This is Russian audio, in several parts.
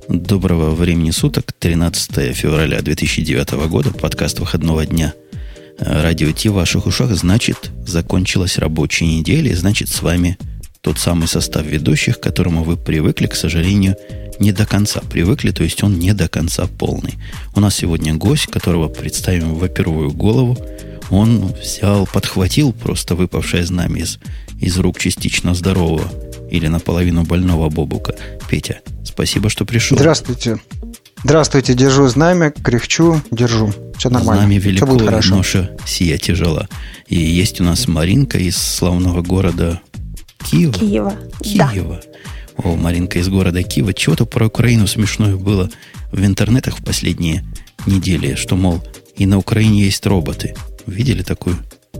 Доброго времени суток, 13 февраля 2009 года, подкаст выходного дня. Радио Ти в ваших ушах, значит, закончилась рабочая неделя, и значит, с вами тот самый состав ведущих, к которому вы привыкли, к сожалению, не до конца привыкли, то есть он не до конца полный. У нас сегодня гость, которого представим во первую голову. Он взял, подхватил просто выпавшее знамя из рук частично здорового или наполовину больного Бобука. Петя, спасибо, что пришел. Здравствуйте. Здравствуйте, держу знамя, кряхчу, держу. Все нормально. Знамя велико, ноша сия тяжела. И есть у нас Маринка из славного города Киева. Да. О, Маринка из города Киева. Чего-то про Украину смешное было в интернетах в последние недели, что, мол, и на Украине есть роботы. Видели такую?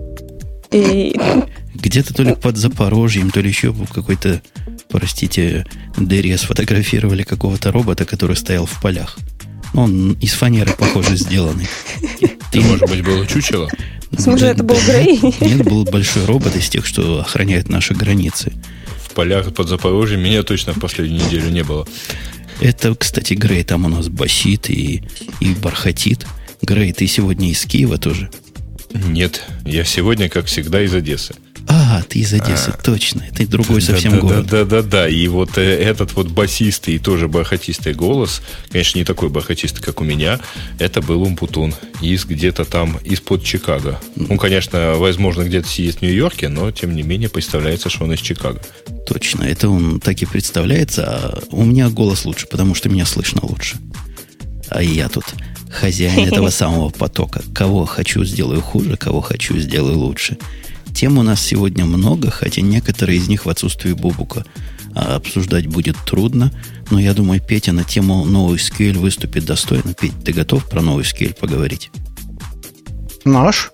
Где-то то ли под Запорожьем, то ли еще в какой-то, простите, дыре сфотографировали какого-то робота, который стоял в полях. Он из фанеры, похоже, сделанный. Ты, может быть, было чучело? В смысле, это был Грей? Нет, был большой робот из тех, что охраняют наши границы. В полях под Запорожьем меня точно в последнюю неделю не было. Это, кстати, Грей там у нас басит и бархатит. Грей, ты сегодня из Киева тоже? Нет, я сегодня, как всегда, из Одессы. Ты из Одессы, точно. Это другой совсем город. Да. И вот этот вот басистый и тоже бархатистый голос, конечно, не такой бархатистый, как у меня, это был Умпутун из где-то там, из-под Чикаго. Он, конечно, возможно, где-то сидит в Нью-Йорке, но, тем не менее, представляется, что он из Чикаго. Точно, это он так и представляется. А у меня голос лучше, потому что меня слышно лучше. А я тут хозяин этого самого потока. Кого хочу, сделаю хуже, кого хочу, сделаю лучше. Тем у нас сегодня много, хотя некоторые из них в отсутствии Бобука обсуждать будет трудно. Но я думаю, Петя на тему NoSQL выступит достойно. Петя, ты готов про NoSQL поговорить? Наш?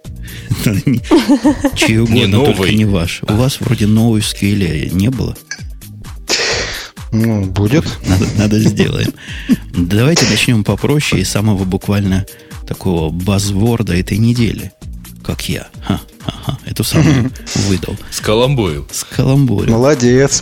Чей угодно, только не ваш. У вас вроде NoSQL не было? Ну, будет. Надо сделаем. Давайте начнем попроще и самого буквально такого базворда этой недели. Как я. Эту самую выдал. Скаламбурил. Молодец.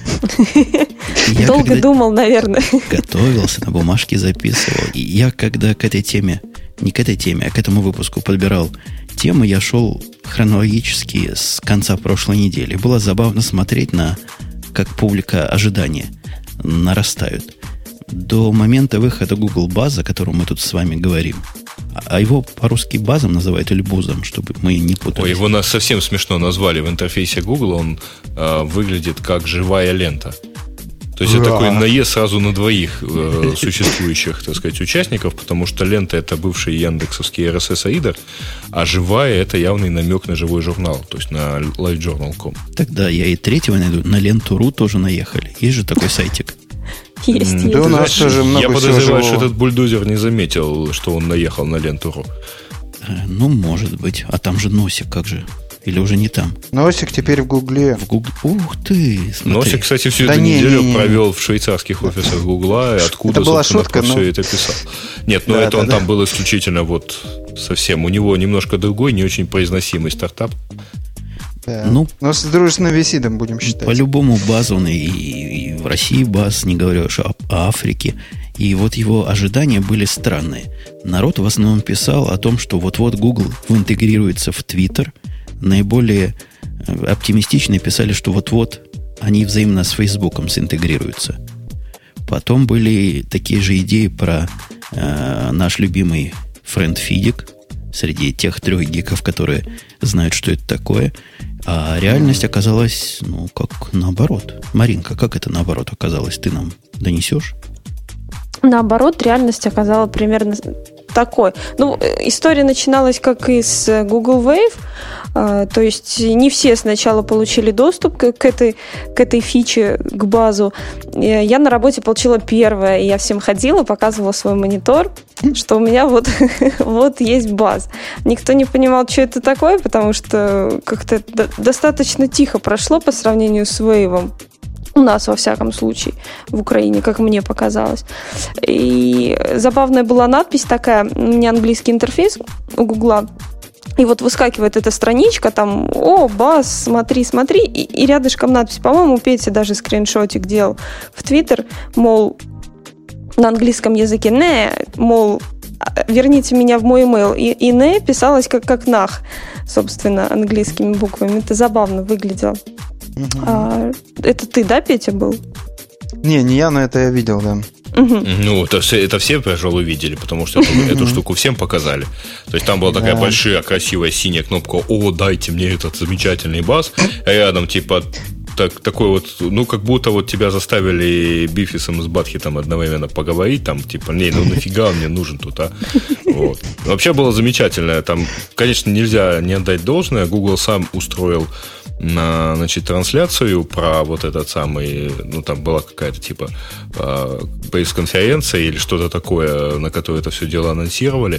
Долго думал, наверное. Готовился, на бумажке записывал. И я когда к этой теме, не к этой теме, а к этому выпуску подбирал темы, я шел хронологически с конца прошлой недели. Было забавно смотреть на, как публика ожидания нарастают. До момента выхода Google Buzz, о котором мы тут с вами говорим. А его по-русски базом называют или бузом, чтобы мы не путались. Ой, его нас совсем смешно назвали в интерфейсе Google. Он выглядит как живая лента. То есть это такой наезд сразу на двоих существующих, так сказать, участников, потому что лента — это бывший яндексовский RSS-ридер, а живая — это явный намек на живой журнал, то есть на livejournal.com. Тогда я и третьего найду. На ленту.ру тоже наехали. Есть же такой сайтик. Есть. Да у нас тоже много. Я подозреваю, что этот бульдозер не заметил, что он наехал на ленту.ру. Ну, может быть. А там же носик, как же? Или уже не там? Носик теперь в Гугле. Ух ты, смотри. Носик, кстати, всю эту неделю провел в швейцарских офисах Гугла, откуда, это была собственно, шутка, все это писал. Нет, ну это он там был исключительно вот совсем. У него немножко другой, не очень произносимый стартап. Да. Но с дружественным висидом будем считать. По-любому баз он и в России баз, не говоря уж о Африке. И вот его ожидания были странные. Народ в основном писал о том, что вот-вот Google интегрируется в Twitter. Наиболее оптимистичные писали, что вот-вот они взаимно с Фейсбуком синтегрируются. Потом были такие же идеи про наш любимый френд-фидик среди тех 3 гиков, которые знают, что это такое. А реальность оказалась, как наоборот. Маринка, как это наоборот оказалось? Ты нам донесешь? Наоборот, реальность оказалась примерно такой. История начиналась как из Google Wave, то есть не все сначала получили доступ к этой фиче, к базу. Я на работе получила первое, и я всем ходила, показывала свой монитор, что у меня вот есть баз. Никто не понимал, что это такое, потому что как-то достаточно тихо прошло по сравнению с Wave. У нас, во всяком случае, в Украине, как мне показалось. И забавная была надпись такая, у меня английский интерфейс у Гугла, и вот выскакивает эта страничка, там, баз, смотри, и рядышком надпись, по-моему, Петя даже скриншотик делал в Твиттер, мол, на английском языке «не», мол, верните меня в мой email. И «не» писалось как «нах», собственно, английскими буквами. Это забавно выглядело. Это ты, да, Петя, был? Не я, но это я видел, да. Ну, это все, пожалуй, видели, потому что эту штуку всем показали. То есть там была такая большая, красивая синяя кнопка «О, дайте мне этот замечательный бас», а рядом типа такой вот, ну, как будто вот тебя заставили Бифисом с Батхитом одновременно поговорить, там, типа, ну нафига он мне нужен тут, а? Вот. Вообще было замечательно. Там, конечно, нельзя не отдать должное. Google сам устроил трансляцию про вот этот самый, ну, там была какая-то типа пресс-конференция или что-то такое, на которой это все дело анонсировали.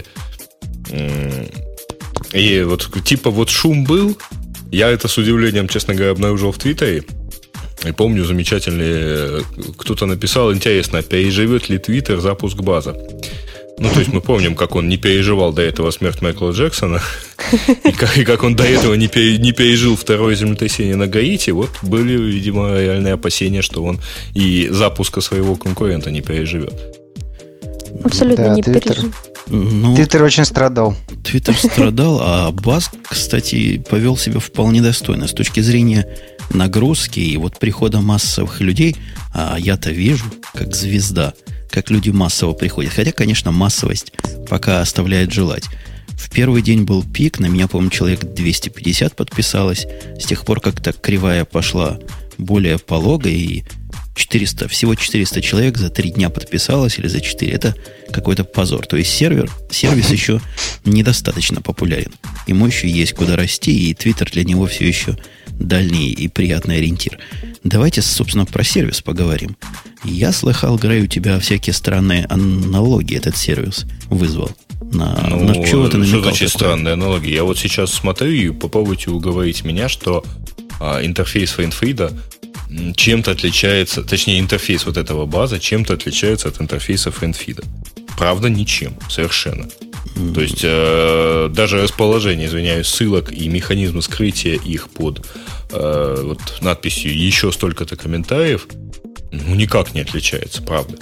И вот типа вот шум был. Я это с удивлением, честно говоря, обнаружил в Твиттере. И помню, замечательный, кто-то написал, интересно, переживет ли Твиттер запуск база. Ну, то есть мы помним, как он не переживал до этого смерть Майкла Джексона, и как он до этого не пережил второе землетрясение на Гаити. Вот были, видимо, реальные опасения, что он и запуска своего конкурента не переживет. Абсолютно не пережил. Твиттер очень страдал. Твиттер страдал, а Баз, кстати, повел себя вполне достойно с точки зрения нагрузки и вот прихода массовых людей. А я-то вижу, как звезда, как люди массово приходят. Хотя, конечно, массовость пока оставляет желать. В первый день был пик, на меня, по-моему, человек 250 подписалось. С тех пор как-то кривая пошла более полого, и всего 400 человек за 3 дня подписалось, или за 4. Это какой-то позор. То есть сервис еще недостаточно популярен. Ему еще есть куда расти, и Twitter для него все еще дальний и приятный ориентир. Давайте, собственно, про сервис поговорим. Я слыхал, Грей, у тебя всякие странные аналогии этот сервис вызвал. На чего ты намекал? Что значит странные аналогии? Я вот сейчас смотрю и попробуйте уговорить меня, что интерфейс френдфида чем-то отличается, точнее, интерфейс вот этого база чем-то отличается от интерфейса френдфида. Правда, ничем, совершенно. То есть, даже расположение, извиняюсь, ссылок и механизм скрытия их под вот надписью «Еще столько-то комментариев» никак не отличается, правда.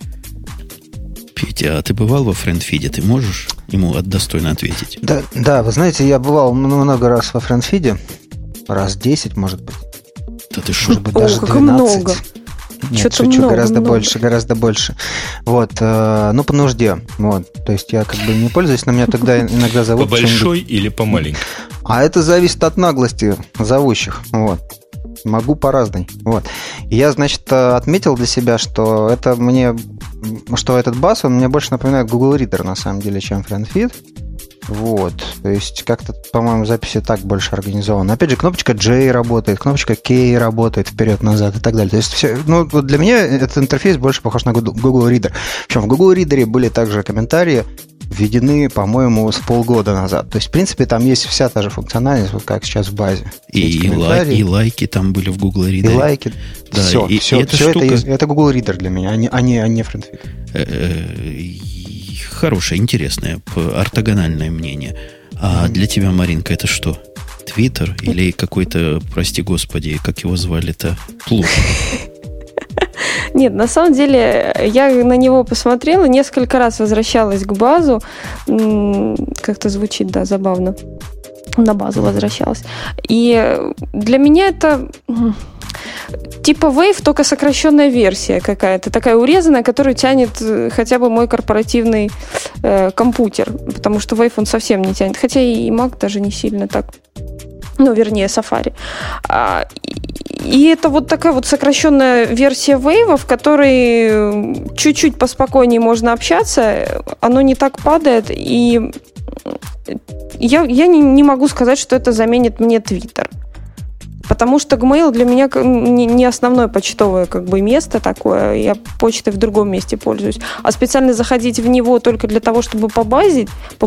Петя, а ты бывал во френдфиде? Ты можешь ему достойно ответить? Да, вы знаете, я бывал много раз во френдфиде. Раз 10, может быть. Да ты шо? Может быть, даже 12. Много. Нет, шучу, гораздо больше. Вот, ну, по нужде. Вот, то есть я как бы не пользуюсь, но меня тогда иногда зовут. По большой или по маленькой? А это зависит от наглости зовущих. Вот. Могу по разной. Вот. И я, значит, отметил для себя, что это что этот бас, он мне больше напоминает Google Reader, на самом деле, чем FriendFeed. Вот, то есть как-то, по-моему, записи так больше организованы. Опять же, кнопочка J работает, кнопочка K работает вперед-назад и так далее. То есть все, ну, вот для меня этот интерфейс больше похож на Google Reader. Причем в Google Reader были также комментарии, введены, по-моему, с полгода назад. То есть, в принципе, там есть вся та же функциональность, вот как сейчас в базе. И лайки там были в Google Reader. И лайки. Да, все это Google Reader для меня, а не FriendFeed. Хорошее, интересное, ортогональное мнение. А для тебя, Маринка, это что? Твиттер или какой-то, прости господи, как его звали-то, Плут? Нет, на самом деле, я на него посмотрела, несколько раз возвращалась к базу. Как-то звучит, да, забавно. На базу возвращалась. И для меня это типа Wave, только сокращенная версия какая-то, такая урезанная, которую тянет хотя бы мой корпоративный компьютер, потому что Wave он совсем не тянет, хотя и Mac даже не сильно так, ну, вернее, Safari. И это вот такая вот сокращенная версия Wave, в которой чуть-чуть поспокойнее можно общаться, оно не так падает, и я не могу сказать, что это заменит мне Twitter. Потому что Gmail для меня не основное почтовое как бы место такое. Я почтой в другом месте пользуюсь. А специально заходить в него только для того, чтобы побудить,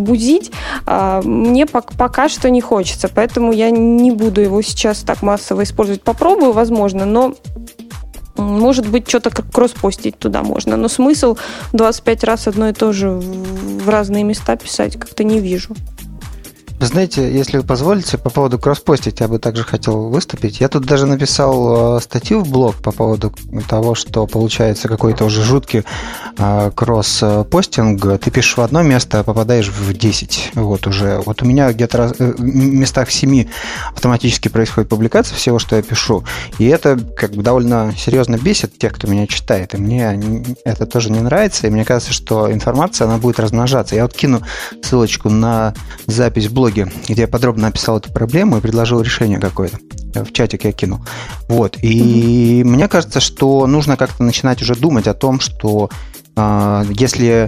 мне пока что не хочется. Поэтому я не буду его сейчас так массово использовать. Попробую, возможно, но может быть, что-то как кросс-постить туда можно. Но смысл 25 раз одно и то же в разные места писать как-то не вижу. Вы знаете, если вы позволите, по поводу кросспостить я бы также хотел выступить. Я тут даже написал статью в блог по поводу того, что получается какой-то уже жуткий кросспостинг. Ты пишешь в одно место, а попадаешь в 10. Вот уже. Вот у меня где-то в местах 7 автоматически происходит публикация всего, что я пишу. И это как бы довольно серьезно бесит тех, кто меня читает. И мне это тоже не нравится. И мне кажется, что информация, она будет размножаться. Я вот кину ссылочку на запись в блоге, где я подробно описал эту проблему и предложил решение какое-то. В чатик я кинул. Вот. И мне кажется, что нужно как-то начинать уже думать о том, что если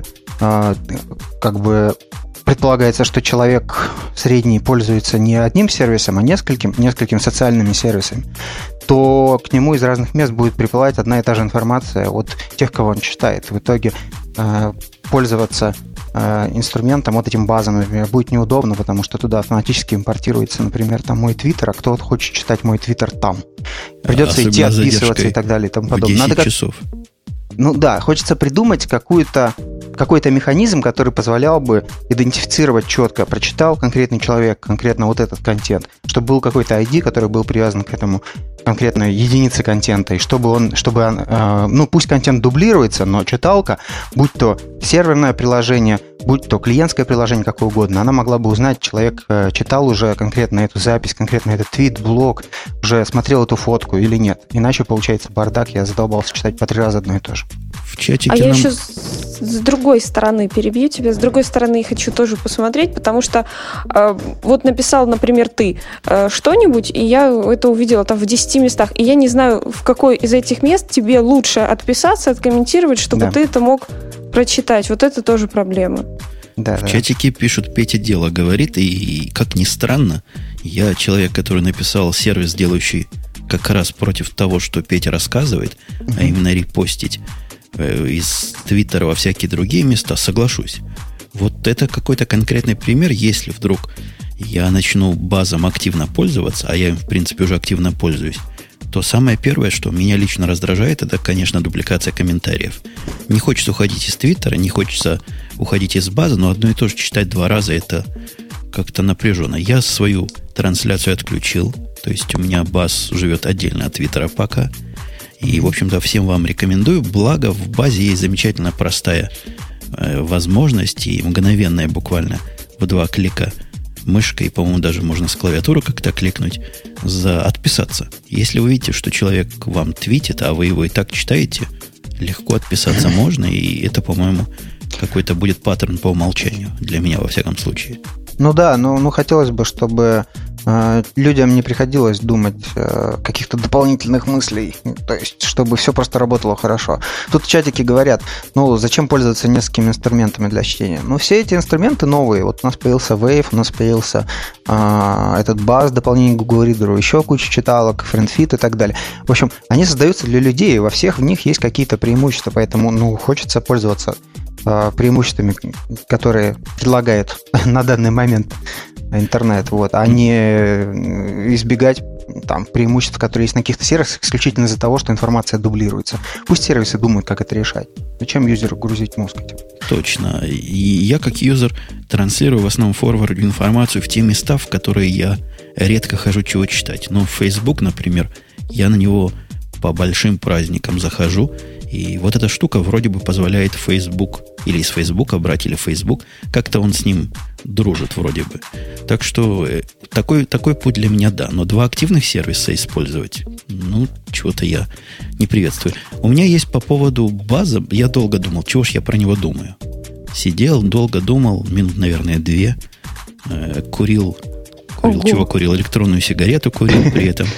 как бы предполагается, что человек средний пользуется не одним сервисом, а несколькими социальными сервисами, то к нему из разных мест будет приплывать одна и та же информация от тех, кого он читает. В итоге пользоваться инструментом, вот этим базом, например, будет неудобно, потому что туда автоматически импортируется, например, там мой твиттер, а кто-то хочет читать мой твиттер там. Придется идти отписываться и так далее и тому подобное. 10 часов. Ну да, хочется придумать какой-то механизм, который позволял бы идентифицировать четко, прочитал конкретный человек, конкретно вот этот контент, чтобы был какой-то ID, который был привязан к этому конкретной единице контента, и чтобы пусть контент дублируется, но читалка, будь то серверное приложение, будь то клиентское приложение, какое угодно, она могла бы узнать, человек читал уже конкретно эту запись, конкретно этот твит, блог, уже смотрел эту фотку или нет. Иначе получается бардак, я задолбался читать по 3 раза одно и то же. В чатике я еще с другой стороны перебью тебя, с другой стороны хочу тоже посмотреть, потому что вот написал, например, ты что-нибудь, и я это увидела там в 10 местах, и я не знаю, в какой из этих мест тебе лучше отписаться, откомментировать, чтобы ты это мог прочитать. Вот это тоже проблема. Да, в чатике пишут, Петя дело говорит, и, как ни странно, я человек, который написал сервис, делающий как раз против того, что Петя рассказывает, а именно репостить из Твиттера во всякие другие места, соглашусь. Вот это какой-то конкретный пример, если вдруг я начну базом активно пользоваться, а я им, в принципе, уже активно пользуюсь, то самое первое, что меня лично раздражает, это, конечно, дубликация комментариев. Не хочется уходить из Твиттера, не хочется уходить из базы, но одно и то же читать 2 раза, это как-то напряженно. Я свою трансляцию отключил, то есть у меня баз живет отдельно от Твиттера пока. И, в общем-то, всем вам рекомендую. Благо, в базе есть замечательно простая возможность и мгновенная буквально в 2 клика мышкой, по-моему, даже можно с клавиатуры как-то кликнуть, отписаться. Если вы видите, что человек вам твитит, а вы его и так читаете, легко отписаться можно, и это, по-моему, какой-то будет паттерн по умолчанию. Для меня, во всяком случае. Ну да, ну хотелось бы, чтобы людям не приходилось думать каких-то дополнительных мыслей, то есть, чтобы все просто работало хорошо. Тут в чатике говорят, зачем пользоваться несколькими инструментами для чтения? Все эти инструменты новые. Вот у нас появился Wave, у нас появился этот Buzz, дополнение к Google Reader, еще куча читалок, FriendFeed и так далее. В общем, они создаются для людей, и во всех в них есть какие-то преимущества, поэтому, хочется пользоваться преимуществами, которые предлагает на данный момент интернет, а не избегать преимуществ, которые есть на каких-то сервисах, исключительно из-за того, что информация дублируется. Пусть сервисы думают, как это решать. Зачем юзеру грузить мозг этим? Точно. И я, как юзер, транслирую в основном форвард информацию в те места, в которые я редко хожу чего читать. В Facebook, например, я на него по большим праздникам захожу, и вот эта штука вроде бы позволяет Facebook или из Facebook брать, или Facebook, как-то он с ним дружит вроде бы. Так что такой путь для меня да. Но 2 активных сервиса использовать, чего-то я не приветствую. У меня есть по поводу базы, я долго думал, чего ж я про него думаю. Сидел, долго думал, минут, наверное, 2. Курил, чего курил? Электронную сигарету курил при этом.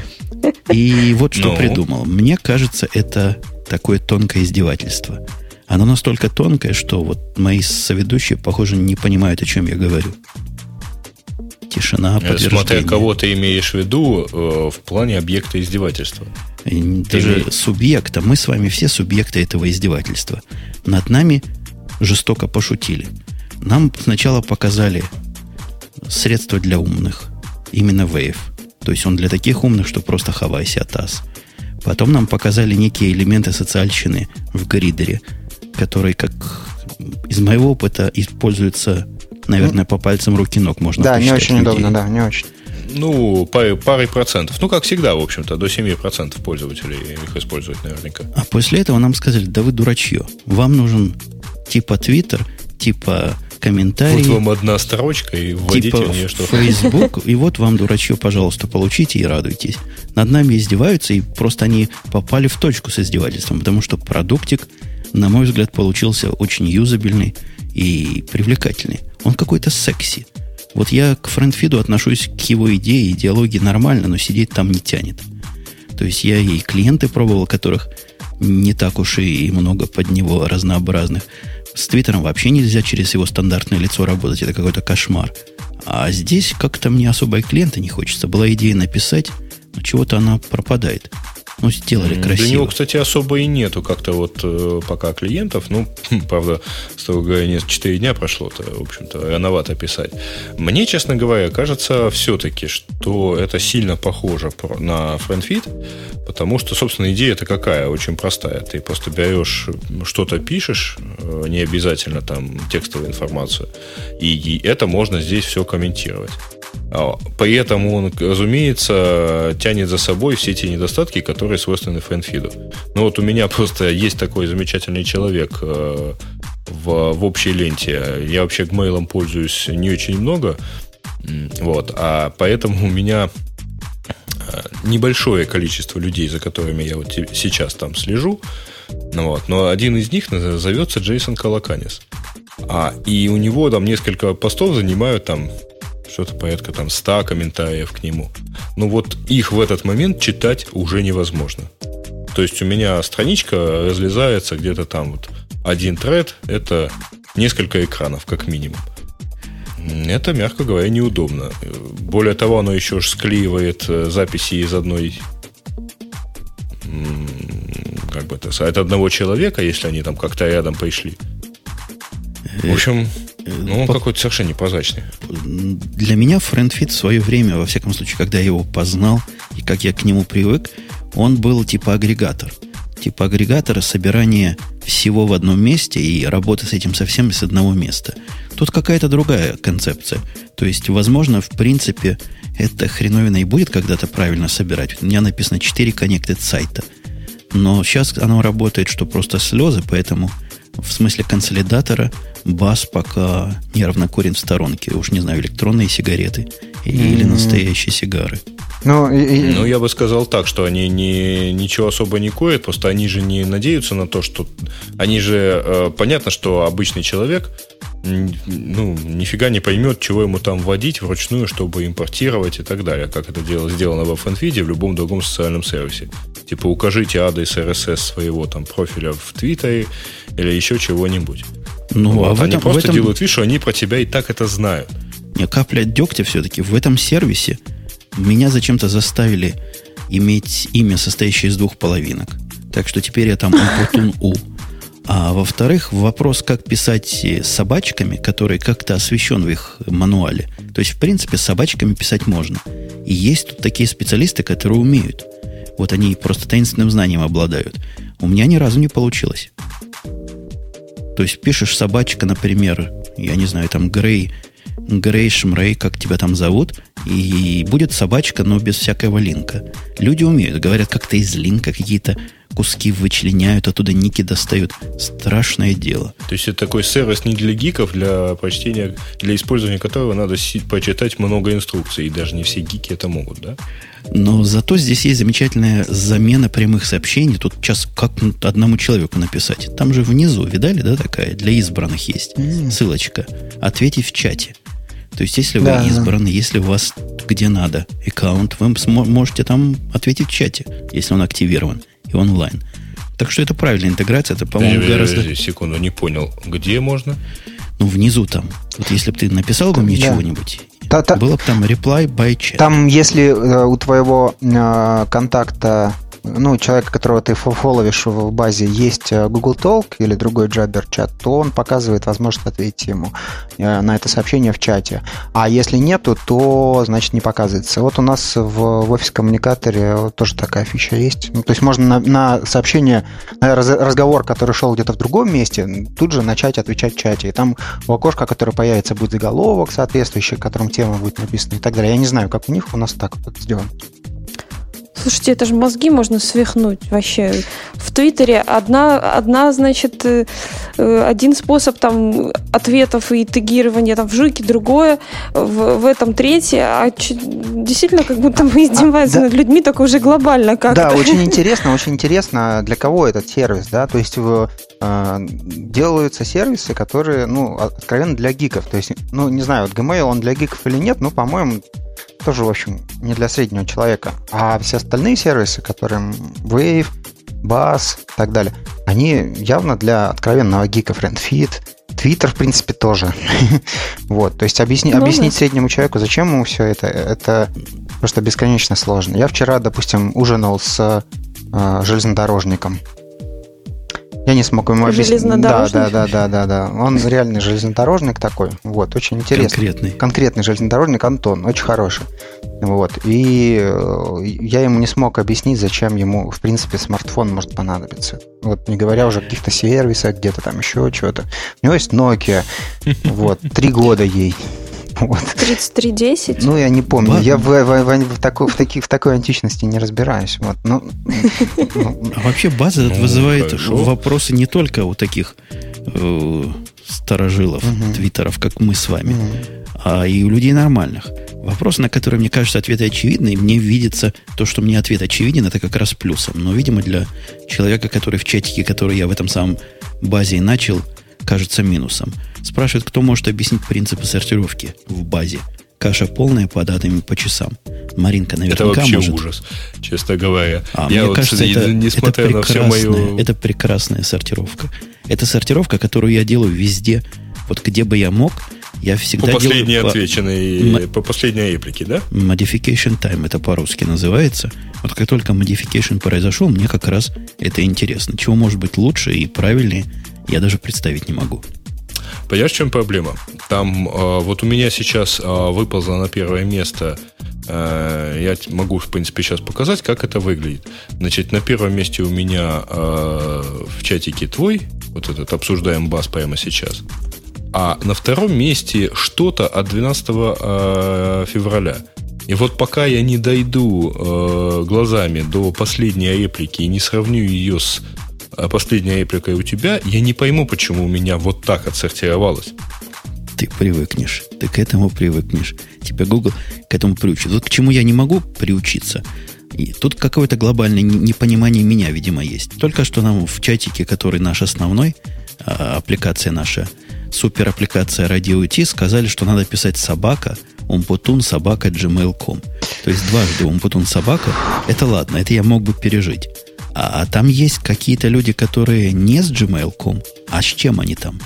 И вот что придумал. Мне кажется, это такое тонкое издевательство. Оно настолько тонкое, что вот мои соведущие, похоже, не понимают, о чем я говорю. Тишина, подтверждение. Смотря кого ты имеешь в виду в плане объекта издевательства. Даже субъекта. Мы с вами все субъекты этого издевательства. Над нами жестоко пошутили. Нам сначала показали средства для умных. Именно Wave. То есть он для таких умных, что просто хавайся от ас. Потом нам показали некие элементы социальщины в гридере, который, как из моего опыта, используется наверное, по пальцам рук и ног можно посчитать. Да, не очень людей. удобно, да, не очень. Ну, парой процентов. Ну, как всегда, в общем-то, до 7% пользователей их используют наверняка. А после этого нам сказали, да вы дурачье. Вам нужен типа Twitter, типа комментарии. Вот вам одна строчка, и вводите типа в нее что-то. Facebook, и вот вам дурачье, пожалуйста, получите и радуйтесь. Над нами издеваются, и просто они попали в точку с издевательством, потому что продуктик, на мой взгляд, получился очень юзабельный и привлекательный. Он какой-то секси. Вот я к FriendFeed отношусь к его идее, идеологии нормально, но сидеть там не тянет. То есть я и клиенты пробовал, которых не так уж и много под него разнообразных. С Твиттером вообще нельзя через его стандартное лицо работать, это какой-то кошмар. А здесь как-то мне особо и клиента не хочется. Была идея написать, но чего-то она пропадает. Ну, сделали красиво. Для него, кстати, особо и нету как-то вот пока клиентов. Ну, правда, строго говоря, 4 дня прошло-то, в общем-то, рановато писать. Мне, честно говоря, кажется все-таки, что это сильно похоже на FriendFeed, потому что, собственно, идея-то какая? Очень простая. Ты просто берешь, что-то пишешь, не обязательно там текстовую информацию, и это можно здесь все комментировать. При этом он, разумеется, тянет за собой все те недостатки, которые свойственны FriendFeed. Ну вот у меня просто есть такой замечательный человек в общей ленте. Я вообще Gmail'ом пользуюсь не очень много, вот, а поэтому у меня небольшое количество людей, за которыми я вот сейчас там слежу. Вот, но один из них зовется Джейсон Колоканис. И у него там несколько постов занимают там что-то порядка там 100 комментариев к нему. Ну вот их в этот момент читать уже невозможно. То есть у меня страничка разлезается где-то там вот один тред, это несколько экранов как минимум. Это, мягко говоря, неудобно. Более того, оно еще склеивает записи из одной как бы это, от одного человека, если они там как-то рядом пришли. В общем, он какой-то совершенно непрозрачный. Для меня FriendFeed в свое время, во всяком случае, когда я его познал и как я к нему привык, он был типа агрегатор. Типа агрегатора собирания всего в одном месте и работы с этим совсем из одного места. Тут какая-то другая концепция. То есть, возможно, в принципе, эта хреновина и будет когда-то правильно собирать. У меня написано 4 connected сайта. Но сейчас оно работает, что просто слезы, поэтому в смысле консолидатора бас пока нервно курит в сторонке. Уж не знаю, электронные сигареты или настоящие сигары. Ну, я бы сказал так, что они ничего особо не курят, просто они же не надеются на то, что... Они же... понятно, что обычный человек нифига не поймет, чего ему там вводить вручную, чтобы импортировать и так далее, как это сделано во FriendFeed в любом другом социальном сервисе. Типа, укажите адрес RSS своего там профиля в Твиттере или еще чего-нибудь. Они просто делают вид, что они про тебя и так это знают. Не, капля дегтя все-таки в этом сервисе меня зачем-то заставили иметь имя, состоящее из 2 половинок. Так что теперь я там Умпутун У. А во-вторых, вопрос, как писать с собачками, который как-то освещен в их мануале. То есть, в принципе, с собачками писать можно. И есть тут такие специалисты, которые умеют. Вот они просто таинственным знанием обладают. У меня ни разу не получилось. То есть, пишешь собачка, например, я не знаю, там Грей Шмрей, как тебя там зовут, и будет собачка, но без всякого линка. Люди умеют, говорят, как-то из линка какие-то куски вычленяют, оттуда ники достают. Страшное дело. То есть это такой сервис не для гиков, для прочтения, для использования которого надо почитать много инструкций, и даже не все гики это могут, да? Но зато здесь есть замечательная замена прямых сообщений. Тут сейчас как одному человеку написать. Там же внизу, видали, да, такая? Для избранных есть ссылочка. Ответить в чате. То есть, если вы избраны, если у вас где надо аккаунт, вы можете там ответить в чате, если он активирован и онлайн. Так что это правильная интеграция. Это, по-моему, гораздо... Секунду, не понял. Где можно? Ну, внизу там. Вот если бы ты написал бы мне чего-нибудь, было бы там reply by chat. Там, если у твоего контакта человека, которого ты фолловишь в базе, есть Google Talk или другой Jabber чат, то он показывает возможность ответить ему на это сообщение в чате. А если нету, то, значит, не показывается. Вот у нас в офис-коммуникаторе тоже такая фича есть. То есть можно на сообщение, на разговор, который шел где-то в другом месте, тут же начать отвечать в чате. И там у окошка, которое появится, будет заголовок соответствующий, которым тема будет написана и так далее. Я не знаю, как у них, у нас так вот сделано. Слушайте, это же мозги можно свихнуть вообще. В Твиттере одна, значит, один способ там ответов и тегирования там в Жуйке, другое, в этом третье. А действительно, как будто бы издеваются над людьми, так уже глобально как-то. Да, очень интересно, для кого этот сервис, да, то есть делаются сервисы, которые, откровенно для гиков. То есть, не знаю, вот Gmail, он для гиков или нет, по-моему, тоже, в общем, не для среднего человека. А все остальные сервисы, которые Wave, Buzz и так далее, они явно для откровенного гика. FriendFeed, Twitter, в принципе, тоже. Вот, то есть объяснить среднему человеку, зачем ему все это просто бесконечно сложно. Я вчера, допустим, ужинал с железнодорожником. Я не смог ему объяснить. Да. Он реальный железнодорожник такой. Вот, очень интересный. Конкретный железнодорожник Антон, очень хороший. Вот. И я ему не смог объяснить, зачем ему, в принципе, смартфон может понадобиться. Вот, не говоря уже о каких-то сервисах, где-то там еще чего-то. У него есть Nokia. Вот, 3 года ей. Вот. 3310? Я не помню. Ладно. Я в такой античности не разбираюсь. Вот. А вообще база вызывает вопросы не только у таких старожилов, твиттеров, как мы с вами, а и у людей нормальных. Вопрос, на который, мне кажется, ответы очевидны, и мне видится то, что мне ответ очевиден, это как раз плюсом. Но, видимо, для человека, который в чатике, который я в этом самом базе и начал, кажется минусом. Спрашивает, кто может объяснить принципы сортировки в базе. Каша полная по датам и по часам. Маринка наверняка может. Это вообще ужас, честно говоря. Мне кажется, это прекрасная сортировка. Это сортировка, которую я делаю везде. Вот где бы я мог, я всегда делаю... По последней реплике, да? Modification time, это по-русски называется. Вот как только modification произошел, мне как раз это интересно. Чего может быть лучше и правильнее, я даже представить не могу. Понимаешь, в чем проблема? Там вот у меня сейчас выползло на первое место. Я могу, в принципе, сейчас показать, как это выглядит. Значит, на первом месте у меня в чатике твой, вот этот обсуждаем бас прямо сейчас. А на втором месте что-то от 12 февраля. И вот пока я не дойду глазами до последней реплики и не сравню ее с последняя реплика у тебя, я не пойму, почему у меня вот так отсортировалось. Ты привыкнешь. Ты к этому привыкнешь. Тебя Google к этому приучит. Вот к чему я не могу приучиться. И тут какое-то глобальное непонимание меня, видимо, есть. Только что нам в чатике, который наш основной, аппликация наша, супер-аппликация Radio T, сказали, что надо писать собака, umputun собака gmail.com. То есть дважды umputun собака. Это ладно, это я мог бы пережить. А там есть какие-то люди, которые не с gmail.com, а с чем они там?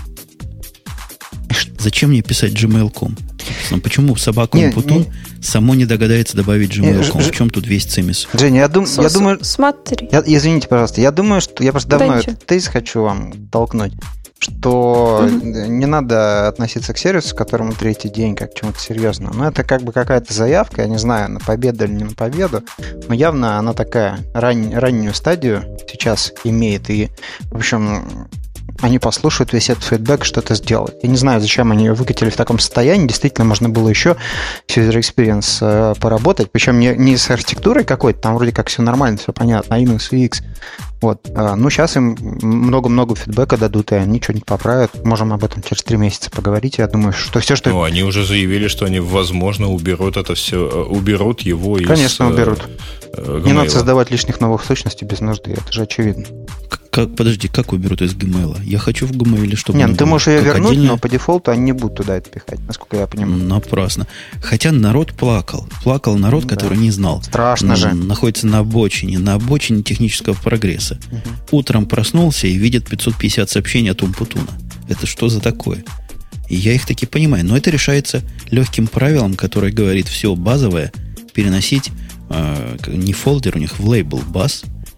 Зачем мне писать gmail.com? Почему собака Умпутун само не догадается добавить gmail.com? В чем тут весь цимис? Женя, я думаю... Смотри. Извините, пожалуйста. Я думаю, что... Я просто давно этот тезис хочу вам толкнуть, что не надо относиться к сервису, которому третий день, как к чему-то серьезному. Но это как бы какая-то заявка, я не знаю, на победу или не на победу, но явно она такая раннюю стадию сейчас имеет. И, в общем, они послушают весь этот фидбэк, что-то сделают. Я не знаю, зачем они ее выкатили в таком состоянии. Действительно, можно было еще с User Experience поработать. Причем не с архитектурой какой-то, там вроде как все нормально, все понятно, Linux, UX. Вот. Ну, сейчас им много-много фидбэка дадут, и они что-нибудь поправят. Можем об этом через 3 месяца поговорить. Я думаю, что все, что... Ну, они уже заявили, что они, возможно, уберут это все, уберут его из... Конечно, уберут. Не надо создавать лишних новых сущностей без нужды, это же очевидно. Подожди, как уберут из Gmail? Я хочу в Gmail, чтобы... Нет, ты можешь ее вернуть, отдельно... но по дефолту они не будут туда это пихать, насколько я понимаю. Напрасно. Хотя народ плакал. Плакал народ, который не знал. Страшно же. Находится на обочине технического прогресса. Утром проснулся и видит 550 сообщений от Умпутуна. Это что за такое? И я их таки понимаю. Но это решается легким правилом, которое говорит, все базовое переносить не в фолдер у них, в лейбл баз,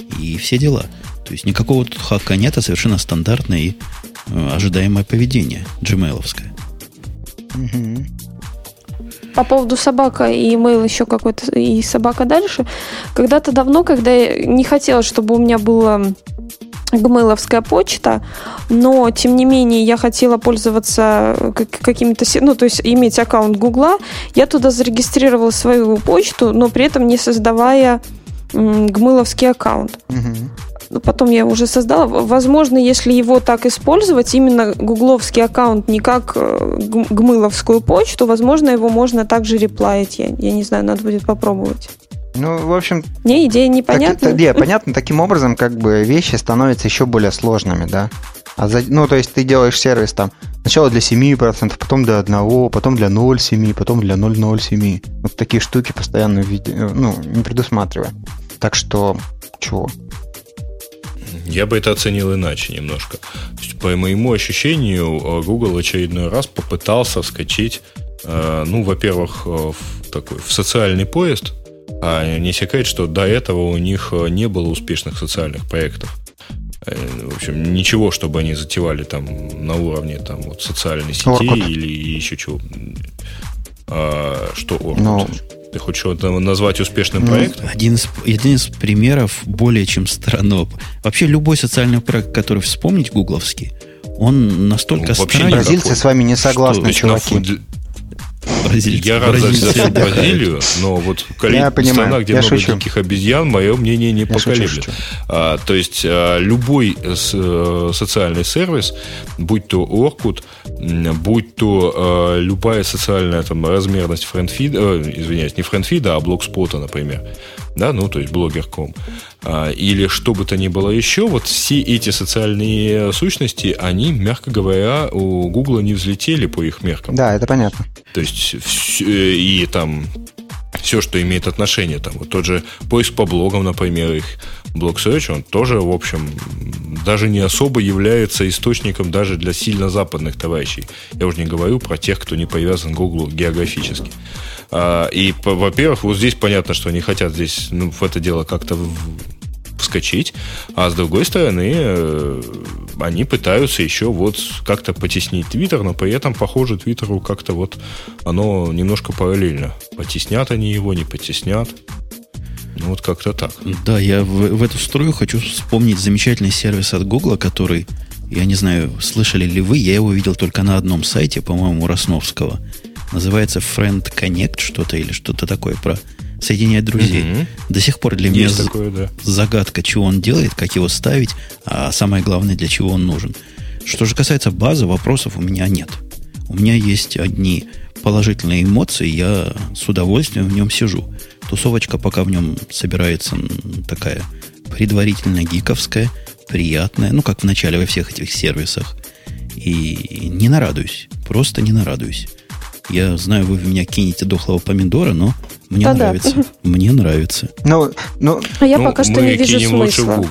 и все дела. То есть никакого тут хака нет, а совершенно стандартное и ожидаемое поведение gmail-овское. Угу. По поводу собака и email еще какой-то, и собака дальше. Когда-то давно, когда я не хотела, чтобы у меня была гмейловская почта, но, тем не менее, я хотела пользоваться какими-то... Ну, то есть иметь аккаунт Гугла, я туда зарегистрировала свою почту, но при этом не создавая гмейловский аккаунт. Потом я уже создала. Возможно, если его так использовать, именно гугловский аккаунт, не как гмейловскую почту, возможно, его можно также реплаить. Я не знаю, надо будет попробовать. Ну, в общем... Не, идея непонятна. Понятно, таким образом, как бы вещи становятся еще более сложными, да? Ну, то есть ты делаешь сервис там сначала для 7%, потом для 1%, потом для 0,7%, потом для 0,07%. Вот такие штуки постоянно не предусматривая. Так что, чего? Я бы это оценил иначе немножко. То есть, по моему ощущению, Google очередной раз попытался вскочить, во-первых, в социальный поезд, а не секрет, что до этого у них не было успешных социальных проектов. В общем, ничего, чтобы они затевали там на уровне там, вот, социальной сети Orkut. или еще чего. Что Orkut? Ты хочешь его назвать успешным проектом? Один из примеров более чем странного. Вообще любой социальный проект, который вспомнить гугловский, он настолько странный. Бразильцы с вами не согласны, чуваки. Я рад за Бразилию, но вот страна, где много диких обезьян, мое мнение не поколеблет. То есть любой социальный сервис, будь то Orkut, будь то любая социальная там размерность не френдфида, а блогспота, например, да, ну, то есть блогер.com, или что бы то ни было еще, вот все эти социальные сущности, они, мягко говоря, у Гугла не взлетели по их меркам. Да, это понятно. То есть и там все, что имеет отношение, там вот тот же поиск по блогам, например, их Blog Search, он тоже, в общем, даже не особо является источником даже для сильно западных товарищей. Я уже не говорю про тех, кто не привязан к Гуглу географически. И, во-первых, вот здесь понятно, что они хотят здесь в это дело как-то вскочить, а с другой стороны, они пытаются еще вот как-то потеснить Твиттер, но при этом, похоже, Твиттеру как-то вот оно немножко параллельно. Потеснят они его, не потеснят. Ну, вот как-то так. Да, я в эту струю хочу вспомнить замечательный сервис от Гугла, который, я не знаю, слышали ли вы, я его видел только на одном сайте, по-моему, Росновского. Называется Friend Connect что-то или что-то такое про соединять друзей. До сих пор для меня загадка, чего он делает, как его ставить, а самое главное, для чего он нужен. Что же касается базы, вопросов у меня нет. У меня есть одни положительные эмоции, я с удовольствием в нем сижу. Тусовочка пока в нем собирается такая предварительно гиковская, приятная, ну, как в начале во всех этих сервисах. И не нарадуюсь, просто не нарадуюсь. Я знаю, вы в меня кинете дохлого помидора, но мне нравится. Да. Мне нравится. А я пока что не вижу смысла.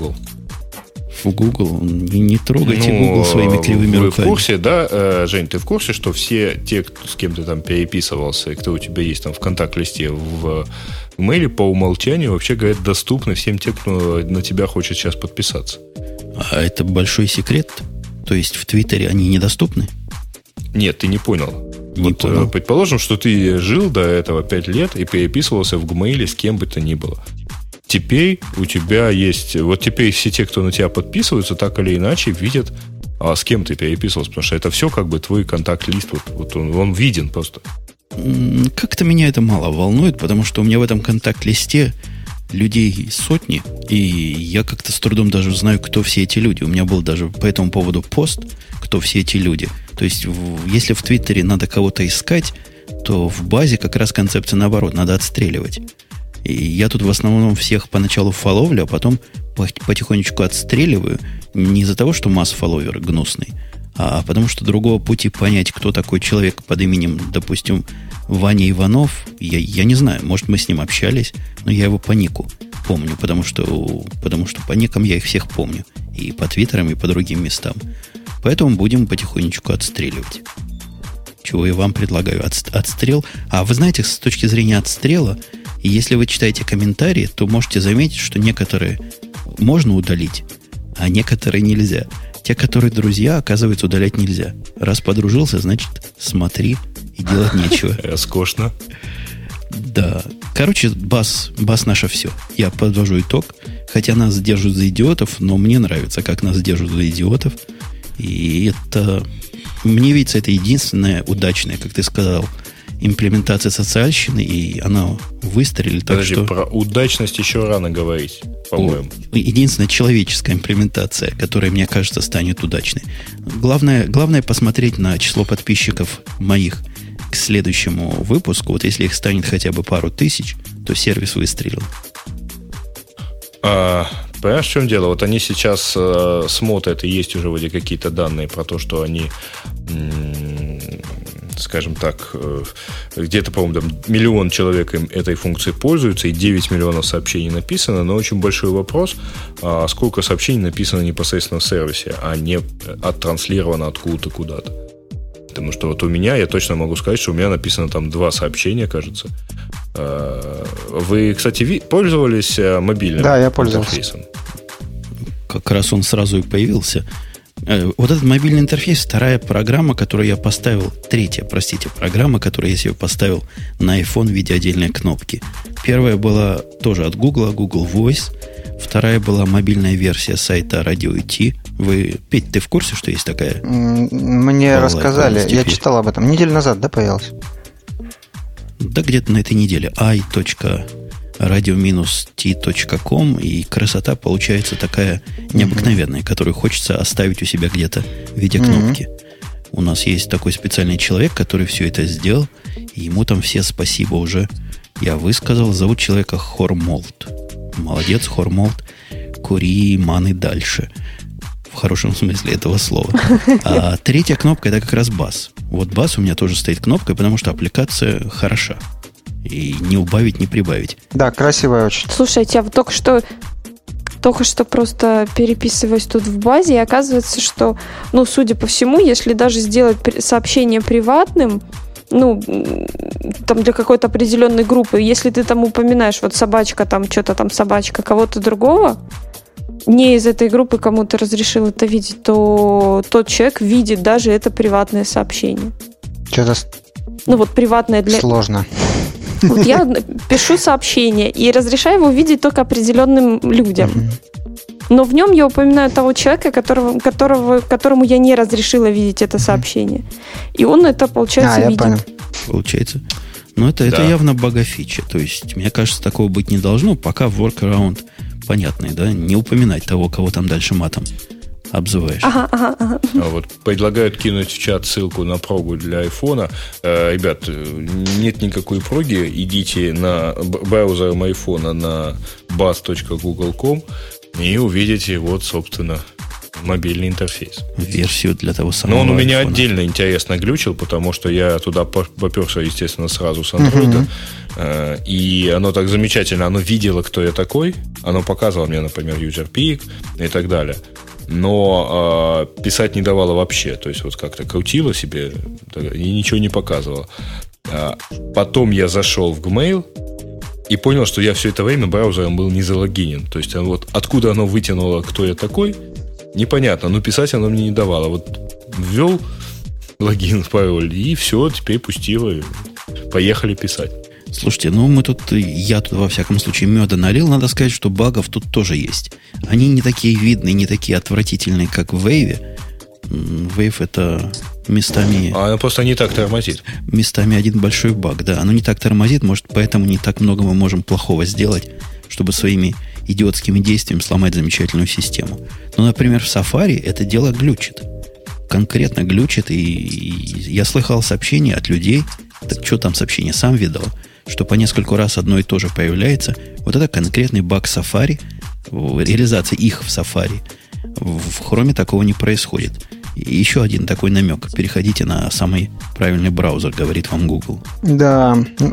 В Google. Не трогайте Google своими кривыми руками. Вы в курсе, да, Жень, ты в курсе, что все те, с кем ты там переписывался, и кто у тебя есть там в контакт-листе в мейле, по умолчанию, вообще, говорят, доступны всем тем, кто на тебя хочет сейчас подписаться. А это большой секрет? То есть в Твиттере они недоступны? Нет, ты не понял. Не понял. Предположим, что ты жил до этого 5 лет и переписывался в Gmail с кем бы то ни было. Теперь у тебя есть... Вот теперь все те, кто на тебя подписываются, так или иначе видят, с кем ты переписывался. Потому что это все как бы твой контакт-лист. Вот он виден просто. Как-то меня это мало волнует, потому что у меня в этом контакт-листе людей сотни, и я как-то с трудом даже знаю, кто все эти люди. У меня был даже по этому поводу пост, кто все эти люди. То есть, если в Твиттере надо кого-то искать, то в базе как раз концепция наоборот, надо отстреливать. И я тут в основном всех поначалу фоловлю, а потом потихонечку отстреливаю. Не из-за того, что масс-фолловер гнусный, а потому что другого пути понять, кто такой человек под именем, допустим, Ваня Иванов, я не знаю. Может, мы с ним общались, но я его по нику помню, потому что по никам я их всех помню. И по твиттерам, и по другим местам. Поэтому будем потихонечку отстреливать. Чего я вам предлагаю. Отстрел. А вы знаете, с точки зрения отстрела, если вы читаете комментарии, то можете заметить, что некоторые можно удалить, а некоторые нельзя. Те, которые друзья, оказывается, удалять нельзя. Раз подружился, значит, смотри и делать нечего. Роскошно. Да. Короче, бас наше все. Я подвожу итог. Хотя нас держат за идиотов, но мне нравится, как нас держат за идиотов. И это... Мне видится, это единственная удачная, как ты сказал, имплементация социальщины, и она выстрелит. Подожди, так что... про удачность еще рано говорить, по-моему. Единственная человеческая имплементация, которая, мне кажется, станет удачной. Главное посмотреть на число подписчиков моих к следующему выпуску. Вот если их станет хотя бы пару тысяч, то сервис выстрелил. Понимаешь, в чем дело? Вот они сейчас смотрят, и есть уже вроде какие-то данные про то, что они, скажем так, где-то, по-моему, там 1 миллион человек этой функцией пользуются, и 9 миллионов сообщений написано, но очень большой вопрос, сколько сообщений написано непосредственно в сервисе, а не оттранслировано откуда-то куда-то. Потому что вот у меня, я точно могу сказать, что у меня написано там 2 сообщения, кажется. Вы, кстати, пользовались мобильным да, я пользовался. интерфейсом? Как раз он сразу и появился. Вот этот мобильный интерфейс, вторая программа, которую я поставил, программа, которую я себе поставил на iPhone в виде отдельной кнопки. Первая была тоже от Google Voice. Вторая была мобильная версия сайта Radio IT. Петь, ты в курсе, что есть такая? Мне рассказали, я читал об этом. Неделю назад, да, появилась? Да, где-то на этой неделе. i.radio-t.com, и красота получается такая необыкновенная, которую хочется оставить у себя где-то в виде кнопки. У нас есть такой специальный человек, который все это сделал, и ему там все спасибо уже я высказал. Зовут человека Хормолд. Молодец, Хормолд. Кури маны дальше. В хорошем смысле этого слова. А третья кнопка – это как раз бас. Вот бас у меня тоже стоит кнопкой, потому что аппликация хороша. И не убавить, не прибавить. Да, красивая очень. Слушайте, я вот только что просто переписываюсь тут в базе, и оказывается, что, судя по всему, если даже сделать сообщение приватным, там для какой-то определенной группы, если ты там упоминаешь, вот собачка, там что-то там собачка кого-то другого, не из этой группы кому ты разрешил это видеть, то тот человек видит даже это приватное сообщение. Что-то приватное для... Сложно. Вот я пишу сообщение и разрешаю его видеть только определенным людям. Но в нем я упоминаю того человека, которому я не разрешила видеть это сообщение. И он это, получается, видит. Понял. Получается. Но это явно бага-фича. То есть, мне кажется, такого быть не должно, пока workaround понятный, да? Не упоминать того, кого там дальше матом обзываешь. Ага. Вот предлагают кинуть в чат ссылку на прогу для айфона. Ребят, нет никакой проги. Идите на браузером айфона на buzz.google.com и увидите, собственно, мобильный интерфейс. Версию для того самого. Но он у меня iPhone. отдельно интересно глючил, потому что я туда поперся, естественно, сразу с андроида. И оно так замечательно, оно видело, кто я такой. Оно показывало мне, например, user-pig и так далее. Но писать не давало вообще. То есть, как-то крутило себе и ничего не показывало. Потом я зашел в Gmail и понял, что я все это время браузером был не залогинен. То есть, откуда оно вытянуло, кто я такой, непонятно. Но писать оно мне не давало. Ввел логин, пароль, и все, теперь пустило. Поехали писать. Слушайте, я тут во всяком случае меда налил. Надо сказать, что багов тут тоже есть. Они не такие видные, не такие отвратительные, как в Wave. Wave это местами... Она просто не так тормозит. Местами один большой баг, да. Оно не так тормозит, может, поэтому не так много мы можем плохого сделать, чтобы своими идиотскими действиями сломать замечательную систему. Например, в Safari это дело глючит. Конкретно глючит, и я слыхал сообщения от людей, так что там сообщение, сам видал, что по нескольку раз одно и то же появляется. Вот это конкретный баг Safari, реализация их в Safari. В Chrome такого не происходит. И еще один такой намек. Переходите на самый правильный браузер, говорит вам Google. Да.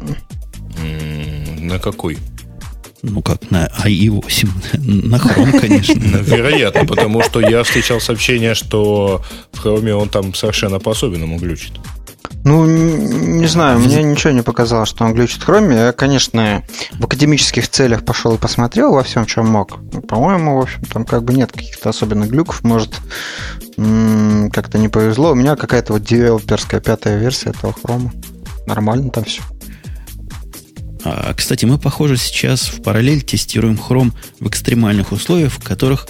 На какой? Как на IE8. На Chrome, конечно. Вероятно, потому что я встречал сообщение, что в Chrome он там совершенно по-особенному глючит. Ну, не знаю, мне ничего не показалось, что он глючит в Chrome. Я, конечно, в академических целях пошел и посмотрел во всем, чем мог. По-моему, в общем, там как бы нет каких-то особенных глюков. Может, как-то не повезло. У меня какая-то вот девелоперская 5-я версия этого Chrome. Нормально там все. Кстати, мы, похоже, сейчас в параллель тестируем Chrome в экстремальных условиях, в которых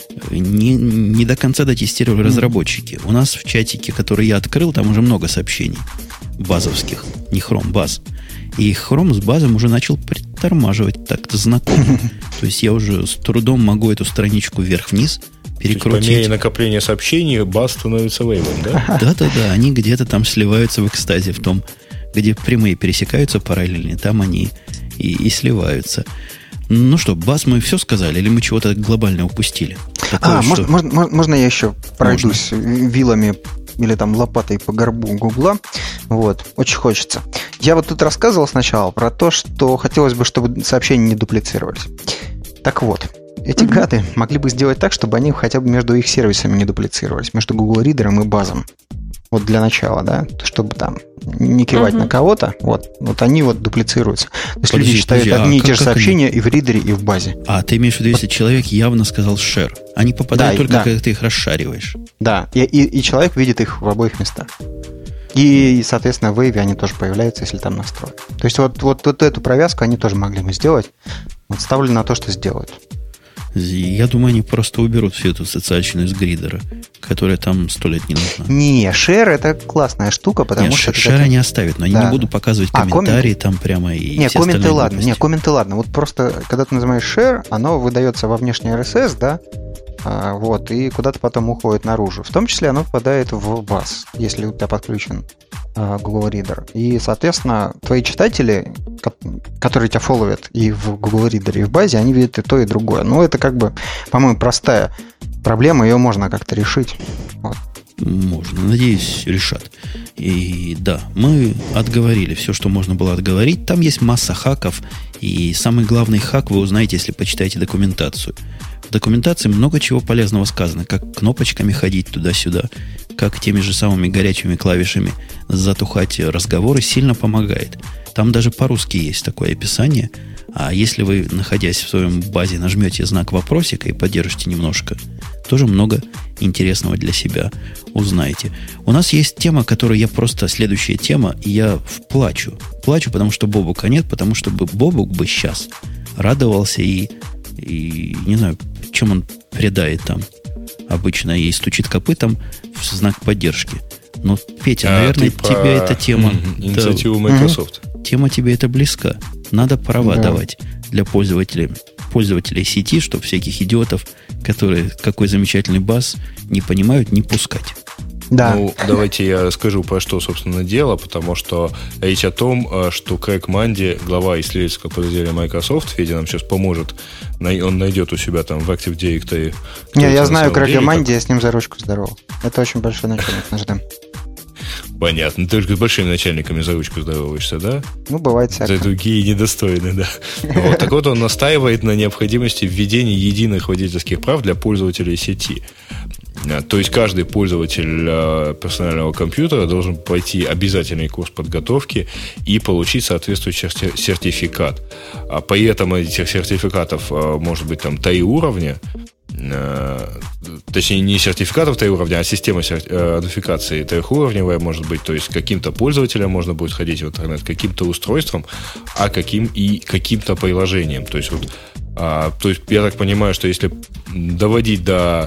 не до конца дотестировали разработчики. У нас в чатике, который я открыл, там уже много сообщений базовских. Не Chrome, баз. И Chrome с базом уже начал притормаживать так-то знакомо. То есть я уже с трудом могу эту страничку вверх-вниз перекрутить. По мере накопления сообщений баз становится вейвом, да? Да-да-да, они где-то там сливаются в экстазе, в том, где прямые пересекаются параллельно, там они и сливаются. Ну что, баз мы все сказали, или мы чего-то глобального упустили? Такое, можно я еще пройдусь вилами или там лопатой по горбу Гугла? Вот, очень хочется. Я вот тут рассказывал сначала про то, что хотелось бы, чтобы сообщения не дуплицировались. Так вот, эти гады могли бы сделать так, чтобы они хотя бы между их сервисами не дуплицировались, между Google Reader и базом. Вот для начала, да, чтобы там не кивать на кого-то, вот они вот дуплицируются. То есть люди читают одни и те же сообщения и в ридере, и в базе. А ты имеешь в виду, если человек явно сказал share, они попадают только, когда ты их расшариваешь. Да, и человек видит их в обоих местах. И, соответственно, в Wave они тоже появляются, если там настрой. То есть вот эту провязку они тоже могли бы сделать. Вот ставлю на то, что сделают. Я думаю, они просто уберут всю эту социальщину из гридера, которая там 100 лет не нужна. Не, share это классная штука, потому что... Share они оставят, но они не будут показывать комментарии там прямо и не, все комменты остальные ладно. глупости. Не, комменты ладно. Вот просто, когда ты называешь share, оно выдается во внешний RSS, да, вот, и куда-то потом уходит наружу. В том числе оно попадает в баз, если у тебя подключен Google Reader. И, соответственно, твои читатели, которые тебя фолловят и в Google Reader, и в базе, они видят и то, и другое. Ну, это как бы, по-моему, простая проблема, ее можно как-то решить. Вот. Можно, надеюсь, решат. И да, мы отговорили все, что можно было отговорить. Там есть масса хаков, и самый главный хак вы узнаете, если почитаете документацию. В документации много чего полезного сказано, как кнопочками ходить туда-сюда, как теми же самыми горячими клавишами затухать разговоры сильно помогает. Там даже по-русски есть такое описание. А если вы, находясь в своем базе, нажмете знак вопросика и поддержите немножко, тоже много интересного для себя узнаете. У нас есть тема, которую я просто... Следующая тема, и я плачу. Плачу, потому что Бобука нет, потому что Бобук бы сейчас радовался и не знаю, чем он придает там обычно и стучит копытом в знак поддержки. Но, Петя, наверное, тебе эта тема... Инициативу Microsoft. Тема тебе это близка. Надо права давать для пользователей сети, чтобы всяких идиотов, которые какой замечательный баз не понимают, не пускать. Да. Ну, давайте я расскажу, про что, собственно, дело, потому что речь о том, что Крэг Манди, глава исследовательского подразделения Microsoft, Федя нам сейчас поможет, он найдет у себя там в Active Directory. Не, я знаю Крэга Манди, я с ним за ручку здоровал. Это очень большой начальник наш дом. Понятно. Ты только с большими начальниками за ручку здороваешься, да? Ну, бывает всякое. За другие недостойны, да. Вот. Так вот, он настаивает на необходимости введения единых водительских прав для пользователей сети. То есть каждый пользователь персонального компьютера должен пройти обязательный курс подготовки и получить соответствующий сертификат. При этом этих сертификатов может быть там 3 уровня. Точнее, не сертификатов 3 уровня, а система нотификации 3-уровневая может быть. То есть каким-то пользователям можно будет ходить в интернет, каким-то устройством, а каким-то приложением. То есть то есть я так понимаю, что если доводить до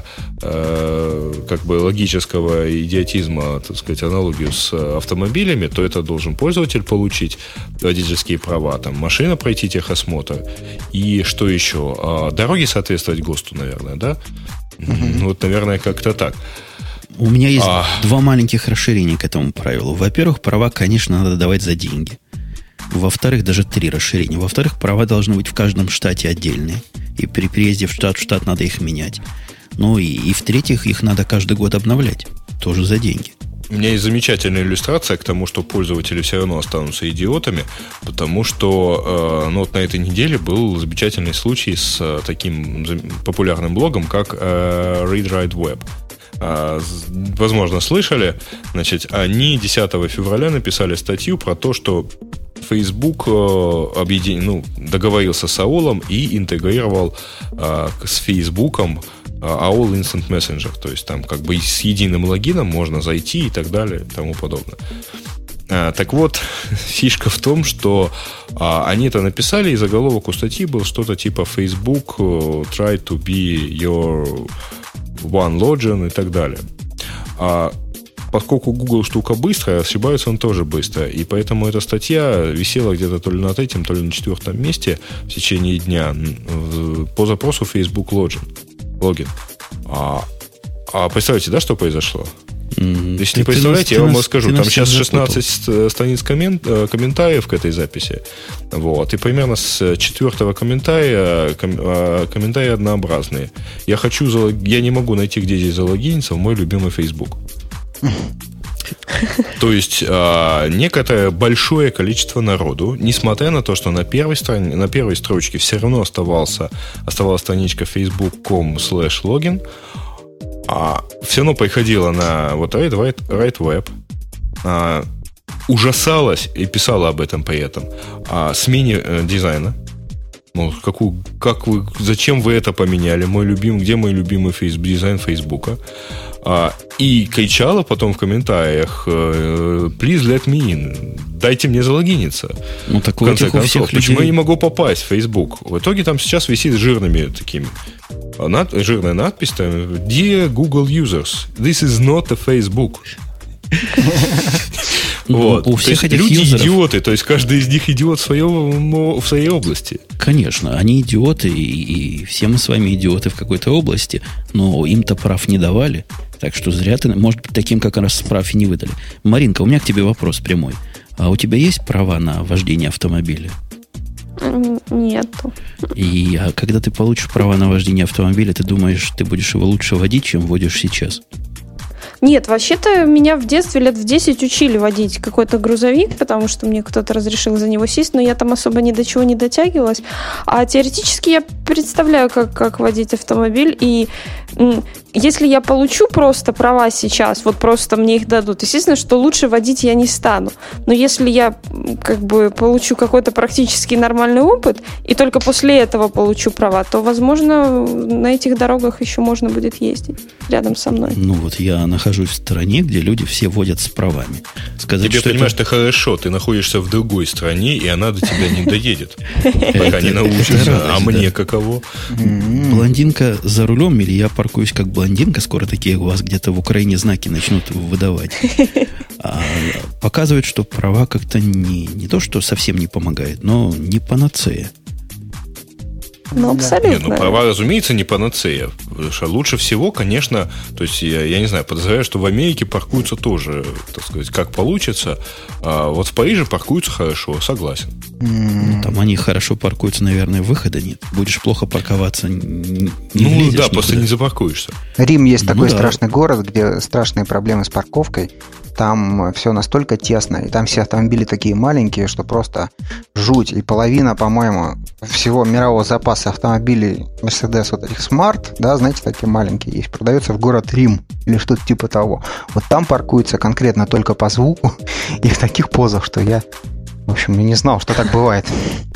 как бы логического идиотизма, так сказать, аналогию с автомобилями, то это должен пользователь получить водительские права, там машина пройти техосмотр и что еще? Дороги соответствовать ГОСТу, наверное, да? Вот, наверное, как-то так. У меня есть 2 маленьких расширения к этому правилу. Во-первых, права, конечно, надо давать за деньги. Во-вторых, даже 3 расширения. Во-вторых, права должны быть в каждом штате отдельные. И при приезде в штат надо их менять. Ну и в-третьих, их надо каждый год обновлять. Тоже за деньги. У меня есть замечательная иллюстрация к тому, что пользователи все равно останутся идиотами, потому что вот на этой неделе был замечательный случай с таким популярным блогом, как Read Write Web. возможно, слышали, значит, они 10 февраля написали статью про то, что Facebook договорился с AOL и интегрировал с Facebook AOL Instant Messenger. То есть там как бы с единым логином можно зайти и так далее и тому подобное. Так вот, фишка в том, что они это написали, и заголовок у статьи был что-то типа Facebook try to be your one login и так далее. Поскольку Google штука быстрая, ошибается он тоже быстро. И поэтому эта статья висела где-то то ли на 3-м, то ли на 4-м месте в течение дня по запросу Facebook Login. А представляете, да, что произошло? Если не представляете, я вам расскажу. Там сейчас 16 страниц комментариев к этой записи. Вот. И примерно с 4-го комментария комментарии однообразные. Я не могу найти, где здесь залогиниться в мой любимый Facebook. То есть некоторое большое количество народу, несмотря на то, что на первой строчке все равно оставалась страничка facebook.com/login, все равно приходила на вот RightWeb, ужасалась и писала об этом при этом о смене дизайна. Зачем вы это поменяли? Где мой любимый дизайн Фейсбука? И кричала потом в комментариях: please let me in. Дайте мне залогиниться. Ну, так в конце концов, почему я не могу попасть в Facebook? В итоге там сейчас висит жирная надпись там: Dear Google users, this is not a Facebook. Вот. У всех этих люди юзеров... идиоты, то есть каждый из них идиот в своей области. Конечно, они идиоты, и все мы с вами идиоты в какой-то области, но им-то прав не давали, так что зря ты, может быть, таким как раз прав и не выдали. Маринка, у меня к тебе вопрос прямой. А у тебя есть права на вождение автомобиля? Нету. И когда ты получишь права на вождение автомобиля, ты думаешь, ты будешь его лучше водить, чем водишь сейчас? Нет, вообще-то меня в детстве лет в 10 учили водить какой-то грузовик, потому что мне кто-то разрешил за него сесть, но я там особо ни до чего не дотягивалась. А теоретически я представляю, как водить автомобиль, и если я получу просто права сейчас, вот просто мне их дадут, естественно, что лучше водить я не стану. Но если я как бы получу какой-то практически нормальный опыт, и только после этого получу права, то, возможно, на этих дорогах еще можно будет ездить рядом со мной. Ну вот я нахожусь в стране, где люди все водят с правами. Сказать, тебе, понимаешь, это хорошо, ты находишься в другой стране, и она до тебя не доедет, пока не научится. А мне каково? Блондинка за рулем, или я паркуюсь как блондинка, скоро такие у вас где-то в Украине знаки начнут выдавать. Показывает, что права как-то не то, что совсем не помогает, но не панацея. Ну, абсолютно. Права, разумеется, не панацея. Лучше всего, конечно, то есть, я не знаю, подозреваю, что в Америке паркуются тоже, так сказать, как получится. Вот в Париже паркуются хорошо, согласен. Там они хорошо паркуются, наверное, выхода нет. Будешь плохо парковаться, не влезешь да, просто никуда. не запаркуешься. Рим есть такой страшный город, где страшные проблемы с парковкой. Там все настолько тесно, и там все автомобили такие маленькие, что просто жуть. И половина, по-моему, всего мирового запаса автомобилей Mercedes, вот этих Smart, да, знаете, такие маленькие есть, продается в город Рим или что-то типа того. Вот там паркуются конкретно только по звуку и в таких позах, что я, в общем, не знал, что так бывает.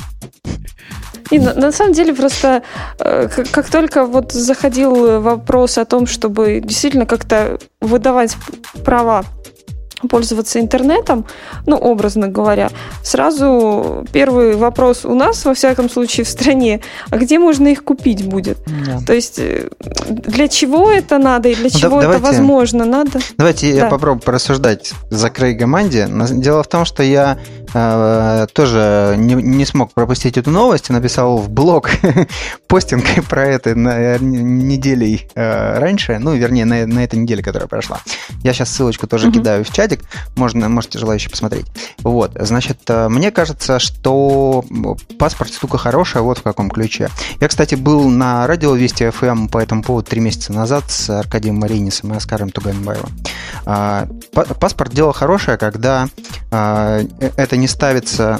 И на самом деле просто как только вот заходил вопрос о том, чтобы действительно как-то выдавать права пользоваться интернетом, ну, образно говоря, сразу первый вопрос у нас, во всяком случае, в стране, а где можно их купить будет? Да. То есть для чего это надо и для чего это возможно надо? Давайте я попробую порассуждать за Крейга Манди. Дело в том, что я тоже не смог пропустить эту новость и написал в блог постинг про это неделей раньше, ну, вернее, на этой неделе, которая прошла. Я сейчас ссылочку тоже кидаю в чатик, можете желающие посмотреть. Вот, значит, мне кажется, что паспорт штука хорошая, вот в каком ключе. Я, кстати, был на радио Вести FM по этому поводу 3 месяца назад с Аркадием Маринисом и Оскаром Туганбаевым. Паспорт дело хорошее, когда это не ставится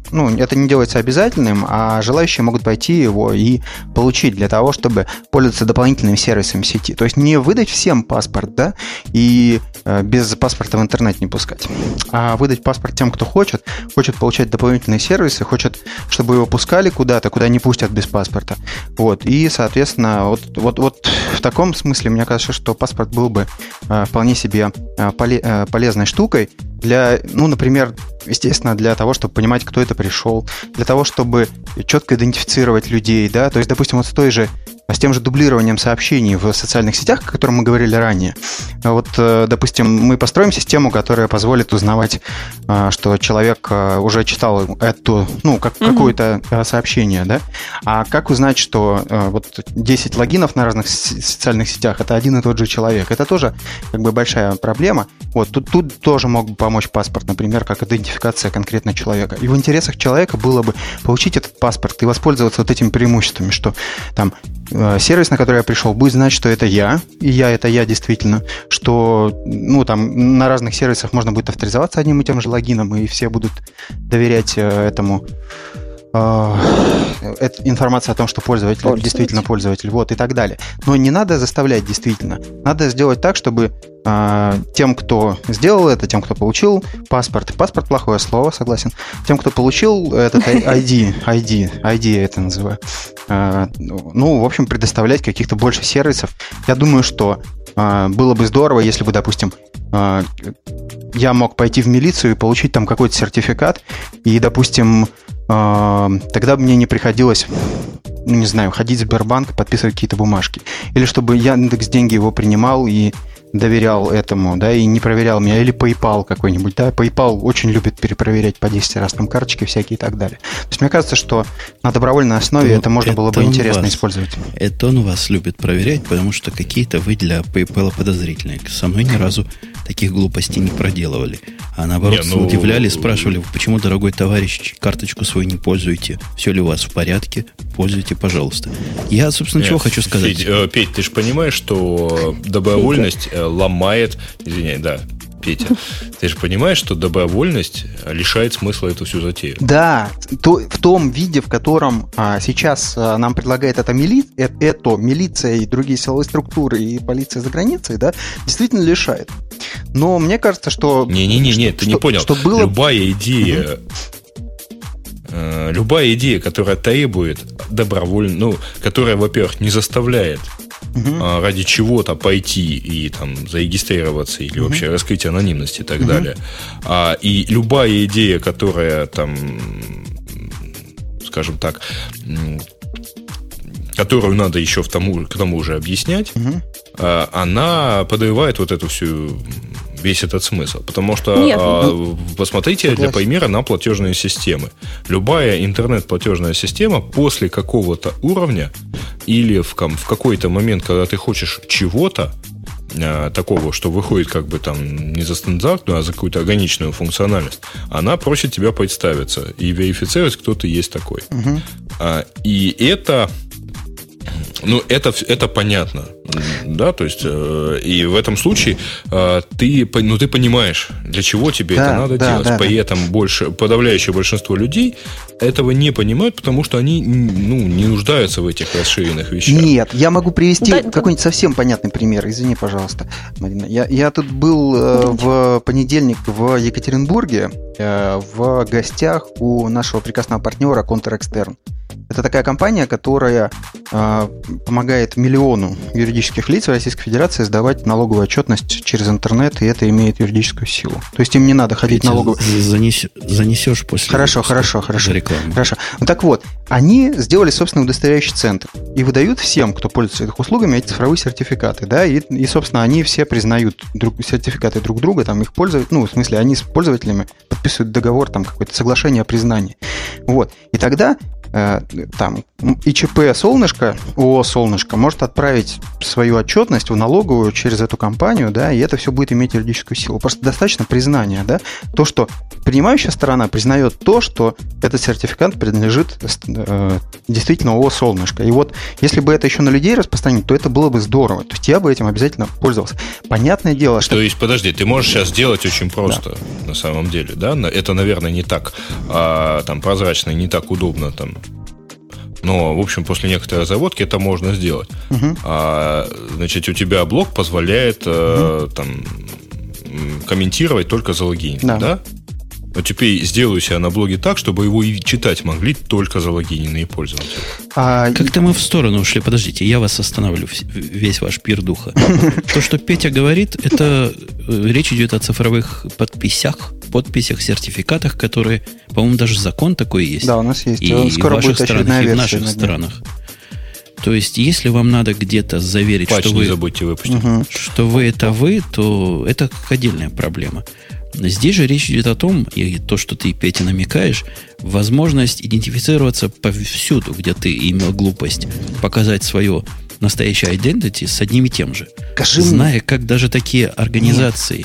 это не делается обязательным, а желающие могут пойти его и получить для того, чтобы пользоваться дополнительными сервисами сети. То есть не выдать всем паспорт, да, и без паспорта в интернет не пускать, а выдать паспорт тем, кто хочет получать дополнительные сервисы, хочет, чтобы его пускали куда-то, куда не пустят без паспорта. Вот. И, соответственно, вот в таком смысле, мне кажется, что паспорт был бы вполне себе полезной штукой для, например, естественно, для того, чтобы понимать, кто это пришел, для того, чтобы четко идентифицировать людей, да, то есть, допустим, с тем же дублированием сообщений в социальных сетях, о котором мы говорили ранее. Вот, допустим, мы построим систему, которая позволит узнавать, что человек уже читал какое-то сообщение, да, а как узнать, что 10 логинов на разных социальных сетях – это один и тот же человек? Это тоже как бы большая проблема. Вот, тут тоже мог бы помочь паспорт, например, как идентификация конкретно человека. И в интересах человека было бы получить этот паспорт и воспользоваться вот этими преимуществами, что там сервис, на который я пришел, будет знать, что это я, и это я действительно, что там на разных сервисах можно будет авторизоваться одним и тем же логином, и все будут доверять этому информация о том, что пользователь действительно пользователь, вот, и так далее. Но не надо заставлять действительно. Надо сделать так, чтобы тем, кто сделал это, тем, кто получил паспорт плохое слово, согласен, тем, кто получил этот ID я это называю, в общем, предоставлять каких-то больше сервисов. Я думаю, что было бы здорово, если бы, допустим, я мог пойти в милицию и получить там какой-то сертификат, и, допустим, тогда мне не приходилось, ходить в Сбербанк, подписывать какие-то бумажки. Или чтобы Яндекс.Деньги его принимал и доверял этому, да, и не проверял меня. Или PayPal какой-нибудь, да. PayPal очень любит перепроверять по 10 раз там карточки всякие и так далее. То есть мне кажется, что на добровольной основе это можно было бы интересно использовать. Это он вас любит проверять, потому что какие-то вы для PayPal подозрительные. Со мной ни разу таких глупостей не проделывали. А наоборот, удивляли, спрашивали, почему, дорогой товарищ, карточку свою не пользуете? Все ли у вас в порядке? Пользуйте, пожалуйста. Я, собственно, чего хочу сказать. Петь, ты же понимаешь, что добровольность ломает... Петя, ты же понимаешь, что добровольность лишает смысла эту всю затею. Да, в том виде, в котором сейчас нам предлагает это милиция и другие силовые структуры и полиция за границей, да, действительно лишает. Но мне кажется, что... Не, ты не понял. Что было... Любая идея, которая требует добровольно, которая, во-первых, не заставляет ради чего-то пойти и там зарегистрироваться или вообще раскрыть анонимность и так далее. И любая идея, которая там, скажем так, которую надо еще к тому же объяснять, она подрывает вот эту весь этот смысл. Потому что, посмотрите, для примера, на платежные системы. Любая интернет-платежная система после какого-то уровня или в какой-то момент, когда ты хочешь чего-то такого, что выходит как бы там не за стандартную, а за какую-то органичную функциональность, она просит тебя представиться и верифицировать, кто ты есть такой. И это... это понятно, да, то есть, и в этом случае ты понимаешь, для чего тебе это надо делать. При этом подавляющее большинство людей этого не понимают, потому что они не нуждаются в этих расширенных вещах. Нет, я могу привести какой-нибудь совсем понятный пример. Извини, пожалуйста, Марина. Я тут был в понедельник в Екатеринбурге в гостях у нашего прекрасного партнера Контр-Экстерн. Это такая компания, которая помогает миллиону юридических лиц в Российской Федерации сдавать налоговую отчетность через интернет, и это имеет юридическую силу. То есть им не надо ходить в налоговую... Занесешь после... Хорошо. Рекламы. Хорошо. Так вот, они сделали собственный удостоверяющий центр и выдают всем, кто пользуется их услугами, эти цифровые сертификаты, да, и собственно, они все признают сертификаты друг друга, там их пользуют, в смысле, они с пользователями подписывают договор, там какое-то соглашение о признании. Вот. И тогда там ИЧП «Солнышко», ООО «Солнышко» может отправить свою отчетность в налоговую через эту компанию, да, и это все будет иметь юридическую силу. Просто достаточно признания, да, то, что принимающая сторона признает то, что этот сертификат принадлежит действительно ООО «Солнышко». И вот если бы это еще на людей распространить, то это было бы здорово. То есть я бы этим обязательно пользовался. Понятное дело, что... То есть, подожди, ты можешь сейчас сделать очень просто, на самом деле, да? Это, наверное, не так там прозрачно, не так удобно там. Но, в общем, после некоторой разработки это можно сделать. Значит, у тебя блог позволяет там комментировать только залогиненные, да? Но теперь сделаю себя на блоге так, чтобы его и читать могли только залогиненные пользователи. Как-то мы в сторону ушли. Подождите, я вас остановлю, весь ваш пир духа. То, что Петя говорит, это речь идет о цифровых подписях, сертификатах, которые, по-моему, даже закон такой есть. Да, у нас есть. И в ваших странах, и в наших странах. То есть, если вам надо где-то заверить, Патч что вы, не забудьте выпустить. что вы это вы, то это отдельная проблема. Здесь же речь идет о том, и то, что ты, Петя, намекаешь, возможность идентифицироваться повсюду, где ты имел глупость показать свое настоящее identity с одним и тем же. Зная, как даже такие организации,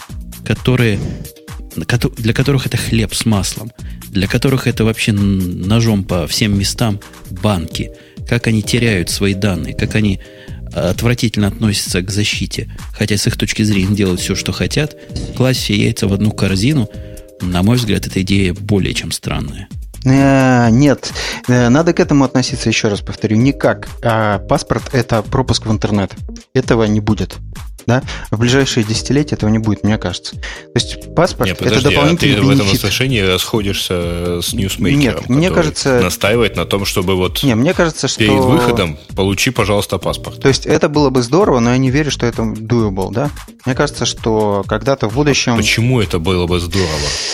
для которых это хлеб с маслом, для которых это вообще ножом по всем местам банки, как они теряют свои данные, как они отвратительно относятся к защите, хотя с их точки зрения делают все, что хотят, класть все яйца в одну корзину, на мой взгляд, эта идея более чем странная. Нет, надо к этому относиться, еще раз повторю, не как паспорт – это пропуск в интернет. Этого не будет. Да? В ближайшие десятилетия этого не будет, мне кажется. То есть паспорт – это дополнительный бенефит. Ты в этом отношении расходишься с ньюсмейкером, Нет, мне кажется, настаивает на том, чтобы мне кажется, что перед выходом получи, пожалуйста, паспорт. То есть это было бы здорово, но я не верю, что это doable, да? Мне кажется, что когда-то в будущем... Почему это было бы здорово?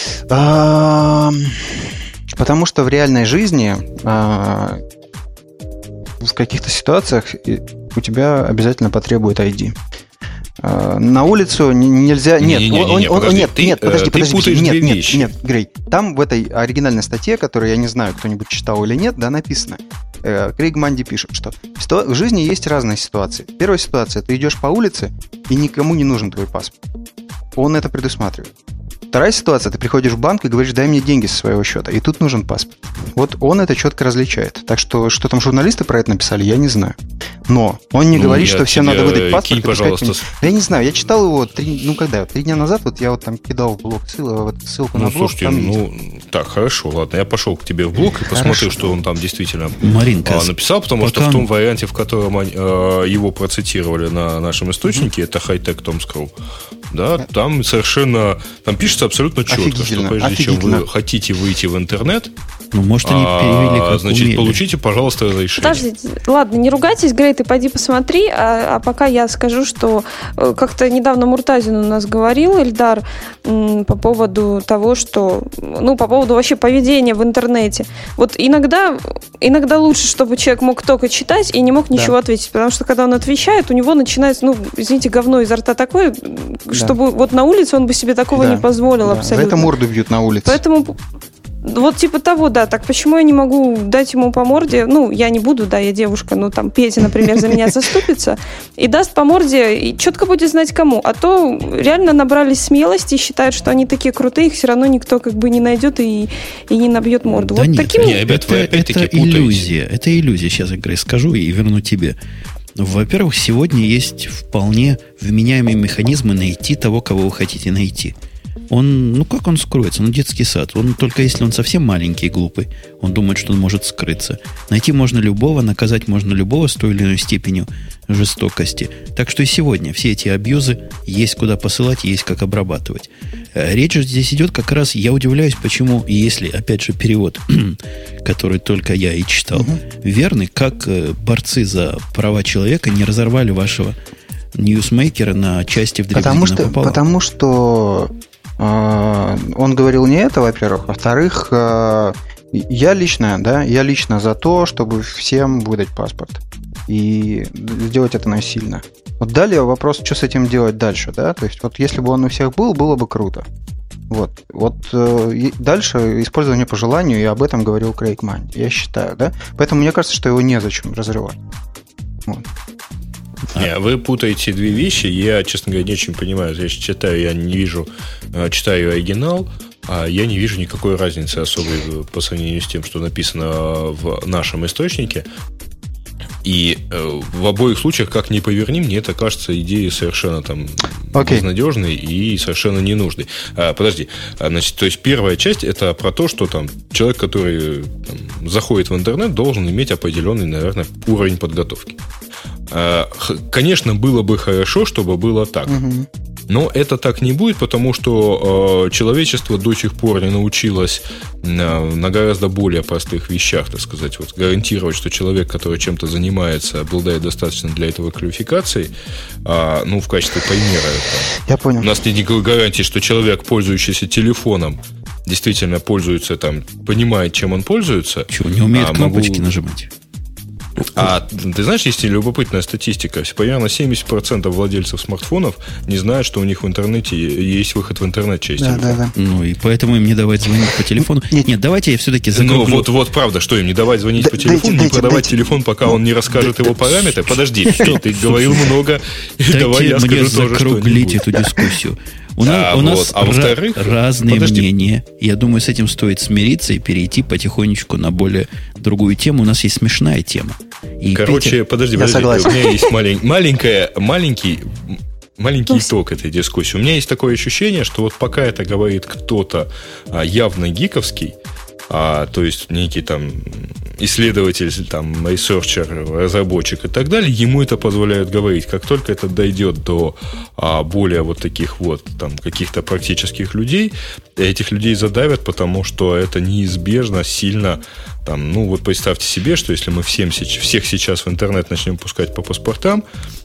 Потому что в реальной жизни в каких-то ситуациях у тебя обязательно потребует ID. На улицу нельзя... Нет, Грей. Там в этой оригинальной статье, которую я не знаю, кто-нибудь читал или нет, да, написано. Крейг Манди пишет, что в жизни есть разные ситуации. Первая ситуация, ты идешь по улице, и никому не нужен твой паспорт. Он это предусматривает. Вторая ситуация, ты приходишь в банк и говоришь, дай мне деньги со своего счета, и тут нужен паспорт. Вот он это четко различает. Так что там журналисты про это написали, я не знаю. Но он не говорит, что всем надо выдать паспорт. Пожалуйста. Я не знаю, я читал его 3 дня назад, вот я вот там кидал в блог ссылку на блог. Слушайте, так, хорошо, ладно, я пошел к тебе в блог и посмотрю, что он там действительно написал, потому что в том варианте, в котором его процитировали на нашем источнике, это Hightech Tom's.ru, да, там совершенно, там пишется абсолютно четко, что прежде чем вы хотите выйти в интернет, может, они перевели как значит, умели. получите, пожалуйста, разрешение. Подождите, ладно, не ругайтесь, Грей, ты пойди посмотри, а пока я скажу, что как-то недавно Муртазин у нас говорил, Эльдар, по поводу того, что, по поводу вообще поведения в интернете. Вот иногда лучше, чтобы человек мог только читать и не мог ничего ответить, потому что когда он отвечает, у него начинается, извините, говно изо рта такое, чтобы вот на улице он бы себе такого не позволил абсолютно. За это морду бьют на улице. Поэтому... Вот типа того, да. Так почему я не могу дать ему по морде? Я не буду, да, я девушка, Петя, например, за меня заступится и даст по морде, и четко будет знать кому. А то реально набрались смелости и считают, что они такие крутые, их все равно никто как бы не найдет и не набьет морду. Да вот нет, таким... это иллюзия. Это иллюзия, сейчас я, Грей, скажу и верну тебе. Во-первых, сегодня есть вполне вменяемые механизмы найти того, кого вы хотите найти. Он, как он скроется? Детский сад. Он только если он совсем маленький и глупый, он думает, что он может скрыться. Найти можно любого, наказать можно любого с той или иной степенью жестокости. Так что и сегодня все эти абьюзы есть куда посылать, есть как обрабатывать. Речь же здесь идет как раз, я удивляюсь, почему, если, опять же, перевод, который только я и читал, верный, как борцы за права человека не разорвали вашего ньюсмейкера на части вдребезги напополам. Потому что он говорил не это, во-первых. Во-вторых, я лично за то, чтобы всем выдать паспорт. И сделать это насильно. Вот далее вопрос, что с этим делать дальше, да? То есть, вот если бы он у всех был, было бы круто. Вот и дальше использование по желанию, и об этом говорил Крейг Манди, я считаю, да? Поэтому мне кажется, что его незачем разрывать. Вот. Не, вы путаете две вещи. Я, честно говоря, не очень понимаю. Я читаю, я не вижу, читаю оригинал, а я не вижу никакой разницы особой по сравнению с тем, что написано в нашем источнике. И в обоих случаях, как ни поверни, мне это кажется идеей совершенно там безнадежной и совершенно ненужной. Подожди, значит, то есть первая часть это про то, что там человек, который там заходит в интернет, должен иметь определенный, наверное, уровень подготовки. Конечно, было бы хорошо, чтобы было так. Угу. Но это так не будет, потому что человечество до сих пор не научилось на гораздо более простых вещах, так сказать, вот, гарантировать, что человек, который чем-то занимается, обладает достаточно для этого квалификацией, в качестве примера. Я понял. У нас нет никакой гарантии, что человек, пользующийся телефоном, действительно пользуется, там, понимает, чем он пользуется. Чего, не умеет кнопочки нажимать? Ты знаешь, есть любопытная статистика. Примерно 70% владельцев смартфонов не знают, что у них в интернете есть выход в интернет через телефон. Да. Ну, и поэтому им не давать звонить по телефону. Нет, давайте я все-таки закруглю. Ну, вот правда, что им не давать звонить по телефону, не продавать телефон, пока он не расскажет его параметры? Подожди, ты говорил много, давай я скажу тоже что-нибудь. Закруглить эту дискуссию. У нас разные мнения. Я думаю, с этим стоит смириться и перейти потихонечку на более другую тему. У нас есть смешная тема. И короче, подожди. У меня есть маленький итог этой дискуссии. У меня есть такое ощущение, что вот пока это говорит кто-то явно гиковский, то есть некий там исследователь, там, ресерчер, разработчик и так далее, ему это позволяют говорить. Как только это дойдет до более вот таких вот там каких-то практических людей, этих людей задавят, потому что это неизбежно сильно там, вот представьте себе, что если мы всех сейчас в интернет начнем пускать по паспортам,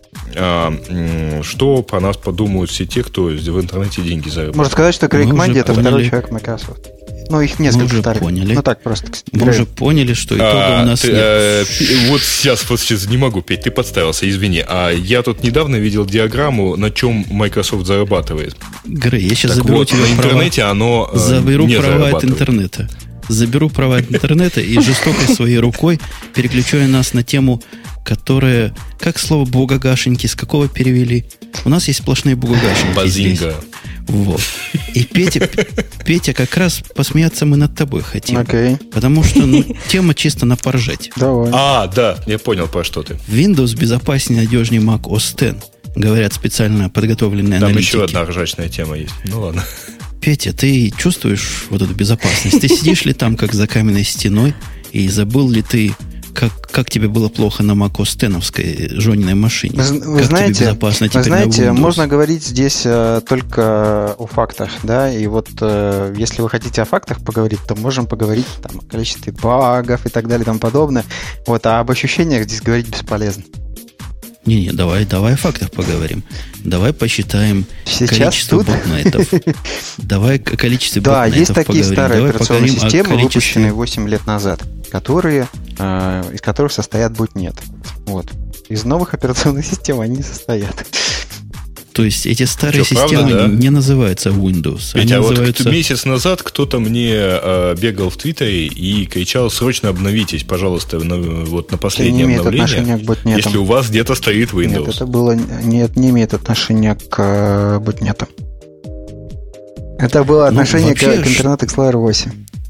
что про нас подумают все те, кто в интернете деньги зарабатывает. Можно сказать, что Крейг Манди это второй человек Microsoft. Их несколько вторых. Поняли. Так просто. Мы уже поняли, что итога у нас нет. Вот сейчас не могу петь, ты подставился, извини. Я тут недавно видел диаграмму, на чем Microsoft зарабатывает. Грей, я сейчас заберу вот, тебя на интернете права. Оно заберу не права от интернета. Заберу права от интернета и жестокой своей рукой переключаю нас на тему, которая... Как слово «бугагашеньки» с какого перевели? У нас есть сплошные бугагашеньки. Базинга. Вот. И Петя, как раз посмеяться мы над тобой хотим. Okay. Потому что тема чисто на поржать. Давай. Да, я понял, про что ты. Windows безопаснее, надежнее Mac OS X. Говорят специально подготовленные там аналитики. Там еще одна ржачная тема есть. Ну ладно. Петя, ты чувствуешь вот эту безопасность? Ты сидишь ли там, как за каменной стеной, и забыл ли ты, как тебе было плохо на Mac OS X-овской Жониной машине? Вы знаете, можно говорить здесь только о фактах, да, и вот если вы хотите о фактах поговорить, то можем поговорить там, о количестве багов и так далее и тому подобное, а об ощущениях здесь говорить бесполезно. Не, давай о фактах поговорим. Давай посчитаем количество ботнетов. Давай о количестве ботнетов поговорим. Да, есть такие старые операционные системы, выпущенные 8 лет назад, из которых состоят ботнеты. Вот. Из новых операционных систем они не состоят. То есть эти старые системы правда, да? Не называются Windows. Ведь называются... месяц назад кто-то мне бегал в Твиттере и кричал: срочно обновитесь, пожалуйста, на последнее обновление, если у вас где-то стоит Windows. Нет, это было не имеет отношения к ботнетам. Это было отношение к Internet Explorer 8.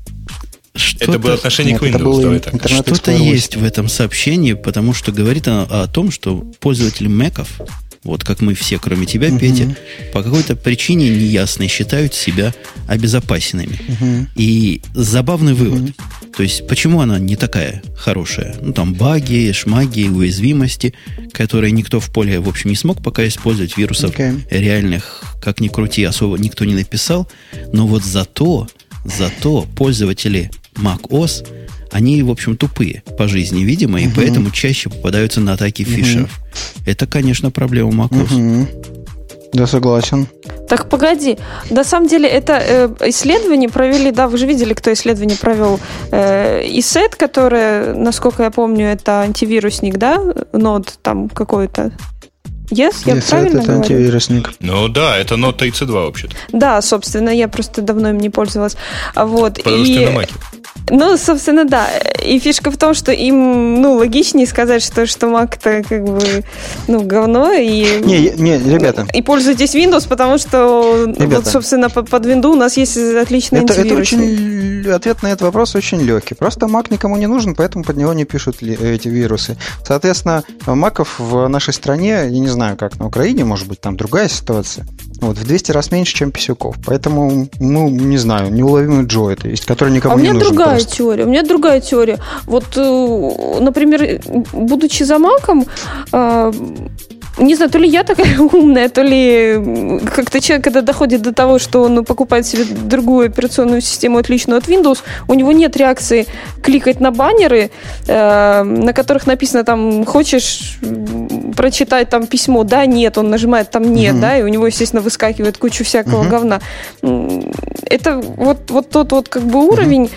Это было отношение к Windows. Что-то есть в этом сообщении, потому что говорит оно о том, что пользователи Mac'ов, вот как мы все, кроме тебя, Петя, по какой-то причине неясной считают себя обезопасенными. И забавный вывод. То есть, почему она не такая хорошая? Там баги, шмаги, уязвимости, которые никто в поле, в общем, не смог пока использовать. Вирусов реальных, как ни крути, особо никто не написал. Но вот зато пользователи macOS, они, в общем, тупые по жизни, видимо, и поэтому чаще попадаются на атаки фишеров. Это, конечно, проблема macOS. Да, согласен. Так, погоди. На самом деле, это исследование провели, да, вы же видели, кто исследование провел. ESET, которое, насколько я помню, это антивирусник, да, нод там какой-то. Yes, я правильно это говорю? антивирусник. Ну да, это Note 32 вообще-то. Да, собственно, я просто давно им не пользовалась. Вот. Потому что ты на Маке. Ну, собственно, да. И фишка в том, что им, логичнее сказать, что Mac-то как бы, говно. И, не, ребята. И пользуйтесь Windows, потому что, вот, собственно, под Windows у нас есть отличный антивирус. Ответ на этот вопрос очень легкий. Просто Mac никому не нужен, поэтому под него не пишут эти вирусы. Соответственно, Mac'ов в нашей стране, я не знаю, как на Украине, может быть, там другая ситуация, в 200 раз меньше, чем писюков. Поэтому, не знаю, неуловимый Джо это есть, который никому не нужен. У меня другая теория. Вот, например, будучи за Маком, не знаю, то ли я такая умная, то ли как-то человек, когда доходит до того, что он покупает себе другую операционную систему, отличную от Windows, у него нет реакции кликать на баннеры, на которых написано там, хочешь прочитать там письмо, да, нет, он нажимает там нет, да, и у него, естественно, выскакивает куча всякого говна. Это вот тот вот как бы уровень,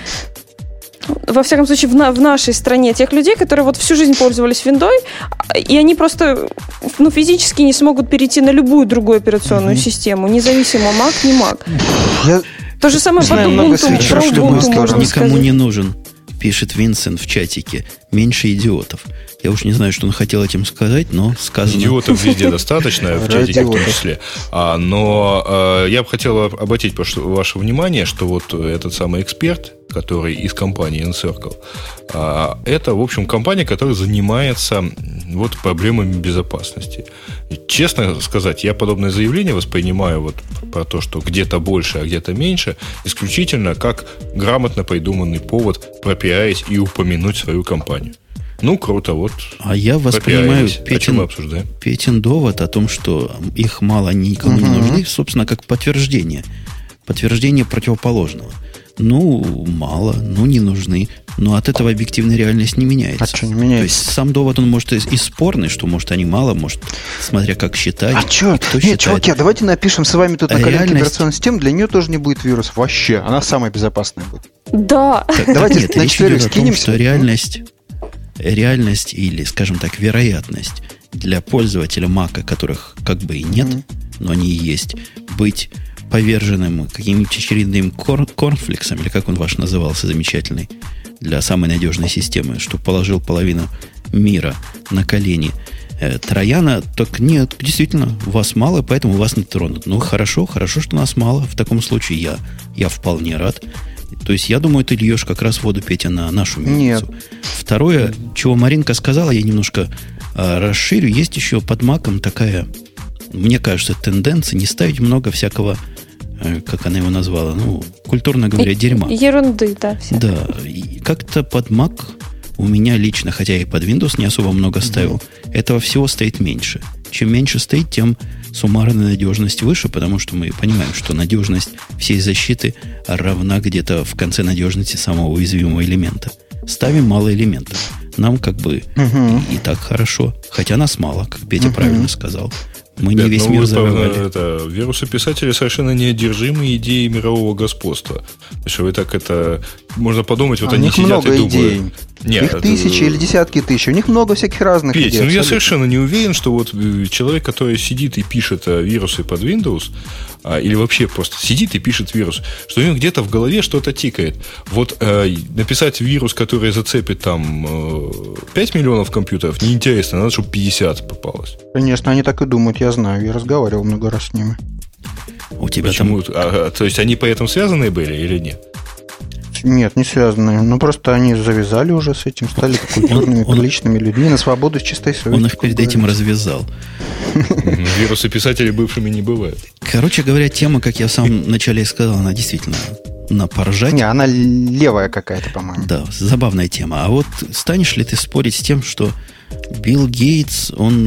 во всяком случае, в нашей стране, тех людей, которые вот всю жизнь пользовались Windows, и они просто физически не смогут перейти на любую другую операционную систему, независимо Mac, не Mac. То же самое по Ubuntu можно сказать. Никому не нужен, пишет Винсент в чатике. Меньше идиотов. Я уж не знаю, что он хотел этим сказать, но сказано. Идиотов везде достаточно, в чатике в том числе. Но я бы хотел обратить ваше внимание, что вот этот самый эксперт, который из компании Encircle, это, в общем, компания, которая занимается вот проблемами безопасности. Честно сказать, я подобное заявление воспринимаю вот про то, что где-то больше, а где-то меньше, исключительно как грамотно придуманный повод пропиарить и упомянуть свою компанию. Круто, вот. А я воспринимаю Петин довод о том, что их мало, они никому не нужны, собственно, как подтверждение. Подтверждение противоположного. Мало, не нужны. Но от этого объективная реальность не меняется. А что не меняется? То есть сам довод, он может и спорный, что, может, они мало, может, смотря как считать. А что? Нет, чуваки, давайте напишем с вами тут на коленке операционную систему, для нее тоже не будет вирусов. Вообще, она самая безопасная будет. Да. Давайте на четверых скинемся. Что реальность или, скажем так, вероятность для пользователя Мака, которых как бы и нет, но они и есть, быть поверженным каким-нибудь очередным корнфлексом, или как он ваш назывался, замечательный, для самой надежной системы, что положил половину мира на колени Трояна, так нет, действительно, вас мало, поэтому вас не тронут. Хорошо, что нас мало. В таком случае я вполне рад. То есть, я думаю, ты льешь как раз воду, Петя, на нашу мельницу. Нет. Второе, чего Маринка сказала, я немножко расширю. Есть еще под Маком такая, мне кажется, тенденция не ставить много всякого, как она его назвала, культурно говоря, дерьма. Ерунды, да. Да, и как-то под Mac у меня лично, хотя и под Windows не особо много ставил, этого всего стоит меньше. Чем меньше стоит, тем суммарная надежность выше, потому что мы понимаем, что надежность всей защиты равна где-то в конце надежности самого уязвимого элемента. Ставим мало элементов. Нам как бы и так хорошо. Хотя нас мало, как Петя правильно сказал. Мы не весь мир завоевали. Вирусописатели совершенно неодержимы идеей мирового господства. Что вы так это... Можно подумать, вот они сидят и думают... Идей. Нет, их тысячи или десятки тысяч. У них много всяких разных идей. Петь, я совершенно не уверен, что вот человек, который сидит и пишет вирусы под Windows, или вообще просто сидит и пишет вирус, что у него где-то в голове что-то тикает. Вот написать вирус, который зацепит там 5 миллионов компьютеров, неинтересно. Надо, чтобы 50 попалось. Конечно, они так и думают, я знаю. Я разговаривал много раз с ними. У тебя почему? То есть они поэтому связаны были или нет? Нет, не связаны. Просто они завязали уже с этим, стали культурными, приличными людьми, на свободу с чистой совестью. Он их перед этим развязал. Вирусописателей бывшими не бывает. Короче говоря, тема, как я в самом начале сказал, она действительно на поржать. Не, она левая какая-то, по-моему. Да, забавная тема. А вот станешь ли ты спорить с тем, что Билл Гейтс, он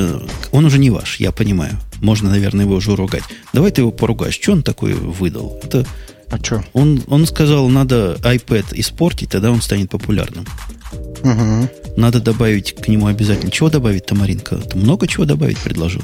уже не ваш, я понимаю. Можно, наверное, его уже ругать. Давай ты его поругаешь. Что он такой выдал? Это... А что? Он сказал, надо iPad испортить, тогда он станет популярным. Угу. Надо добавить к нему обязательно. Чего добавить-то, Маринка? Ты много чего добавить предложил?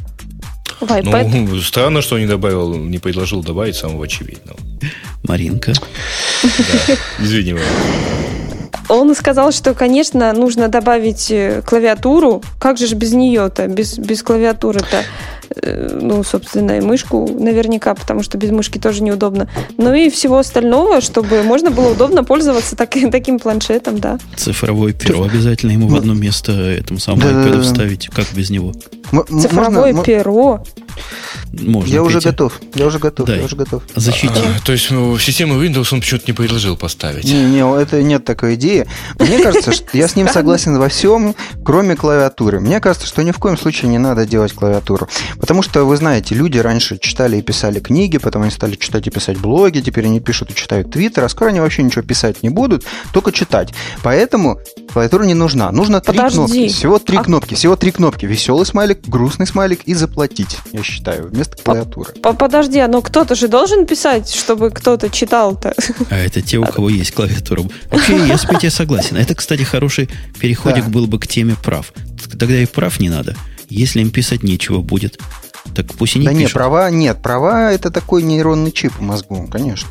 Странно, что не предложил добавить самого очевидного. Маринка. Да, извини. Он сказал, что, конечно, нужно добавить клавиатуру. Как же ж без нее-то, без клавиатуры-то? Ну, собственно, и мышку наверняка, потому что без мышки тоже неудобно. Ну и всего остального, чтобы можно было удобно пользоваться таким планшетом, да. Цифровое перо обязательно ему в одно место этому самому iPad вставить. Как без него? Цифровое перо. Можно. Я уже готов. Защити. То есть систему Windows он почему-то не предложил поставить. Это нет такой идеи. Мне кажется, что я с ним согласен во всем, кроме клавиатуры. Мне кажется, что ни в коем случае не надо делать клавиатуру. Потому что, вы знаете, люди раньше читали и писали книги, потом они стали читать и писать блоги, теперь они пишут и читают Твиттер, а скоро они вообще ничего писать не будут, только читать. Поэтому клавиатура не нужна. Нужно 3 кнопки. Всего 3 кнопки. Всего 3 кнопки. Веселый смайлик, грустный смайлик и заплатить, я считаю, вместо клавиатуры. Подожди, но кто-то же должен писать, чтобы кто-то читал-то. А это те, у кого есть клавиатура. Вообще, я с Петей согласен. Это, кстати, хороший переходик был бы к теме прав. Тогда и прав не надо. Если им писать нечего будет, так пусть и не пишут. Права это такой нейронный чип в мозгу, конечно.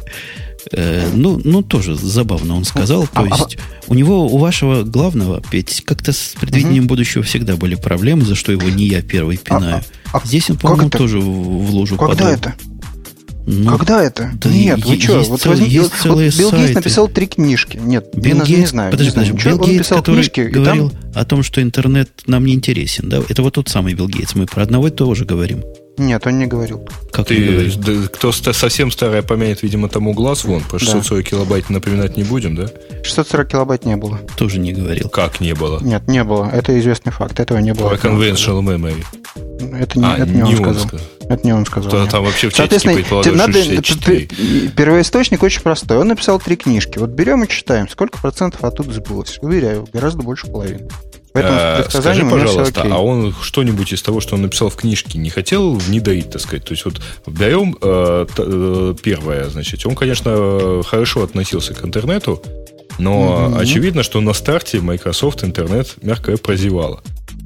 Тоже забавно он сказал. То есть, у вашего главного, Петь, как-то с предвидением будущего всегда были проблемы, за что его не я первый пинаю. Здесь он, по-моему, тоже в лужу падал. Когда это? Когда это? Да нет, вы что? Билл Гейтс написал 3 книжки. Нет, Билл Гейтс, не знаю. Билл Гейтс, который говорил о том, что интернет нам не интересен. Да? Это вот тот самый Билл Гейтс. Мы про одного и того же говорим. Нет, он не говорил. Как не говорил? Кто совсем старый помянет, видимо, тому глаз вон. Про 640 килобайт напоминать не будем, да? 640 килобайт не было. Тоже не говорил. Как не было? Нет, не было. Это известный факт. Этого не было. Про conventional memory. Это не он сказал. Это не он сказал. Там вообще в чатике предполагалось 64. Первоисточник очень простой. Он написал 3 книжки. Вот берем и читаем, сколько процентов оттуда сбылось. Уверяю, гораздо больше половины. Скажи, пожалуйста, а он что-нибудь из того, что он написал в книжке, не хотел внедрить, так сказать? То есть, вот берем первое, значит, он, конечно, хорошо относился к интернету, но очевидно, что на старте Microsoft интернет, мягко прозевала.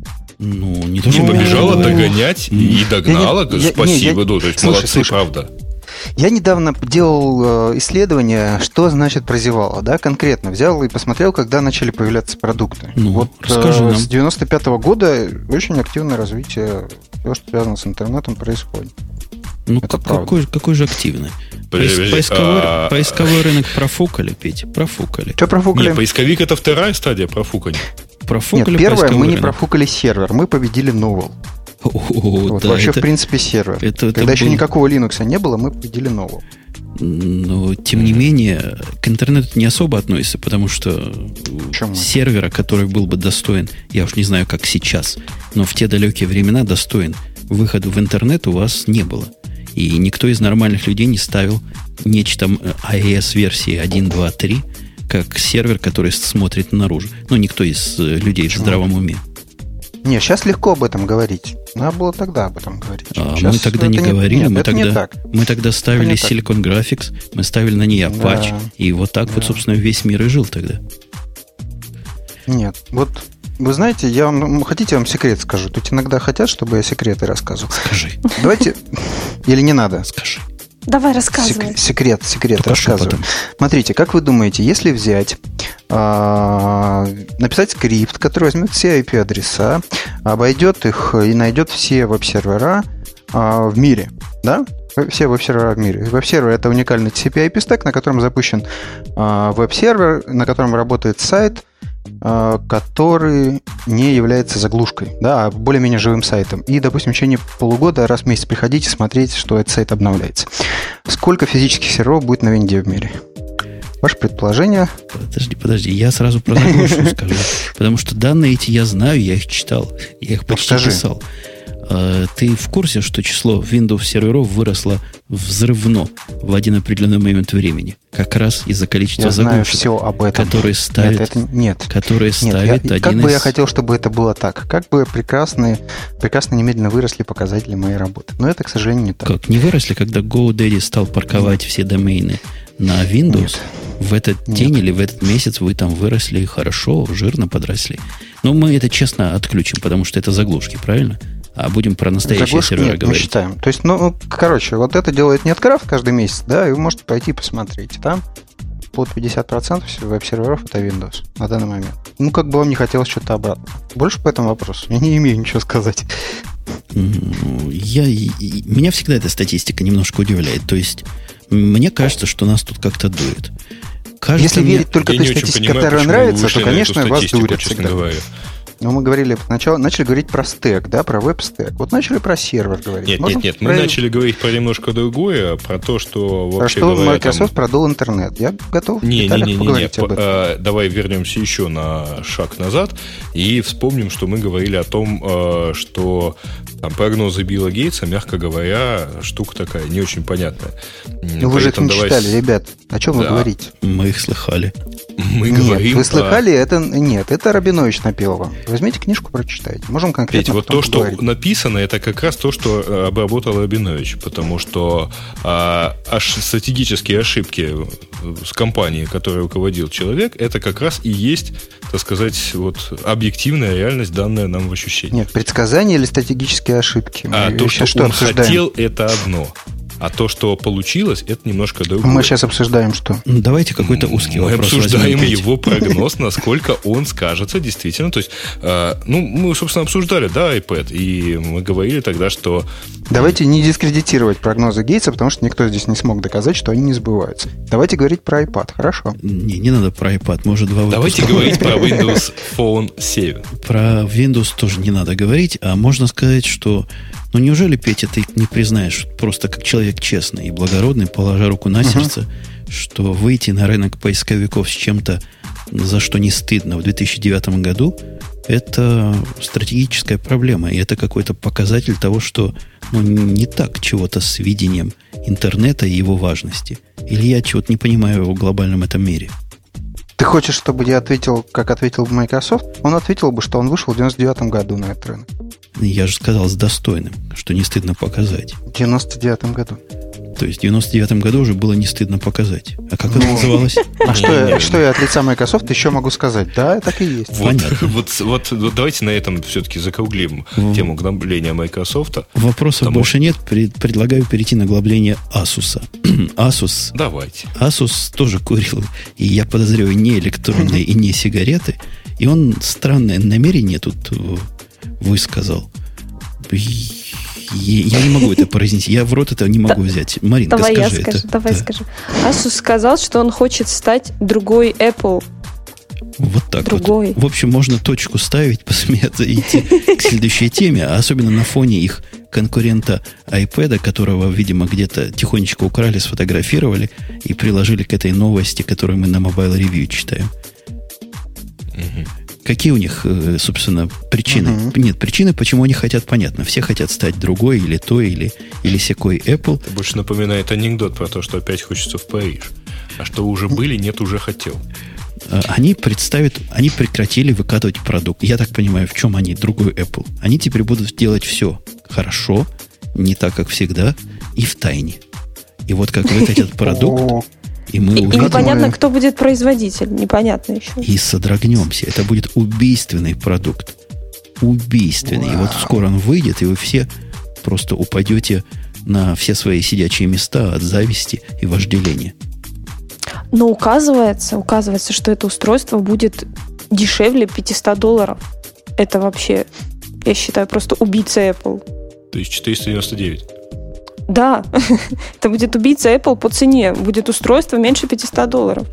Не то, что побежала догонять и догнала. Спасибо, то есть молодцы, правда. Я недавно делал исследование, что значит прозевало, да, конкретно. Взял и посмотрел, когда начали появляться продукты. Расскажи нам. С 95-го года очень активное развитие всего, что связано с интернетом, происходит. Какой же активный? Поисковой рынок профукали, Петя, профукали. Что профукали? Нет, поисковик — это вторая стадия профукания. Нет, первое, мы не профукали сервер, мы победили Novell. Вообще, в принципе, сервер. Когда еще никакого Linux не было, мы победили Novell. Но, тем не менее, к интернету не особо относится, потому что сервера, который был бы достоин, я уж не знаю, как сейчас, но в те далекие времена достоин выхода в интернет у вас не было. И никто из нормальных людей не ставил нечто iOS-версии 1, 2, 3, как сервер, который смотрит наружу. Никто из людей в здравом уме. Не, сейчас легко об этом говорить. Надо было тогда об этом говорить. Мы тогда не говорили. Мы тогда ставили Silicon Graphics, мы ставили на ней Apache. И вот так вот, собственно, весь мир и жил тогда. Нет, вот вы знаете, хотите, я вам секрет скажу? Тут иногда хотят, чтобы я секреты рассказывал. Скажи. Давайте. Или не надо? Скажи. Давай, рассказывай. Секрет рассказывай. Смотрите, как вы думаете, если взять, написать скрипт, который возьмет все IP-адреса, обойдет их и найдет все веб-сервера в мире, да? Все веб-сервера в мире. Веб-сервер — это уникальный TCP/IP-стек, на котором запущен веб-сервер, на котором работает сайт, который не является заглушкой, да, а более-менее живым сайтом. И, допустим, в течение полугода раз в месяц приходите смотреть, что этот сайт обновляется. Сколько физических серверов будет на винде в мире? Ваше предположение? Подожди, я сразу про заглушку скажу. Потому что данные эти я знаю, я их читал, я их почти писал. Ты в курсе, что число Windows серверов выросло взрывно в один определенный момент времени? Как раз из-за количества заглушек. Я знаю все об этом. Которые ставят, которые ставят один из... Как бы я хотел, чтобы это было так. Как бы прекрасно немедленно выросли показатели моей работы. Но это, к сожалению, не так. Как? Не выросли, когда GoDaddy стал парковать все домены на Windows? Нет. В этот день или в этот месяц вы там выросли хорошо, жирно подросли. Но мы это честно отключим, потому что это заглушки, правильно? А будем про настоящие сервера говорить. Мы считаем. То есть, вот это делает NetCraft каждый месяц, да, и вы можете пойти посмотреть. Там под 50% веб-серверов это Windows на данный момент. Ну, как бы вам не хотелось что-то обратно. Больше по этому вопросу я не имею ничего сказать. Меня всегда эта статистика немножко удивляет. То есть, мне кажется, что нас тут как-то дует. Кажется, если верить только той статистике, которая нравится, то, конечно, вас дурят всегда. Но мы говорили сначала, начали говорить про стек, да, про веб-стек. Вот начали про сервер говорить. Нет, мы начали говорить про немножко другое, про то, что вообще про что Microsoft продул интернет. Я готов поговорить об этом. Давай вернемся еще на шаг назад и вспомним, что мы говорили о том, что там, прогнозы Билла Гейтса, мягко говоря, штука такая не очень понятная. Ну вы же их не читали, ребят. О чем вы говорите? Мы их слыхали. Нет, вы слыхали? Это Рабинович напел вам. Возьмите книжку, прочитайте. Можем конкретно вот то, что написано, это как раз то, что обработал Рабинович, потому что стратегические ошибки с компанией, которой руководил человек, это как раз и есть, так сказать, вот объективная реальность, данная нам в ощущении. Нет, предсказания или стратегические ошибки? То, что он хотел, это одно. А то, что получилось, это немножко другое. Мы сейчас обсуждаем что? Давайте какой-то узкий вопрос. Мы обсуждаем его прогноз, насколько он скажется действительно. То есть, мы, собственно, обсуждали, да, iPad, и мы говорили тогда, что... Давайте не дискредитировать прогнозы Гейтса, потому что никто здесь не смог доказать, что они не сбываются. Давайте говорить про iPad, хорошо? Не надо про iPad, может, два выпуска. Давайте говорить про Windows Phone 7. Про Windows тоже не надо говорить, а можно сказать, что... Ну, неужели, Петя, ты не признаешь, просто как человек честный и благородный, положа руку на сердце, что выйти на рынок поисковиков с чем-то, за что не стыдно в 2009 году, это стратегическая проблема, и это какой-то показатель того, что не так чего-то с видением интернета и его важности. Или я чего-то не понимаю в глобальном этом мире. Ты хочешь, чтобы я ответил, как ответил Microsoft? Он ответил бы, что он вышел в 99 году на этот рынок. Я же сказал с достойным, что не стыдно показать. В 99 году. То есть в 99 году уже было не стыдно показать. А как это называлось? А что я от лица Microsoft еще могу сказать? Да, так и есть. Понятно. Вот давайте на этом все-таки закруглим тему гнобления Microsoft. Вопросов больше нет. Предлагаю перейти на гнобление Asus. Asus. Давайте. Asus тоже курил, и я подозреваю, не электронные и не сигареты. И он странное намерение тут высказал. Я не могу это произнести. Я в рот это не могу взять. Маринка, скажи это. Давай скажу. Asus сказал, что он хочет стать другой Apple. Вот так другой. Вот. В общем, можно точку ставить, посмеяться и идти к следующей теме, а особенно на фоне их конкурента iPad, которого, видимо, где-то тихонечко украли, сфотографировали и приложили к этой новости, которую мы на Mobile Review читаем. Какие у них, собственно, причины? Нет, причины, почему они хотят, понятно. Все хотят стать другой или той, или сякой Apple. Это больше напоминает анекдот про то, что опять хочется в Париж. А что уже были, нет, уже хотел. Они прекратили выкатывать продукт. Я так понимаю, в чем они, другой Apple. Они теперь будут делать все хорошо, не так, как всегда, и в тайне. И вот как выкатят продукт, и непонятно, кто будет производитель. Непонятно еще. И содрогнемся. Это будет убийственный продукт. Убийственный. И вот скоро он выйдет, и вы все просто упадете на все свои сидячие места от зависти и вожделения. Но указывается, что это устройство будет дешевле $500. Это вообще, я считаю, просто убийца Apple. То есть 499. Да, это будет убийца Apple по цене. Будет устройство меньше $500.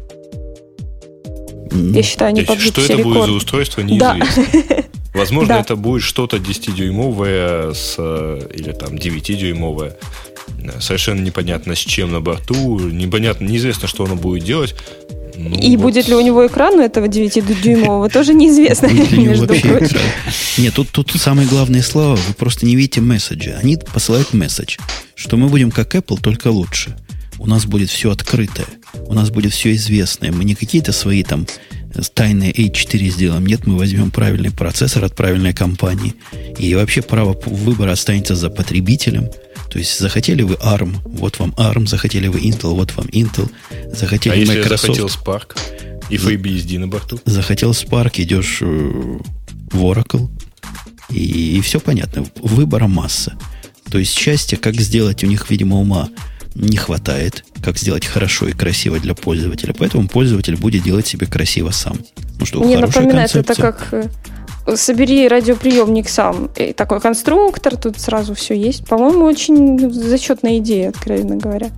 Я считаю, они побьют все рекорды. Что это будет за устройство, неизвестно. Возможно, это будет что-то 10-дюймовое или там 9-дюймовое. Совершенно непонятно с чем на борту. Неизвестно, что оно будет делать. И будет ли у него экран у этого 9-дюймового, тоже неизвестно. Нет, тут самые главные слова. Вы просто не видите месседжа. Они посылают месседж, что мы будем как Apple, только лучше. У нас будет все открытое. У нас будет все известное. Мы не какие-то свои там тайные A4 сделаем. Нет, мы возьмем правильный процессор от правильной компании. И вообще право выбора останется за потребителем. То есть, захотели вы ARM, вот вам ARM, захотели вы Intel, вот вам Intel, захотели Microsoft. А если захотел Spark и FreeBSD на борту? Захотел Spark, идешь в Oracle, и все понятно. Выбора масса. То есть, счастье, как сделать у них, видимо, ума не хватает, как сделать хорошо и красиво для пользователя. Поэтому пользователь будет делать себе красиво сам. Ну что, мне хорошая напоминает концепция. это как собери радиоприемник сам. И такой конструктор, тут сразу все есть. По-моему, очень зачетная идея, откровенно говоря.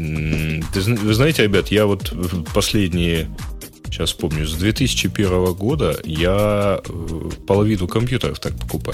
Вы знаете, ребят, я вот последние, сейчас помню, с 2001 года я половину компьютеров так покупаю.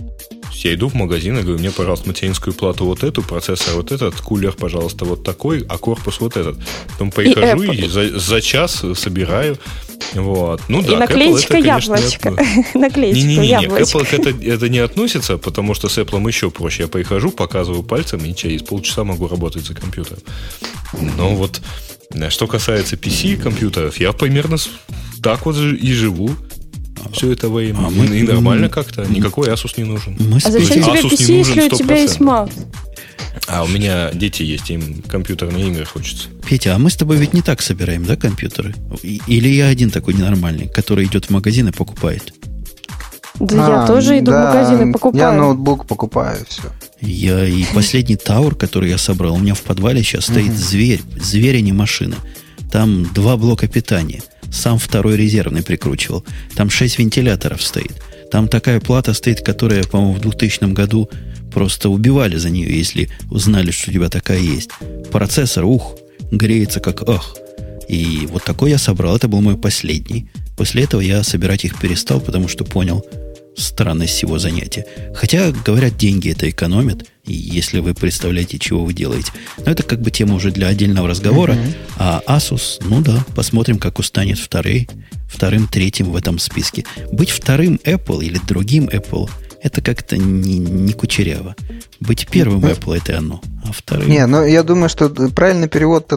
Я иду в магазин и говорю, мне, пожалуйста, материнскую плату вот эту, процессор вот этот, кулер, пожалуйста, вот такой, а корпус вот этот. Потом прихожу и за час собираю. Вот. Ну, да, и наклеечка Apple, это, яблочко. Наклеечка яблочко. К Apple это не относится, потому что с Apple еще проще. Я прихожу, показываю пальцем, и через полчаса могу работать за компьютером. Но вот, что касается PC-компьютеров, я примерно так вот и живу. Все это время. И нормально как-то. Никакой Asus не нужен. А зачем тебе PC, если у тебя есть Mac? А у меня дети есть, им компьютерные игры хочется. Петя, а мы с тобой ведь не так собираем, да, компьютеры? Или я один такой ненормальный, который идет в магазин и покупает? Да, я тоже иду в магазин и покупаю. Я ноутбук покупаю, все. Я и последний Tower, который я собрал, у меня в подвале сейчас стоит зверь, а не машина. Там 2 блока питания. Сам второй резервный прикручивал. Там 6 вентиляторов стоит. Там такая плата стоит, которая, по-моему, в 2000 году просто убивали за нее, если узнали, что у тебя такая есть. Процессор, греется как ах. И вот такой я собрал. Это был мой последний. После этого я собирать их перестал, потому что понял странность всего занятия. Хотя, говорят, деньги это экономят, и если вы представляете, чего вы делаете. Но это как бы тема уже для отдельного разговора. А Asus, ну да, посмотрим, как устанет вторым, третьим в этом списке. Быть вторым Apple или другим Apple, это как-то не кучеряво. Быть первым Apple это оно, а вторым... Не, ну я думаю, что правильный перевод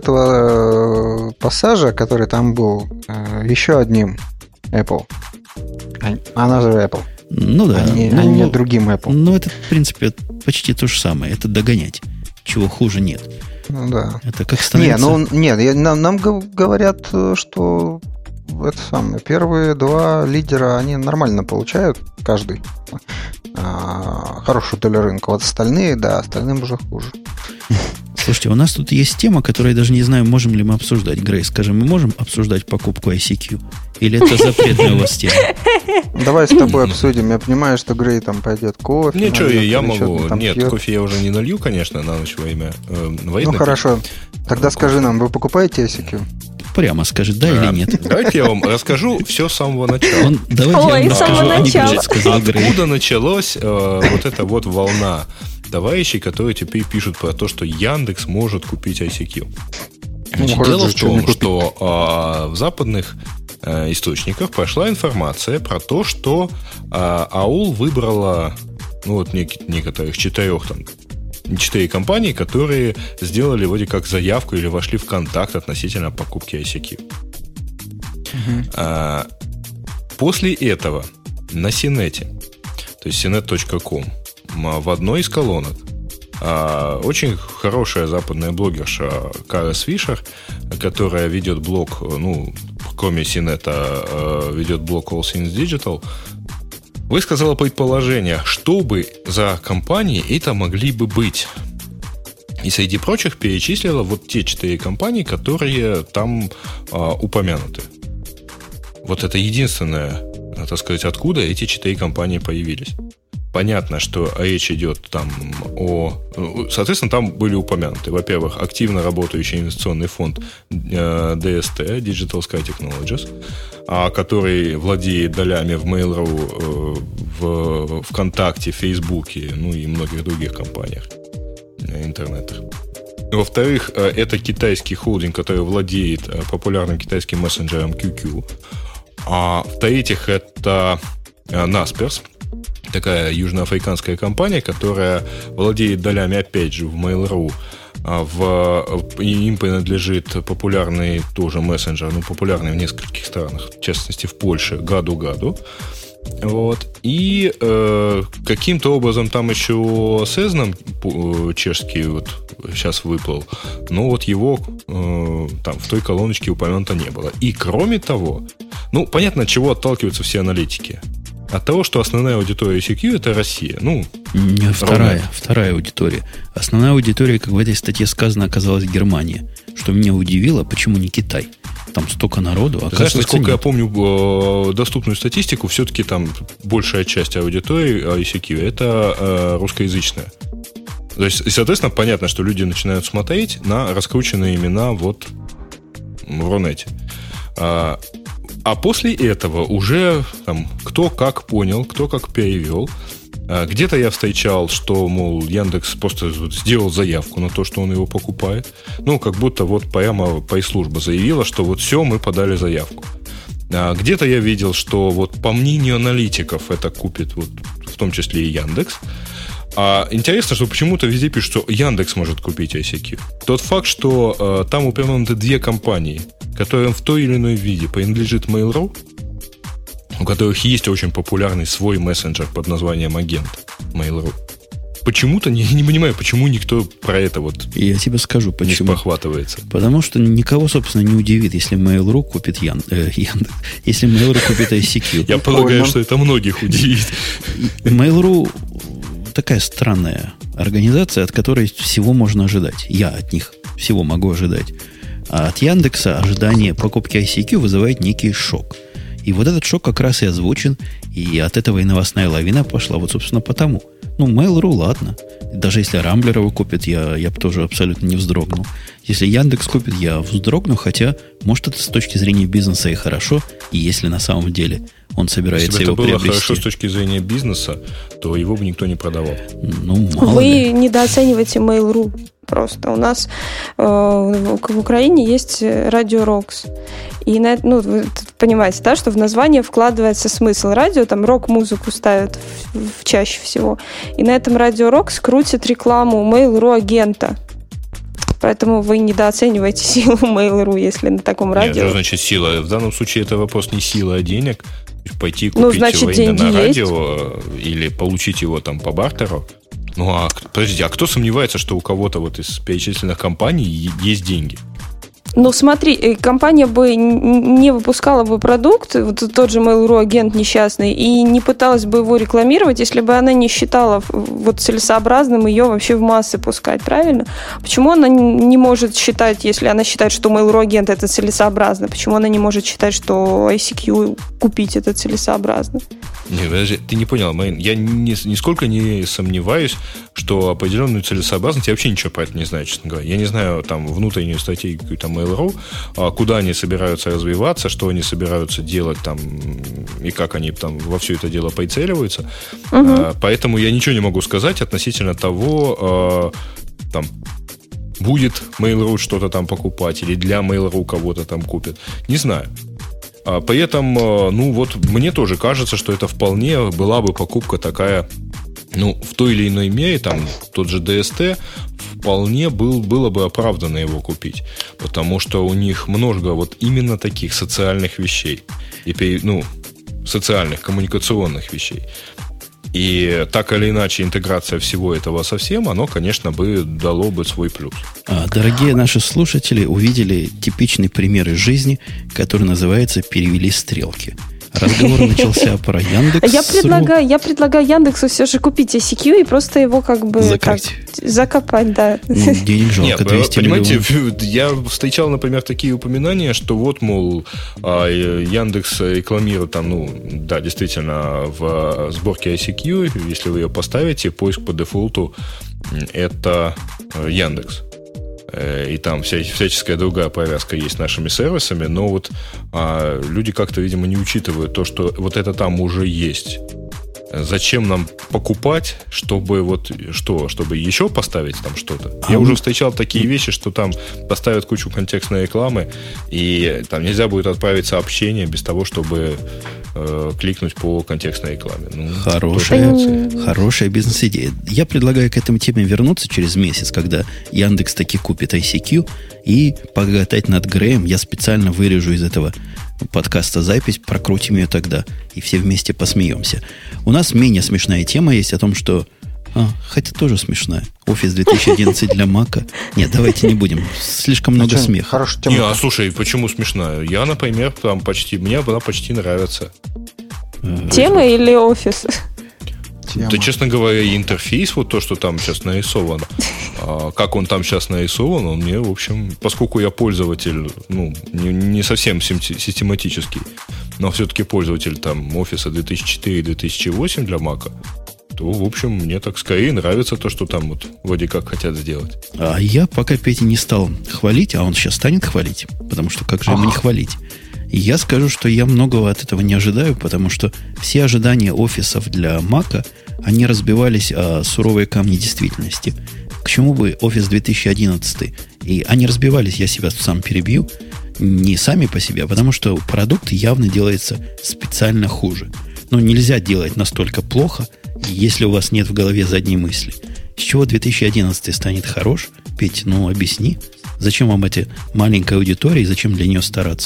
этого пассажа, который там был, еще одним Apple. Она же Apple. Ну да. А не другим Apple. Ну, это, в принципе, почти то же самое. Это догонять. Чего хуже нет. Ну да. Это как становится... Нам говорят, что это самое, первые 2 лидера, они нормально получают, каждый. Хорошую долю рынка. Вот остальные, да, остальным уже хуже. Слушайте, у нас тут есть тема, которую я даже не знаю, можем ли мы обсуждать. Грей, скажем, мы можем обсуждать покупку ICQ? Или это запретная у вас тема? Давай с тобой обсудим. Я понимаю, что Грей там пойдет кофе. Ничего, я могу. Нет, пьет. кофе я уже не налью, конечно, на ночь во имя Ну хорошо. Тогда скажи нам, вы покупаете ICQ? Прямо скажи, да или нет. Давайте я вам расскажу все с самого начала. Давайте я вам расскажу, откуда началась вот эта вот волна товарищей, которые теперь пишут про то, что Яндекс может купить ICQ. Дело в том, что в западных источниках прошла информация про то, что АУЛ выбрала некоторых 4 компании, которые сделали вроде как заявку или вошли в контакт относительно покупки ICQ. После этого на Синете, то есть CNET.com, в одной из колонок очень хорошая западная блогерша Карес Фишер, которая ведет блог, кроме Синета, ведет блог All Things Digital, высказала предположение, что бы за компании это могли бы быть. И среди прочих перечислила вот те 4 компании, которые там упомянуты. Вот это единственное, так сказать, откуда эти 4 компании появились. Понятно, что речь идет там Соответственно, там были упомянуты, во-первых, активно работающий инвестиционный фонд DST, Digital Sky Technologies, который владеет долями в Mail.ru, в ВКонтакте, Фейсбуке, и многих других компаниях интернета. Во-вторых, это китайский холдинг, который владеет популярным китайским мессенджером QQ. А в-третьих, это Naspers, такая южноафриканская компания, которая владеет долями, опять же, в Mail.ru. Им принадлежит популярный тоже мессенджер, популярный в нескольких странах, в частности в Польше, Гаду-Гаду. Вот. И каким-то образом там еще Сезнам чешский сейчас выплыл, но его там в той колоночке упомянуто не было. И кроме того, понятно, от чего отталкиваются все аналитики. От того, что основная аудитория ICQ — это Россия. Вторая аудитория. Основная аудитория, как в этой статье сказано, оказалась Германия. Что меня удивило, почему не Китай? Там столько народу. Знаешь, насколько я помню доступную статистику, все-таки там большая часть аудитории ICQ это русскоязычная. То есть, соответственно, понятно, что люди начинают смотреть на раскрученные имена вот в Рунете. А после этого уже там, кто как понял, кто как перевел. Где-то я встречал, что, мол, Яндекс просто сделал заявку на то, что он его покупает. Ну, как будто вот прямо пресс-служба заявила, что вот все, мы подали заявку. Где-то я видел, что вот по мнению аналитиков это купит вот, в том числе и Яндекс. Интересно, что почему-то везде пишут, что Яндекс может купить ICQ. Тот факт, что там упомянуты две компании, которым в той или иной виде принадлежит Mail.ru, у которых есть очень популярный свой мессенджер под названием Агент Mail.ru. Почему-то, не понимаю, почему никто про это вот я тебе скажу, почему. Не спохватывается. Потому что никого, собственно, не удивит, если Mail.ru купит Яндекс, если Mail.ru купит ICQ. Я полагаю, что это многих удивит. Mail.ru такая странная организация, от которой всего можно ожидать. Я от них всего могу ожидать. А от Яндекса ожидание покупки ICQ вызывает некий шок. И вот этот шок как раз и озвучен, и от этого и новостная лавина пошла вот, собственно, потому. Ну, Mail.ru, ладно. Даже если Рамблер его купит, я бы тоже абсолютно не вздрогнул. Если Яндекс купит, я вздрогну, хотя, может, это с точки зрения бизнеса и хорошо, и если на самом деле он собирается его приобрести. Если бы это было хорошо с точки зрения бизнеса, то его бы никто не продавал. Ну, мало Вы ли. недооцениваете Mail.ru. Просто у нас в Украине есть Радио Рокс. И вы понимаете, да, что в название вкладывается смысл радио, там рок-музыку ставят чаще всего. И на этом Радио Рокс крутят рекламу Mail.ru агента. Поэтому вы недооцениваете силу Mail.ru, если на таком радио. Нет, что значит сила? В данном случае это вопрос не силы, а денег. Пойти купить его именно на радио или получить его там по бартеру. Подождите, а кто сомневается, что у кого-то вот из перечисленных компаний есть деньги? Ну, смотри, компания бы не выпускала бы продукт, вот тот же Mail.ru агент несчастный, и не пыталась бы его рекламировать, если бы она не считала вот целесообразным ее вообще в массы пускать, правильно? Почему она не может считать, если она считает, что Mail.ru агент это целесообразно, почему она не может считать, что ICQ купить это целесообразно? Не, подожди, ты не понял, Майн. Я нисколько не сомневаюсь, что определенную целесообразность, я вообще ничего про это не знаю, честно говоря. Я не знаю там внутреннюю стратегию там Mail.ru, куда они собираются развиваться, что они собираются делать там, и как они там во все это дело прицеливаются. Поэтому я ничего не могу сказать относительно того, там, будет Mail.ru что-то там покупать, или для Mail.ru кого-то там купят. Не знаю. При этом, мне тоже кажется, что это вполне была бы покупка такая, в той или иной мере, там, тот же DST, вполне было бы оправданно его купить, потому что у них много вот именно таких социальных вещей, социальных, коммуникационных вещей. И так или иначе интеграция всего этого со всем, оно, конечно, бы дало бы свой плюс. Дорогие наши слушатели увидели типичный пример из жизни, который называется «Перевели стрелки». Разговор начался про Яндекс. Я предлагаю Яндексу все же купить ICQ и просто его как бы закопать, да. Денег жалко, 200 понимаете, миллионов. Я встречал, например, такие упоминания, что вот, мол, Яндекс рекламирует там, действительно, в сборке ICQ, если вы ее поставите, поиск по дефолту это Яндекс. И там всяческая другая повязка есть с нашими сервисами, но вот люди как-то, видимо, не учитывают то, что вот это там уже есть. Зачем нам покупать, чтобы еще поставить там что-то? Я уже встречал такие вещи, что там поставят кучу контекстной рекламы, и там нельзя будет отправить сообщение без того, чтобы кликнуть по контекстной рекламе. Хорошая бизнес-идея. Я предлагаю к этой теме вернуться через месяц, когда Яндекс таки купит ICQ, и погадать над Греем. Я специально вырежу из этого подкаста запись, прокрутим ее тогда, и все вместе посмеемся. У нас менее смешная тема есть о том, что... хотя тоже смешная. Офис 2011 для Мака. Нет, давайте не будем. Слишком много смеха. Хорошая тема. Слушай, почему смешная? Я, например, мне она почти нравится. Тема или офис? тема. Да, честно говоря, и интерфейс, вот то, что там сейчас нарисован, как он там сейчас нарисован, он мне, в общем, поскольку я пользователь, не совсем систематический, но все-таки пользователь там офиса 2004-2008 для Mac, то, в общем, мне так скорее нравится то, что там вот вроде как хотят сделать. А я пока Петя не стал хвалить, а он сейчас станет хвалить, потому что как же ему не хвалить? И я скажу, что я многого от этого не ожидаю, потому что все ожидания офисов для Mac, они разбивались о суровые камни действительности. К чему бы Office 2011? И они разбивались, я себя сам перебью, не сами по себе, а потому что продукт явно делается специально хуже. Но нельзя делать настолько плохо, если у вас нет в голове задней мысли. С чего 2011 станет хорош? Петь, объясни. Зачем вам эта маленькая аудитория и зачем для нее стараться?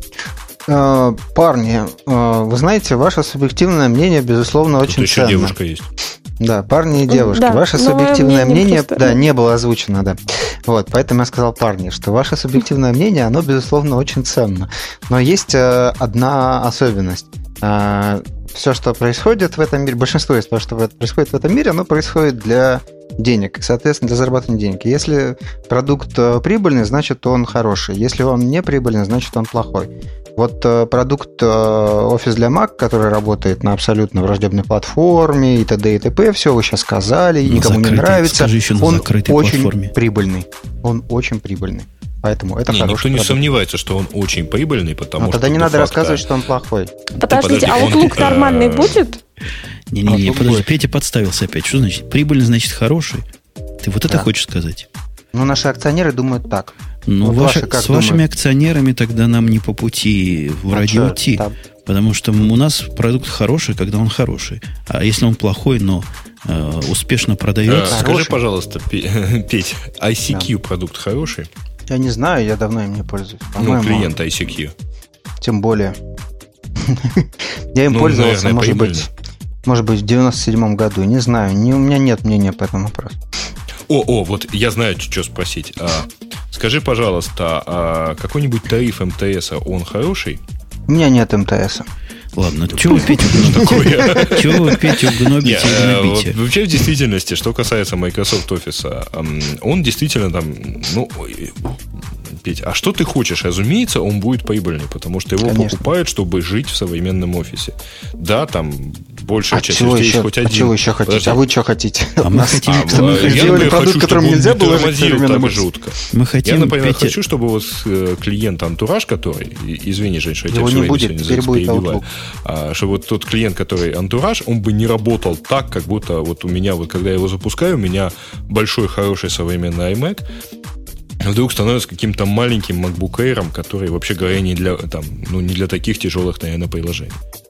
Парни, вы знаете, ваше субъективное мнение, безусловно, очень тут ценно. Еще девушка есть. Да, парни и девушки. Да, ваше субъективное мнение просто... не было озвучено, да. Вот, поэтому я сказал, парни, что ваше субъективное мнение, оно, безусловно, очень ценно. Но есть одна особенность. Все, что происходит в этом мире, большинство из того, что происходит в этом мире, оно происходит для денег, соответственно, для зарабатывания денег. Если продукт прибыльный, значит, он хороший. Если он не прибыльный, значит, он плохой. Вот продукт Office для Mac, который работает на абсолютно враждебной платформе и т.д. и т.п., все вы сейчас сказали, никому не нравится. Скажи еще на он закрытой очень платформе. Прибыльный. Он очень прибыльный. Поэтому это хороший никто не продукт. сомневается, что он очень прибыльный, потому что... Тогда не надо рассказывать, что он плохой. Подождите, а Outlook нормальный будет? Не, подожди, Петя подставился опять. Что значит? Прибыльный значит хороший? Ты вот это хочешь сказать? Наши акционеры думают так. С вашими акционерами тогда нам не по пути в радио Ти. Потому что у нас продукт хороший, когда он хороший. А если он плохой, но успешно продается... Скажи, пожалуйста, Петь, ICQ продукт хороший? Я не знаю, я давно им не пользуюсь. Клиент ICQ. Тем более. Я им пользовался, наверное, может быть, в 97-м году. Не знаю, у меня нет мнения по этому вопросу. Вот я знаю, что спросить. Скажи, пожалуйста, какой-нибудь тариф МТС, он хороший? У меня нет МТС. Ладно, чего вы Петю гнобите? Чего вы Петю гнобите и гнобите? Вообще, в действительности, что касается Microsoft Office, он действительно там, Петь, а что ты хочешь? Разумеется, он будет прибыльный, потому что его покупают, чтобы жить в современном офисе. Да, там большая часть людей есть хоть один. А чего вы еще хотите? А вы что хотите? Мы хотим, чтобы мы сделали продукт, которым нельзя было жить в современном офисе. Жутко. Я, например, хочу, чтобы вот клиент Антураж, который, извини, Жень, что я тебя все время перебиваю, что вот тот клиент, который Антураж, он бы не работал так, как будто вот у меня, вот когда я его запускаю, у меня большой, хороший современный iMac, вдруг становится каким-то маленьким MacBook Air, который, вообще говоря, не для таких тяжелых, наверное, приложений.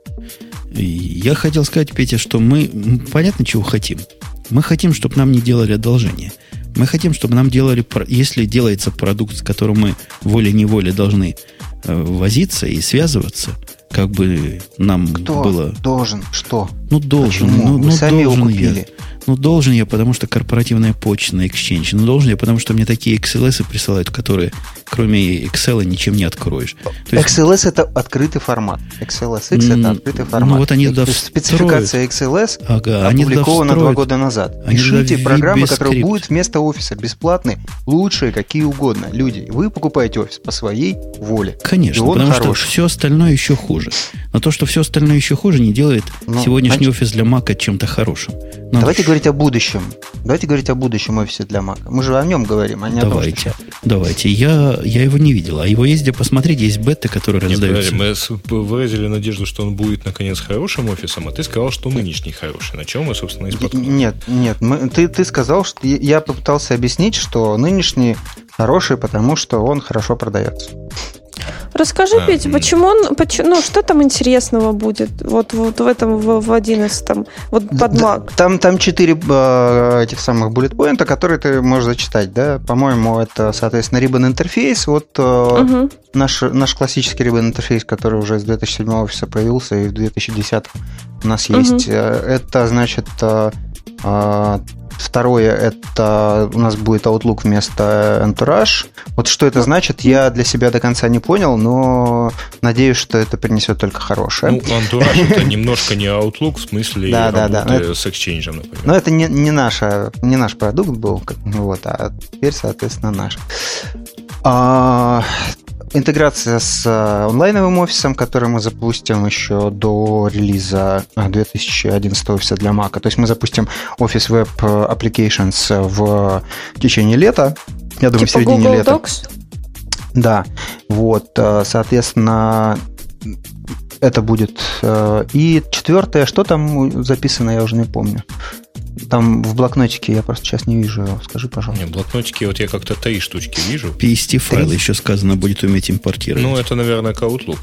Я хотел сказать, Петя, что мы понятно, чего хотим. Мы хотим, чтобы нам не делали одолжения. Мы хотим, чтобы нам делали, если делается продукт, с которым мы волей-неволей должны возиться и связываться, как бы нам было... Кто должен? Что? Должен. Почему? Вы сами его купили. Должен я, потому что корпоративная почта на Exchange. Должен я, потому что мне такие XLS присылают, которые, кроме Excel, ничем не откроешь. XLS это открытый формат. XLSX это открытый формат. Вот они туда спецификация XLS опубликована 2 года назад. Пишите программы, которые будут вместо офиса бесплатные, лучшие, какие угодно. Люди, вы покупаете офис по своей воле. Конечно, потому что все остальное еще хуже. Но то, что все остальное еще хуже, не делает сегодняшний офис для Mac чем-то хорошим. Давайте говорить о будущем. Давайте говорить о будущем офисе для Mac. Мы же о нем говорим, а не о том, что... Давайте. Я его не видел. А его есть где посмотреть. Есть беты, которые раздаются. Мы выразили надежду, что он будет, наконец, хорошим офисом, а ты сказал, что нынешний хороший. На чем мы, собственно, и споткнулись. Нет. Ты сказал, что... Я попытался объяснить, что нынешний хороший, потому что он хорошо продается. Расскажи, Петя, что там интересного будет вот в этом, в 11-м, вот под Mac? Там 4 этих самых буллет-поинта, которые ты можешь зачитать, да? По-моему, это, соответственно, Ribbon интерфейс, наш классический Ribbon интерфейс, который уже с 2007 офиса появился, и в 2010 у нас есть. Это, значит, Второе, это у нас будет Outlook вместо Entourage. Вот что это значит, я для себя до конца не понял, но надеюсь, что это принесет только хорошее. Ну, Entourage это немножко не Outlook, в смысле работы с Exchange, например. Но это не наш продукт был, вот, а теперь, соответственно, наш. Интеграция с онлайновым офисом, который мы запустим еще до релиза 2011 офиса для Mac. То есть мы запустим Office Web Applications в течение лета. Я думаю, типа в середине Google лета. Docs? Да. Вот, соответственно, это будет. И четвертое, что там записано, я уже не помню. Там в блокнотике я просто сейчас не вижу его. Скажи, пожалуйста. В блокнотике вот я как-то 3 штучки вижу. PST-файл еще сказано будет уметь импортировать. Ну, это, наверное, к Outlook.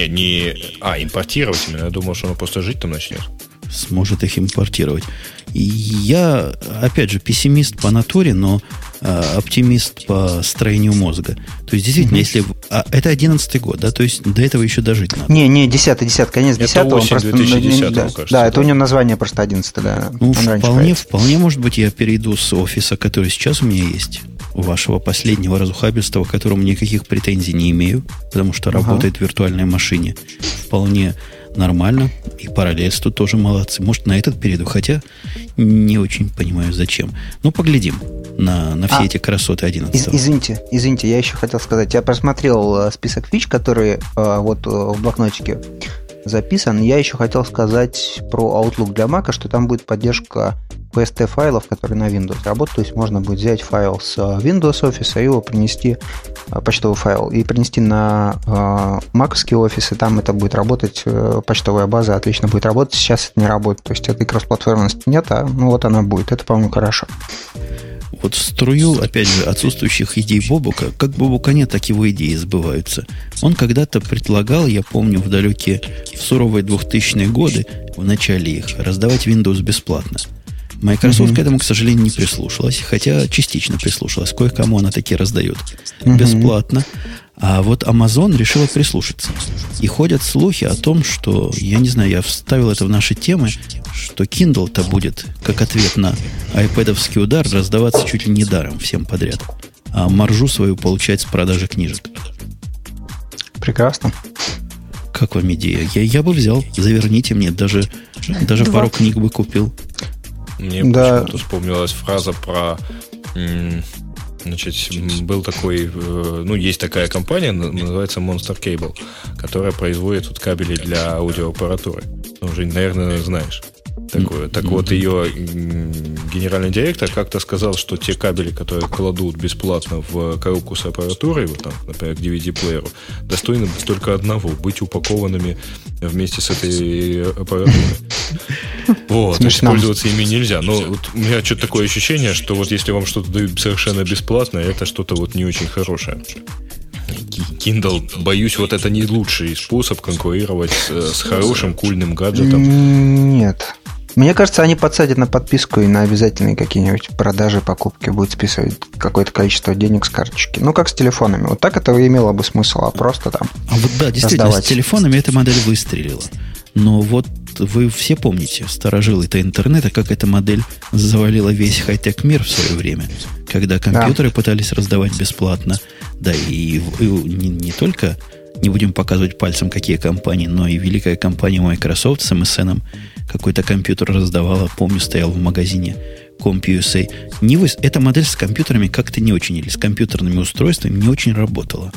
Импортировать именно. Я думал, что оно просто жить там начнет. Сможет их импортировать. И я, опять же, пессимист по натуре, но оптимист по строению мозга. То есть, действительно, если... это 11-й год, да? То есть, до этого еще дожить надо. Не, 10-й, конец 10-го. Это осень 2010-го, кажется. Да, это у него название просто 11-й, да. Ну, вполне, может быть, я перейду с офиса, который сейчас у меня есть, вашего последнего разухабистого, к которому никаких претензий не имею, потому что работает в виртуальной машине вполне нормально. И Parallels тут тоже молодцы. Может, на этот перейду, хотя не очень понимаю, зачем. Ну, поглядим на все эти красоты 11-го. Извините, я еще хотел сказать. Я просмотрел список фич, которые вот в блокнотике записан. Я еще хотел сказать про Outlook для Mac, что там будет поддержка PST-файлов, которые на Windows работают. То есть можно будет взять файл с Windows Office и его принести, почтовый файл, и принести на Mac'овский офис, и там это будет работать, почтовая база отлично будет работать. Сейчас это не работает. То есть этой кроссплатформенности нет, вот она будет. Это, по-моему, хорошо. Вот в струю, опять же, отсутствующих идей Бобука, как Бобука нет, так его идеи сбываются. Он когда-то предлагал, я помню, в далекие, в суровые 2000-е годы, в начале их, раздавать Windows бесплатно. Microsoft к этому, к сожалению, не прислушалась, хотя частично прислушалась. Кое-кому она таки раздает бесплатно. А вот Amazon решила прислушаться. И ходят слухи о том, что, я не знаю, я вставил это в наши темы, что Kindle-то будет, как ответ на iPad-овский удар, раздаваться чуть ли не даром всем подряд. А маржу свою получать с продажи книжек. Прекрасно. Как вам идея? Я бы взял, заверните мне, даже пару книг бы купил. Мне почему-то вспомнилась фраза про... Значит, был такой, есть такая компания, называется Monster Cable, которая производит вот кабели для аудиоаппаратуры. Уже, наверное, знаешь такое. Так вот, ее генеральный директор как-то сказал, что те кабели, которые кладут бесплатно в коробку с аппаратурой, вот там, например, к DVD-плееру, достойны только одного — быть упакованными вместе с этой аппаратурой. Вот, пользоваться ими нельзя. Но вот у меня что-то такое ощущение, что вот если вам что-то дают совершенно бесплатно, это что-то вот не очень хорошее. Kindle, боюсь, вот это не лучший способ конкурировать с хорошим, кульным гаджетом. Нет. Мне кажется, они подсадят на подписку и на обязательные какие-нибудь продажи, покупки будут списывать какое-то количество денег с карточки. Ну, как с телефонами. Вот так это имело бы смысл, а просто там вот да, действительно, раздавать. С телефонами эта модель выстрелила. Но вот вы все помните, старожилы-то интернета, как эта модель завалила весь хай-тек мир в свое время, когда компьютеры пытались раздавать бесплатно. Да, и не только, не будем показывать пальцем, какие компании, но и великая компания Microsoft с MSN какой-то компьютер раздавала. Помню, стоял в магазине CompUSA. Эта модель с компьютерами как-то не очень, или с компьютерными устройствами не очень работала.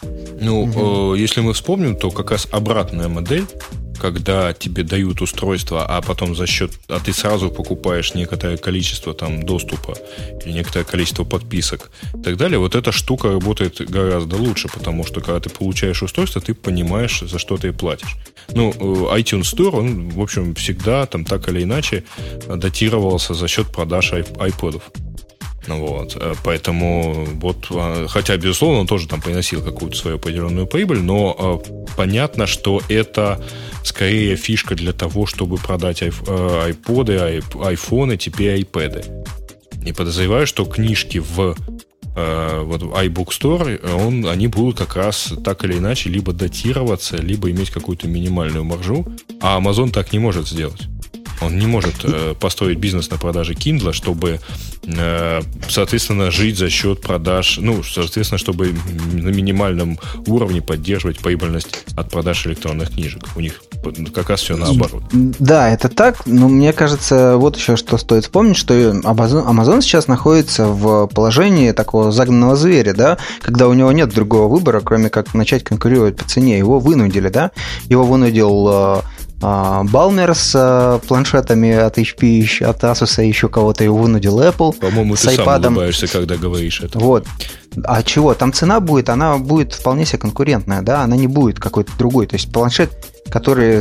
Если мы вспомним, то как раз обратная модель, когда тебе дают устройство, а потом а ты сразу покупаешь некоторое количество там доступа или некоторое количество подписок и так далее, вот эта штука работает гораздо лучше, потому что когда ты получаешь устройство, ты понимаешь, за что ты платишь. iTunes Store, он, в общем, всегда там так или иначе датировался за счет продаж iPod'ов. Вот, поэтому хотя, безусловно, он тоже там приносил какую-то свою определенную прибыль, но понятно, что это скорее фишка для того, чтобы продать iPod'ы, айфоны, теперь iPad'ы. И подозреваю, что книжки в iBook Store, они будут как раз так или иначе либо датироваться, либо иметь какую-то минимальную маржу, а Amazon так не может сделать. Он не может построить бизнес на продаже Kindle, чтобы, соответственно, жить за счет продаж, соответственно, чтобы на минимальном уровне поддерживать прибыльность от продаж электронных книжек. У них как раз все наоборот. Да, это так, но мне кажется, вот еще что стоит вспомнить, что Amazon сейчас находится в положении такого загнанного зверя, да, когда у него нет другого выбора, кроме как начать конкурировать по цене. Его вынудили, да, его вынудил Балмер с планшетами от HP, от Asus, еще кого-то его вынудил Apple. По-моему, ты сам улыбаешься, когда говоришь это. Вот. А чего? Там цена будет, она будет вполне себе конкурентная, да, она не будет какой-то другой. То есть планшет, который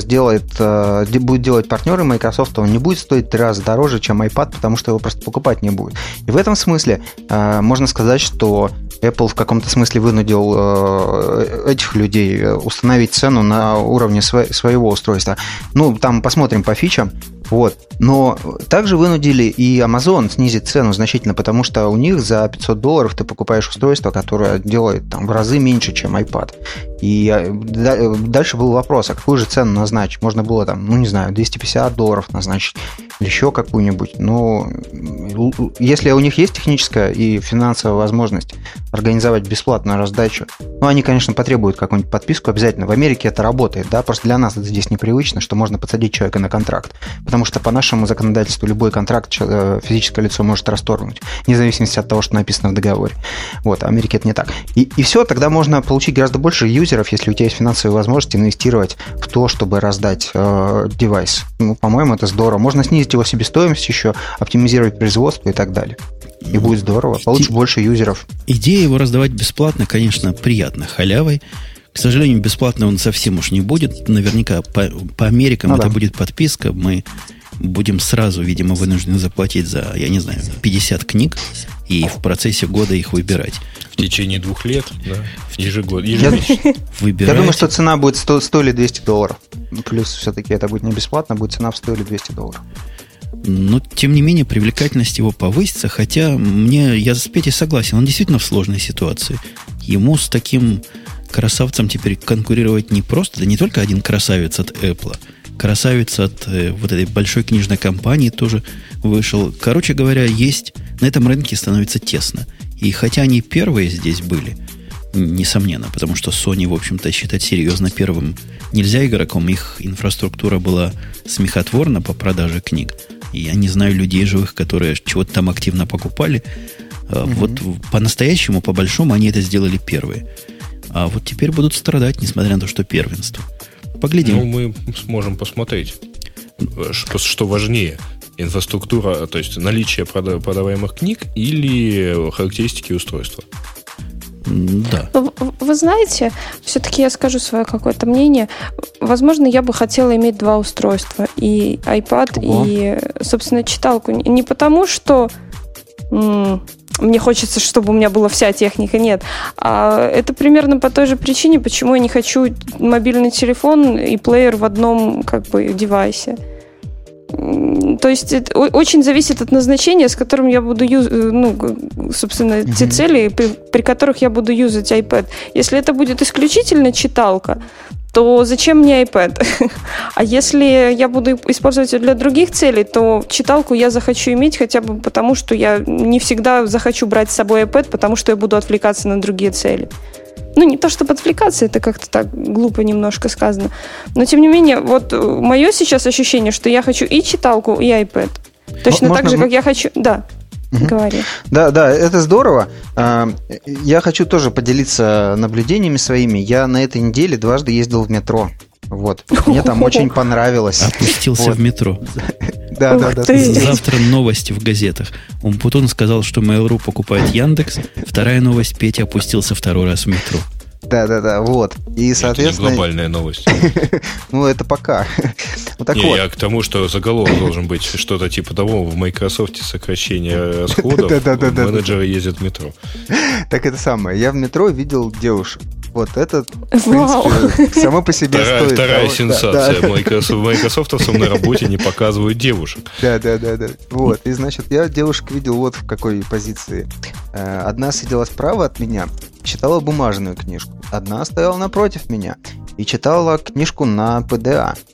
будет делать партнеры Microsoft, он не будет стоить 3 раза дороже, чем iPad, потому что его просто покупать не будет. И в этом смысле можно сказать, что Apple в каком-то смысле вынудил этих людей установить цену на уровне своего устройства. Там посмотрим по фичам. Вот. Но также вынудили и Amazon снизить цену значительно, потому что у них за $500 ты покупаешь устройство, которое делает там в разы меньше, чем iPad. И дальше был вопрос, а какую же цену назначить? Можно было там, $250 назначить или еще какую-нибудь. Но если у них есть техническая и финансовая возможность организовать бесплатную раздачу, они, конечно, потребуют какую-нибудь подписку обязательно. В Америке это работает, да, просто для нас это здесь непривычно, что можно подсадить человека на контракт. Потому что по нашему законодательству любой контракт физическое лицо может расторгнуть, вне зависимости от того, что написано в договоре. Вот, в Америке это не так. И все, тогда можно получить гораздо больше юзеров, если у тебя есть финансовые возможности инвестировать в то, чтобы раздать девайс. По-моему, это здорово. Можно снизить его себестоимость еще, оптимизировать производство и так далее. И будет здорово. Получишь больше юзеров. Идея его раздавать бесплатно, конечно, приятно, халявой. К сожалению, бесплатно он совсем уж не будет. Наверняка по Америкам это будет подписка. Мы будем сразу, видимо, вынуждены заплатить за, 50 книг и в процессе года их выбирать. В течение 2 лет, да, ежемесячно. Я думаю, что цена будет 100 или $200. Плюс все-таки это будет не бесплатно, будет цена в $100 или $200. Но, тем не менее, привлекательность его повысится, хотя я с Петей согласен, он действительно в сложной ситуации. Ему с таким красавцем теперь конкурировать не просто, да не только один красавец от Apple, красавец от вот этой большой книжной компании тоже вышел. Короче говоря, на этом рынке становится тесно. И хотя они первые здесь были, несомненно, потому что Sony, в общем-то, считать серьезно первым нельзя игроком, их инфраструктура была смехотворна по продаже книг. И я не знаю людей живых, которые чего-то там активно покупали. Вот по-настоящему, по-большому, они это сделали первые. А вот теперь будут страдать, несмотря на то, что первенство. Поглядим. Мы сможем посмотреть, что важнее. Инфраструктура, то есть наличие продаваемых книг или характеристики устройства. Да. Вы знаете, все-таки я скажу свое какое-то мнение. Возможно, я бы хотела иметь 2 устройства. И iPad, и, собственно, читалку. Не потому, что мне хочется, чтобы у меня была вся техника. Нет. А это примерно по той же причине, почему я не хочу мобильный телефон и плеер в одном девайсе. То есть это очень зависит от назначения, с которым я буду собственно, те цели, при которых я буду юзать iPad. Если это будет исключительно читалка, то зачем мне iPad? А если я буду использовать его для других целей, то читалку я захочу иметь хотя бы потому, что я не всегда захочу брать с собой iPad, потому что я буду отвлекаться на другие цели. Не то чтобы отвлекаться, это как-то так глупо немножко сказано. Но, тем не менее, вот мое сейчас ощущение, что я хочу и читалку, и iPad. Точно так же, как я хочу... Да, говори. Да, это здорово. Я хочу тоже поделиться наблюдениями своими. Я на этой неделе 2 раза ездил в метро. Вот. Мне там очень понравилось. Опустился в метро. Да. Завтра новости в газетах. Умпутун сказал, что Mail.ru покупает Яндекс. Вторая новость: Петя опустился 2 раз в метро. Да, вот. И, соответственно... Это не глобальная новость. Это пока. Я к тому, что заголовок должен быть что-то типа того: в Microsoft сокращение расходов, менеджеры ездят в метро. Так это самое. Я в метро видел девушек. Вот это, в принципе, само по себе стоит. Вторая сенсация. Майкрософтовцам на работе не показывают девушек. Да. Вот. И, значит, я девушек видел вот в какой позиции. Одна сидела справа от меня, читала бумажную книжку. Одна стояла напротив меня и читала книжку на PDA.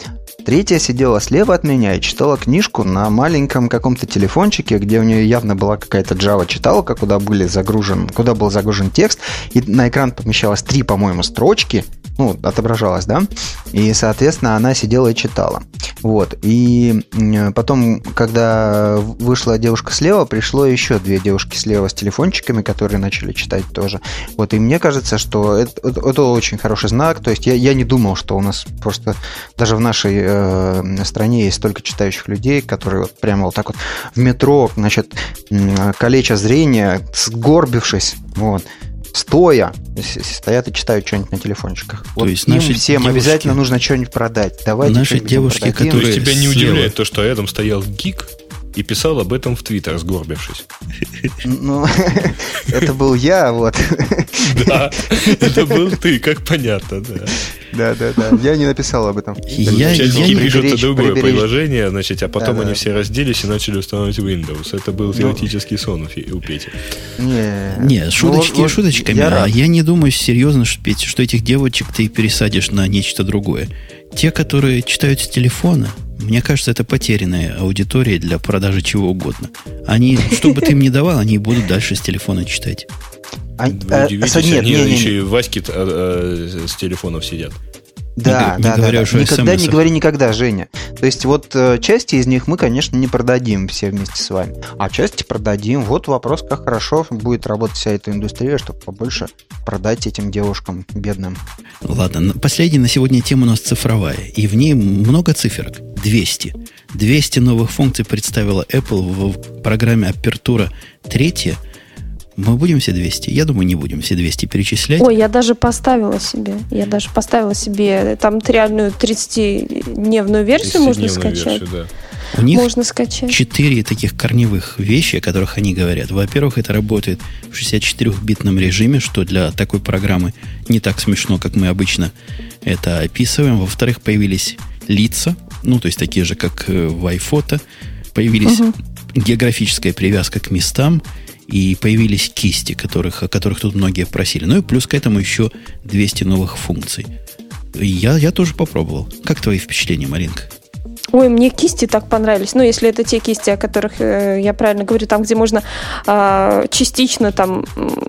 Третья сидела слева от меня и читала книжку на маленьком каком-то телефончике, где у нее явно была какая-то Java-читалка, куда был загружен текст, и на экран помещалось 3, по-моему, строчки, отображалось, да, и, соответственно, она сидела и читала. Вот, и потом, когда вышла девушка слева, пришло еще 2 девушки слева с телефончиками, которые начали читать тоже. Вот, и мне кажется, что это очень хороший знак, то есть я не думал, что у нас просто даже в нашей стране есть столько читающих людей, которые вот прямо вот так вот в метро, значит, калеча зрение, сгорбившись, вот, стоят и читают что-нибудь на телефончиках. То вот есть им наши всем девушки, обязательно нужно что-нибудь продать. Давайте наши девушки, То которые есть тебя не слева... удивляет то, что рядом стоял гик и писал об этом в Твиттер, сгорбившись? Ну, это был я, вот. Да, это был ты, как понятно, да. Да. Я не написал об этом. Чатики пишут другое приберечь. приложение, значит, а потом Да. они все разделись и начали устанавливать Windows. Это был теоретический сон у Пети. Не, шуточки вот шуточками, я рад. я не думаю серьезно, Петя, что этих девочек ты пересадишь на нечто другое. Те, которые читают с телефона, мне кажется, это потерянная аудитория для продажи чего угодно. Они, что бы ты им ни давал, они будут дальше с телефона читать. Вы удивитесь, они еще и Васьки с телефонов сидят. Да. Никогда не говори никогда, Женя. То есть вот части из них мы, конечно, не продадим все вместе с вами, а части продадим. Вот вопрос, как хорошо будет работать вся эта индустрия, чтобы побольше продать этим девушкам бедным. Ладно, последняя на сегодня тема у нас цифровая, и в ней много циферок. 200. 200 новых функций представила Apple в программе «Апертура 3». Мы будем все 200? Я думаю, не будем все 200 перечислять. Ой, я даже поставила себе там реальную 30-дневную версию можно скачать. Версию, да. У них можно скачать 4 таких корневых вещи, о которых они говорят. Во-первых, это работает в 64-битном режиме, что для такой программы не так смешно, как мы обычно это описываем. Во-вторых, появились лица, то есть такие же, как в iPhoto. Появились географическая привязка к местам. И появились кисти, о которых тут многие просили. Ну и плюс к этому еще 200 новых функций. Я тоже попробовал. Как твои впечатления, Маринка? Ой, мне кисти так понравились. Если это те кисти, о которых я правильно говорю, там, где можно частично там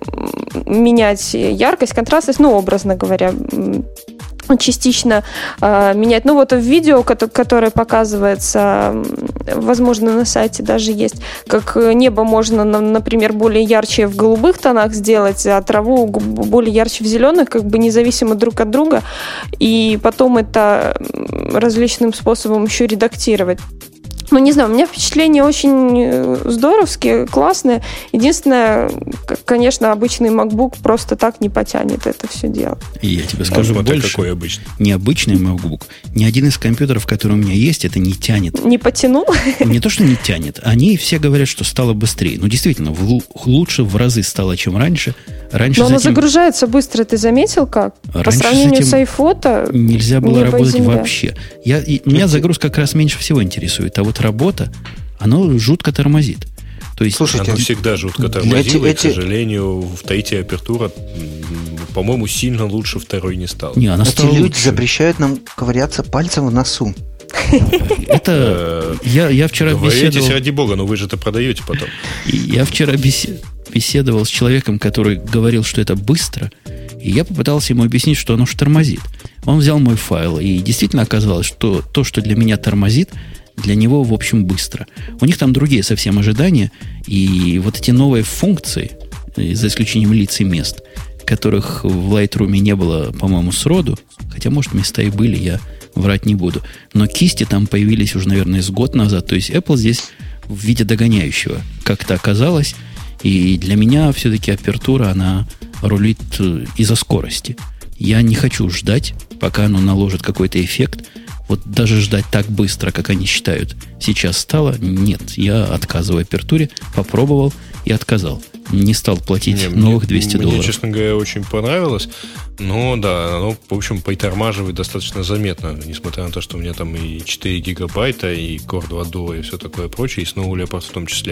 менять яркость, контрастность, образно говоря, частично менять. В видео, которое показывается, возможно, на сайте даже есть, как небо можно, например, более ярче в голубых тонах сделать, а траву более ярче в зеленых, независимо друг от друга, и потом это различным способом еще редактировать. Не знаю, у меня впечатления очень здоровские, классные. Единственное, конечно, обычный MacBook просто так не потянет это все дело. И я тебе скажу больше. Какой обычный? Необычный MacBook. Ни один из компьютеров, который у меня есть, это не тянет. Не потянул? Не то, что не тянет. Они все говорят, что стало быстрее. Действительно, лучше в разы стало, чем раньше. Но оно загружается быстро, ты заметил как? По сравнению с iPhoto нельзя было работать вообще. Меня загрузка как раз меньше всего интересует. А вот работа, оно жутко тормозит. То есть, слушайте, оно всегда жутко тормозило, и, к сожалению, в третьей апертура, по-моему, сильно лучше второй не стало. Она эти стала люди лучше. Запрещают нам ковыряться пальцем в носу. Это я вчера беседовал... ради бога, но вы же это продаете потом. Я вчера беседовал с человеком, который говорил, что это быстро, и я попытался ему объяснить, что оно тормозит. Он взял мой файл, и действительно оказалось, что то, что для меня тормозит, для него, в общем, быстро. У них там другие совсем ожидания, и вот эти новые функции, за исключением лиц и мест, которых в Lightroom не было, по-моему, сроду, хотя, может, места и были, я врать не буду, но кисти там появились уже, наверное, с год назад. То есть Apple здесь в виде догоняющего как-то оказалась, и для меня все-таки апертура, она рулит из-за скорости. Я не хочу ждать, пока оно наложит какой-то эффект. Вот даже ждать так быстро, как они считают, сейчас стало, нет. Я отказываю апертуре, попробовал и отказал. Не стал платить новых $200. Мне, честно говоря, очень понравилось. Но да, оно, в общем, притормаживает достаточно заметно, несмотря на то, что у меня там и 4 гигабайта, и Core 2 Duo, и все такое прочее, и Snow Leopard в том числе.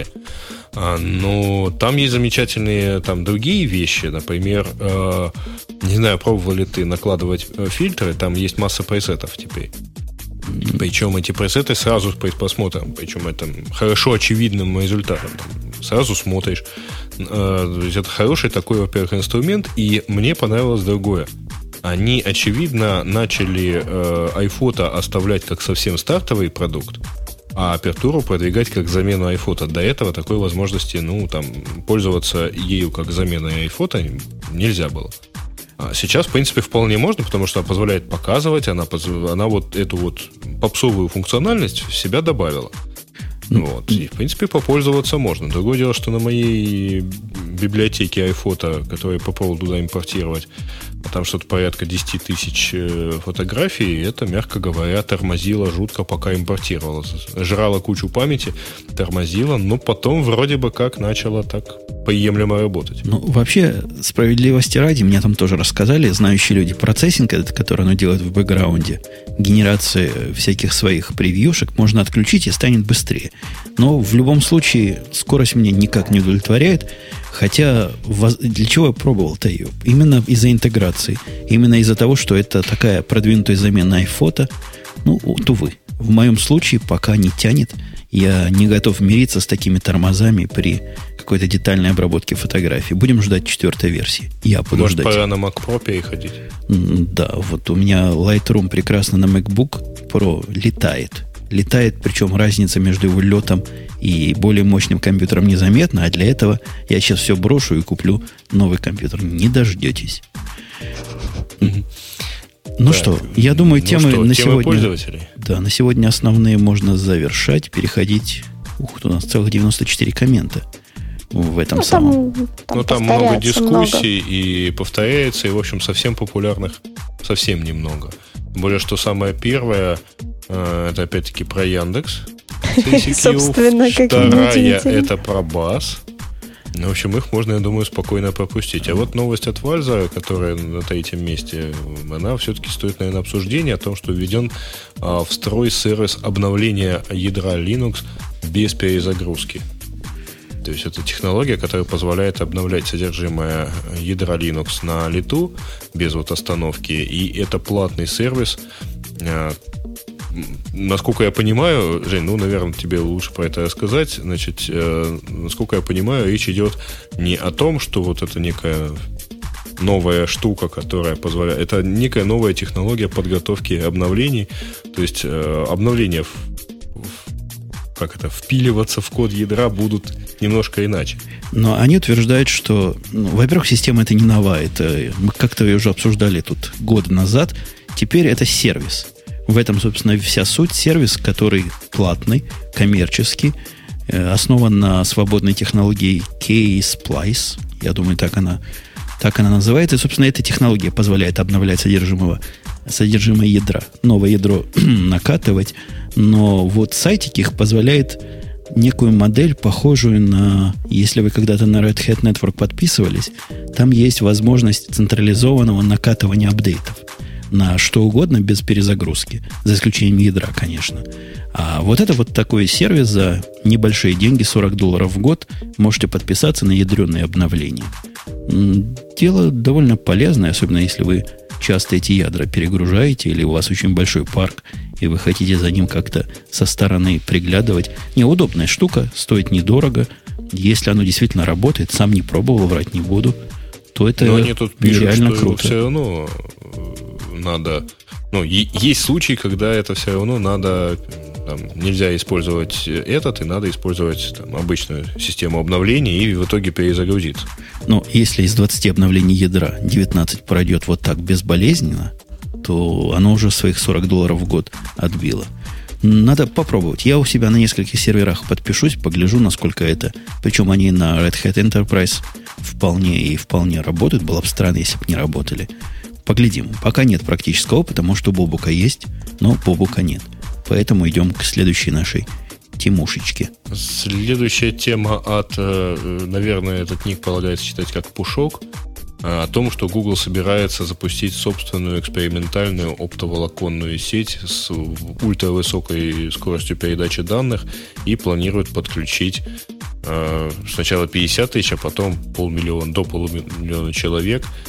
Но там есть замечательные там другие вещи. Например, не знаю, пробовал ли ты накладывать фильтры, там есть масса пресетов теперь. Причем эти пресеты сразу посмотрим, причем это хорошо очевидным результатом. Сразу смотришь. Это хороший такой, во-первых, инструмент, и мне понравилось другое. Они, очевидно, начали iPhoto оставлять как совсем стартовый продукт, а апертуру продвигать как замену iPhoto. До этого такой возможности, пользоваться ею как заменой iPhoto нельзя было. А сейчас, в принципе, вполне можно, потому что она позволяет показывать, она вот эту вот попсовую функциональность в себя добавила. Вот. И, в принципе, попользоваться можно. Другое дело, что на моей библиотеке iPhoto, которую я попробовал туда импортировать, там что-то порядка 10 тысяч фотографий, это, мягко говоря, тормозило жутко, пока импортировало. Жрало кучу памяти, тормозило, но потом вроде бы как начало так приемлемо работать. Вообще, справедливости ради, мне там тоже рассказали, знающие люди, процессинг этот, который оно делает в бэкграунде, генерации всяких своих превьюшек можно отключить и станет быстрее. Но в любом случае скорость меня никак не удовлетворяет, хотя для чего я пробовал-то ее? Именно из-за интеграции, именно из-за того, что это такая продвинутая замена iPhoto. Увы, в моем случае пока не тянет. Я не готов мириться с такими тормозами при какой-то детальной обработке фотографий. Будем ждать 4-й версии. Я буду ждать. Может, пора на Mac Pro переходить? Да, вот у меня Lightroom прекрасно на MacBook Pro летает. Летает, причем разница между его летом и более мощным компьютером незаметна, а для этого я сейчас все брошу и куплю новый компьютер. Не дождетесь. Что, я думаю, темы на сегодня... пользователей? Да, на сегодня основные можно завершать, переходить... у нас целых 94 коммента в этом самом. Там много дискуссий и повторяется, и, в общем, совсем популярных совсем немного. Тем более, что самое первое, это опять-таки про Яндекс. Собственно, вторая, это про Бас. В общем, их можно, я думаю, спокойно пропустить. А вот новость от Вальза, которая на 3-м месте, она все-таки стоит, наверное, обсуждения о том, что введен в строй сервис обновления ядра Linux без перезагрузки. То есть это технология, которая позволяет обновлять содержимое ядра Linux на лету без остановки. И это платный сервис. Насколько я понимаю, Жень, наверное, тебе лучше про это рассказать. Значит, насколько я понимаю, речь идет не о том, что вот это некая новая штука, которая позволяет... Это некая новая технология подготовки обновлений. То есть обновления впиливаться в код ядра будут немножко иначе. Но они утверждают, что, во-первых, система это не новая. Мы как-то ее уже обсуждали тут года назад. Теперь это сервис. В этом, собственно, вся суть. Сервис, который платный, коммерческий, основан на свободной технологии K-Splice. Я думаю, так она называется. И, собственно, эта технология позволяет обновлять содержимое ядра. Новое ядро накатывать. Но вот сайтик их позволяет некую модель, похожую на... Если вы когда-то на Red Hat Network подписывались, там есть возможность централизованного накатывания апдейтов на что угодно без перезагрузки. За исключением ядра, конечно. А вот это вот такой сервис за небольшие деньги, $40 в год, можете подписаться на ядреные обновления. Дело довольно полезное, особенно если вы часто эти ядра перегружаете, или у вас очень большой парк, и вы хотите за ним как-то со стороны приглядывать. Неудобная штука, стоит недорого. Если оно действительно работает, сам не пробовал, врать не буду, то это нереально круто. Все равно надо... есть случаи, когда это все равно надо... нельзя использовать этот, и надо использовать обычную систему обновлений и в итоге перезагрузиться. Если из 20 обновлений ядра 19 пройдет вот так безболезненно, то оно уже своих $40 в год отбило. Надо попробовать. Я у себя на нескольких серверах подпишусь, погляжу, насколько это. Причем они на Red Hat Enterprise вполне работают. Было бы странно, если бы не работали. Поглядим. Пока нет практического опыта, может, у Бобука есть, но Бобука нет. Поэтому идем к следующей нашей темушечке. Следующая тема от, наверное, этот ник полагается читать как пушок, о том, что Google собирается запустить собственную экспериментальную оптоволоконную сеть с ультравысокой скоростью передачи данных и планирует подключить сначала 50 тысяч, а потом до полумиллиона человек.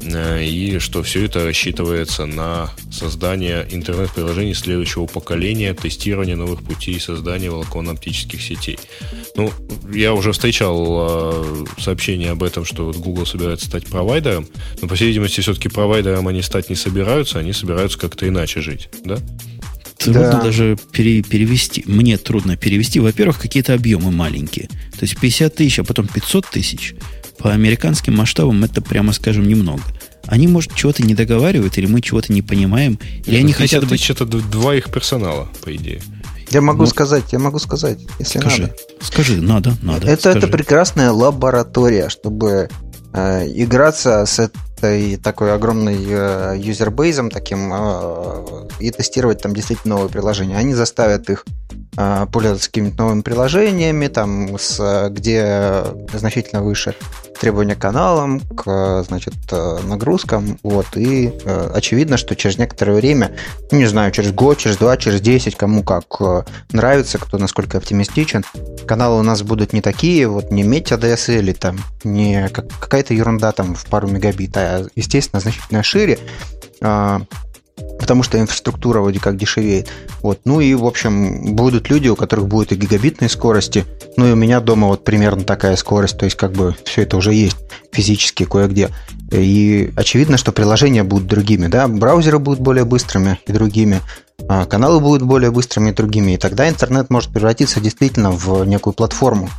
и что все это рассчитывается на создание интернет-приложений следующего поколения, тестирование новых путей создания волоконно-оптических сетей. Ну, я уже встречал сообщение об этом, что вот Google собирается стать провайдером, но, по всей видимости, все-таки провайдером они стать не собираются, они собираются как-то иначе жить, да? Трудно даже перевести. Мне трудно перевести. Во-первых, какие-то объемы маленькие. То есть 50 тысяч, а потом 500 тысяч. По американским масштабам это, прямо скажем, немного. Они, может, чего-то не договаривают, или мы чего-то не понимаем, или они хотят быть... 50 тысяч – это 2 их персонала, по идее. Я могу сказать, если надо. Скажи, надо. Это прекрасная лаборатория, чтобы играться с этой такой огромной юзербейзом таким и тестировать там действительно новые приложения. Они заставят их пользоваться какими-то новыми приложениями, там, где значительно выше требования к каналам, к, нагрузкам. Вот, и очевидно, что через некоторое время, не знаю, через год, через 2, через 10, кому как нравится, кто насколько оптимистичен, каналы у нас будут не такие, вот не Meta DSL или там не какая-то ерунда там в пару мегабит, а, естественно, значительно шире, потому что инфраструктура вроде как дешевеет. Вот. Ну и, в общем, будут люди, у которых будут и гигабитные скорости. Ну и у меня дома вот примерно такая скорость, то есть как бы все это уже есть физически кое-где. И очевидно, что приложения будут другими, да, браузеры будут более быстрыми и другими, каналы будут более быстрыми и другими, и тогда интернет может превратиться действительно в некую платформу.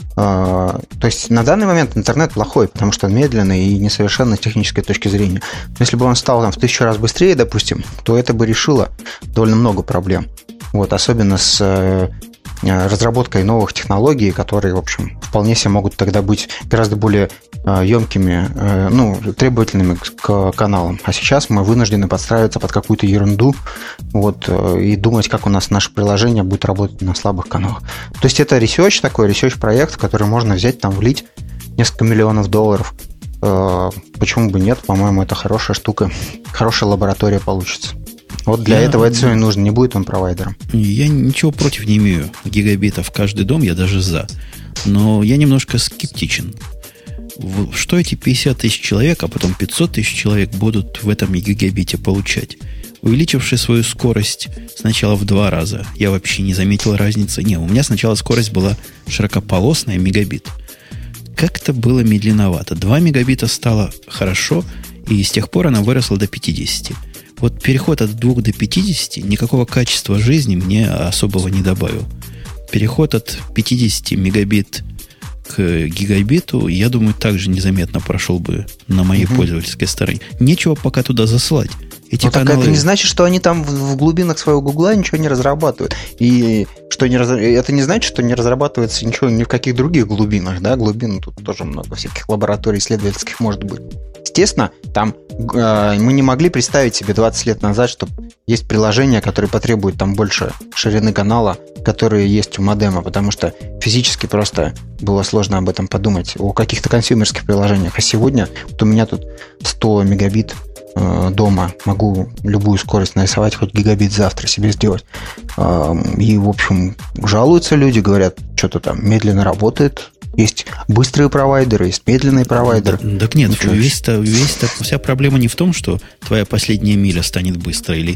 То есть на данный момент интернет плохой, потому что он медленный и несовершенный с технической точки зрения. Но если бы он стал там в 1000 раз быстрее, допустим, то это бы решило довольно много проблем. Вот, особенно с разработкой новых технологий, которые, в общем, вполне себе могут тогда быть гораздо более емкими, требовательными к каналам. А сейчас мы вынуждены подстраиваться под какую-то ерунду, вот, и думать, как у нас наше приложение будет работать на слабых каналах. То есть это ресерч-проект, в который можно взять, там, влить несколько миллионов долларов. Почему бы нет? По-моему, это хорошая штука, хорошая лаборатория получится. Вот для этого это все и нужно, не будет он провайдером. Я ничего против не имею гигабитов в каждый дом, я даже за. Но я немножко скептичен. Что эти 50 тысяч человек, а потом 500 тысяч человек будут в этом гигабите получать? Увеличивши свою скорость сначала в 2 раза, я вообще не заметил разницы. Не, у меня сначала скорость была широкополосная, мегабит. Как-то было медленновато. 2 мегабита стало хорошо, и с тех пор она выросла до 50. Вот переход от 2 до 50 никакого качества жизни мне особого не добавил. Переход от 50 мегабит к гигабиту, я думаю, также незаметно прошел бы на моей пользовательской стороне. Нечего пока туда заслать. Эти каналы... Это не значит, что они там в глубинах своего Гугла ничего не разрабатывают. И что это не значит, что не разрабатывается ничего ни в каких других глубинах. Да? Глубин тут тоже много всяких лабораторий исследовательских может быть. Естественно, там мы не могли представить себе 20 лет назад, что есть приложения, которые потребуют там больше ширины канала, которые есть у модема, потому что физически просто было сложно об этом подумать о каких-то консюмерских приложениях. А сегодня вот у меня тут 100 мегабит дома, могу любую скорость нарисовать, хоть гигабит завтра себе сделать. И, в общем, жалуются люди, говорят, что-то там медленно работает. Есть быстрые провайдеры, есть медленные провайдеры. Так нет, вся проблема не в том, что твоя последняя миля станет быстрой, или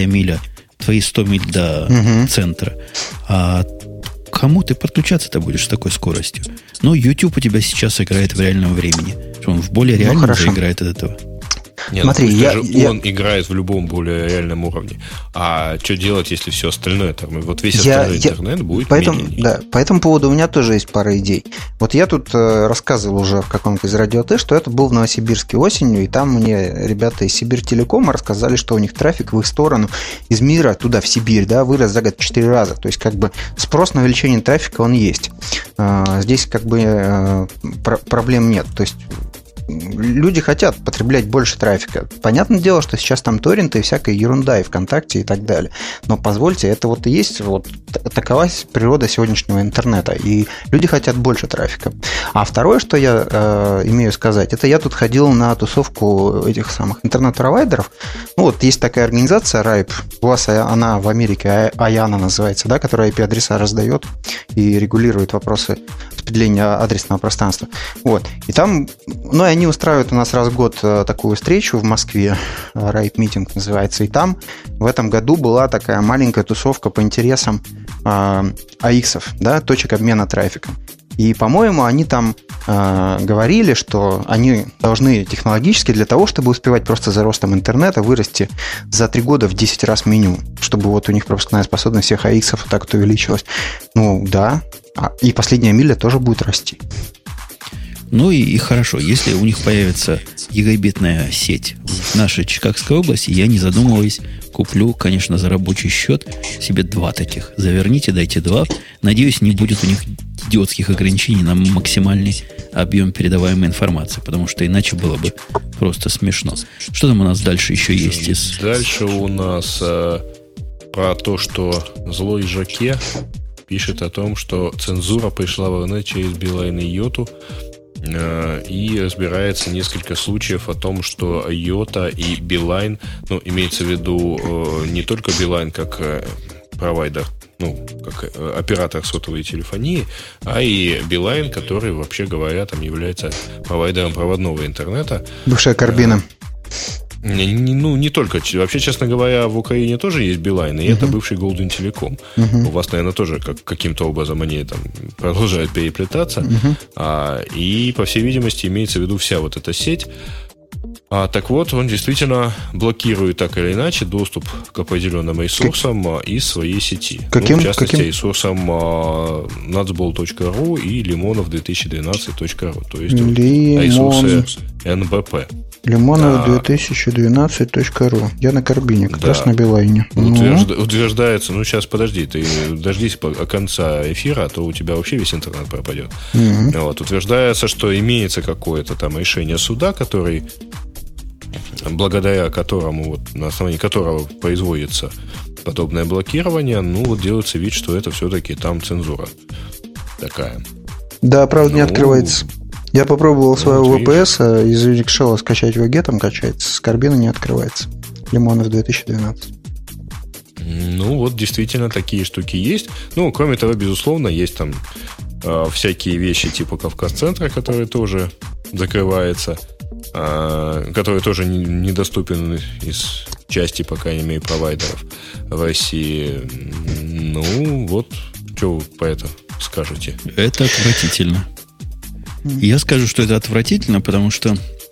твои 100 миль до центра, а кому ты подключаться-то будешь с такой скоростью? Ну, YouTube у тебя сейчас играет в реальном времени. Он в более реальном играет от этого. Нет, смотри, он играет в любом более реальном уровне. А что делать, если все остальное? Вот весь остальной интернет будет медленнее. Да, по этому поводу у меня тоже есть пара идей. Вот я тут рассказывал уже в каком-то из радио Т, что это был в Новосибирске осенью, и там мне ребята из Сибирь-Телекома рассказали, что у них трафик в их сторону из мира туда, в Сибирь, да, вырос за год в 4 раза. То есть, как бы, спрос на увеличение трафика, он есть. Здесь, как бы, проблем нет. То есть, люди хотят потреблять больше трафика. Понятное дело, что сейчас там торренты и всякая ерунда, и ВКонтакте, и так далее. Но позвольте, это вот и есть вот такова природа сегодняшнего интернета. И люди хотят больше трафика. А второе, что я имею сказать, это я тут ходил на тусовку этих самых интернет-провайдеров. Ну вот есть такая организация RIPE. У вас она в Америке, IANA называется, да, которая IP-адреса раздает и регулирует вопросы распределение адресного пространства. Вот. И там, ну, и они устраивают у нас раз в год такую встречу в Москве, Райп-митинг называется, и там в этом году была такая маленькая тусовка по интересам АИКсов, да, точек обмена трафиком. И, по-моему, они там говорили, что они должны технологически для того, чтобы успевать просто за ростом интернета, вырасти за 3 года в 10 раз минимум, чтобы вот у них пропускная способность всех АИКсов так вот увеличилась. Ну, да. И последняя миля тоже будет расти. Ну и хорошо, если у них появится гигабитная сеть в нашей Чикагской области, я, не задумываясь, куплю, конечно, за рабочий счет себе 2 таких. Заверните, дайте 2. Надеюсь, не будет у них идиотских ограничений на максимальный объем передаваемой информации, потому что иначе было бы просто смешно. Что там у нас дальше еще есть? Дальше у нас про то, что злой Жаке пишет о том, что цензура пришла в РН через Билайн и Йоту, и разбирается несколько случаев о том, что Йота и Билайн, ну, имеется в виду не только Билайн как провайдер, ну, как оператор сотовой телефонии, а и Билайн, который, вообще говоря, там является провайдером проводного интернета. Бывшая Карбина. Ну, не только. Вообще, честно говоря, в Украине тоже есть Билайн, и это бывший Golden Telecom. У вас, наверное, тоже каким-то образом они там продолжают переплетаться. И, по всей видимости, имеется в виду вся вот эта сеть. Так вот, он действительно блокирует так или иначе доступ к определенным ресурсам из своей сети. Каким? Ну, в частности, ресурсам nutsball.ru и limonov2012.ru. То есть ресурсы НБП. Limonov2012.ru. Я на Карбине, как раз на Билайне. Утверждается, ну сейчас подожди, ты дождись конца эфира, а то у тебя вообще весь интернет пропадет. Вот, утверждается, что имеется какое-то там решение суда, который, благодаря которому, вот, на основании которого производится подобное блокирование, ну вот делается вид, что это все-таки там цензура такая. Да, правда, не открывается. Я попробовал своего VPS, из Unix Shell скачать VG, там качается, с Карбина не открывается. Limonov 2012. Ну, вот действительно такие штуки есть. Ну, кроме того, безусловно, есть там всякие вещи типа Кавказ-центра, которые тоже закрывается, который тоже недоступен из части, по крайней мере, провайдеров в России. Ну, вот, что вы по этому скажете? Это отвратительно. Я скажу, что это отвратительно, потому что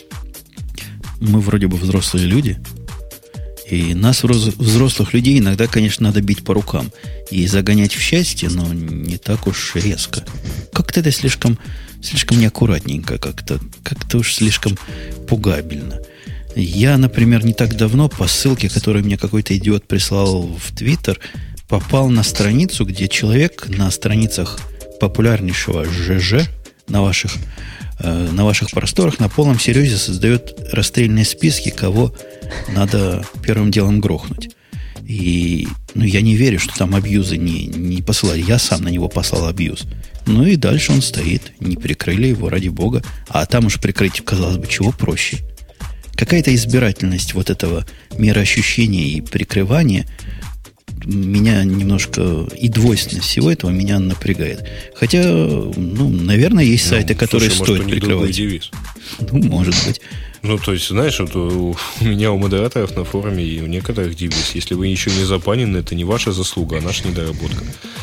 мы вроде бы взрослые люди, и нас, взрослых людей, иногда, конечно, надо бить по рукам и загонять в счастье, но не так уж резко. Как-то это слишком неаккуратненько, как-то уж слишком пугабельно. Я, например, не так давно по ссылке, которую мне какой-то идиот прислал в Твиттер, попал на страницу, где человек на страницах популярнейшего ЖЖ на ваших просторах на полном серьезе создает расстрельные списки, кого надо первым делом грохнуть. И я не верю, что там абьюзы не посылали. Я сам на него послал абьюз. Ну и дальше он стоит. Не прикрыли его, ради бога. А там уж прикрыть, казалось бы, чего проще. Какая-то избирательность вот этого мироощущения и прикрывания меня немножко, и двойственность всего этого меня напрягает. Хотя, наверное, есть сайты, которые стоит прикрывать. Девиз. Может быть. То есть, знаешь, вот у меня, у модераторов на форуме и у некоторых девиз, если вы еще не забанены, это не ваша заслуга, а наша недоработка.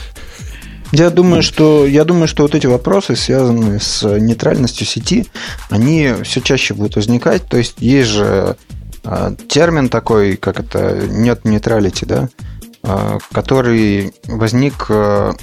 Я думаю, что вот эти вопросы, связанные с нейтральностью сети, они все чаще будут возникать. То есть же термин такой, как это, net neutrality, да, который возник в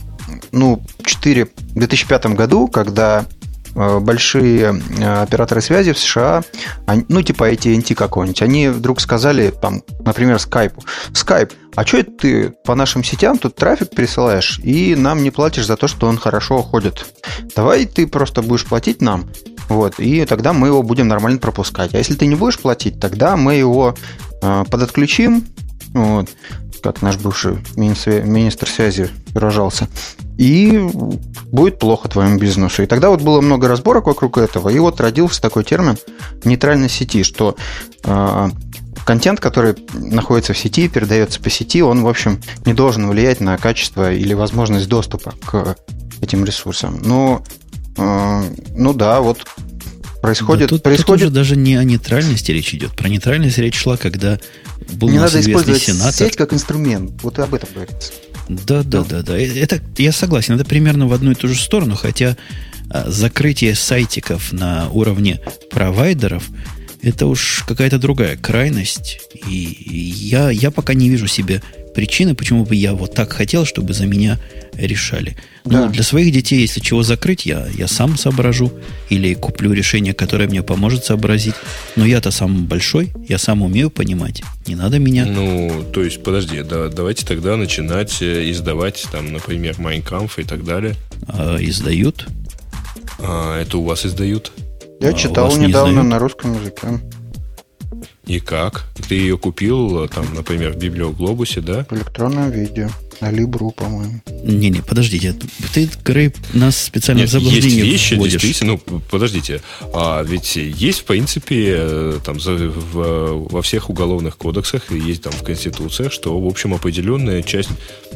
2005 году, когда большие операторы связи в США, типа AT&T какой-нибудь, они вдруг сказали, там, например, Skype, а что это ты по нашим сетям тут трафик пересылаешь и нам не платишь за то, что он хорошо ходит? Давай ты просто будешь платить нам, вот, и тогда мы его будем нормально пропускать. А если ты не будешь платить, тогда мы его подотключим, вот, как наш бывший министр связи выражался, и будет плохо твоему бизнесу. И тогда вот было много разборок вокруг этого, и вот родился такой термин нейтральной сети, что контент, который находится в сети, передается по сети, он, в общем, не должен влиять на качество или возможность доступа к этим ресурсам. Но Ну да, вот происходит... Тут уже даже не о нейтральности речь идет. Про нейтральность речь шла, когда был у нас известный сенатор. Не надо использовать сеть как инструмент. Вот об этом говорится. Да. Это, я согласен, это примерно в одну и ту же сторону, хотя закрытие сайтиков на уровне провайдеров это уж какая-то другая крайность. И я пока не вижу себе причины, почему бы я вот так хотел, чтобы за меня решали. Да. Ну, для своих детей, если чего закрыть, я сам соображу. Или куплю решение, которое мне поможет сообразить. Но я-то сам большой, я сам умею понимать. Не надо меня... Ну, то есть, подожди, давайте тогда начинать издавать, там, например, Майнкамф и так далее. Издают. Это у вас издают? Я читал недавно на русском языке. И как? Ты ее купил, там, например, в Библиоглобусе, да? В электронном виде. На Либру, по-моему. Не, подождите. Ты, Грей, нас специально в заблуждение есть вещи, вводишь. Действительно, подождите. Ведь есть, в принципе, там, во всех уголовных кодексах, есть там в Конституциях, что, в общем, определенная часть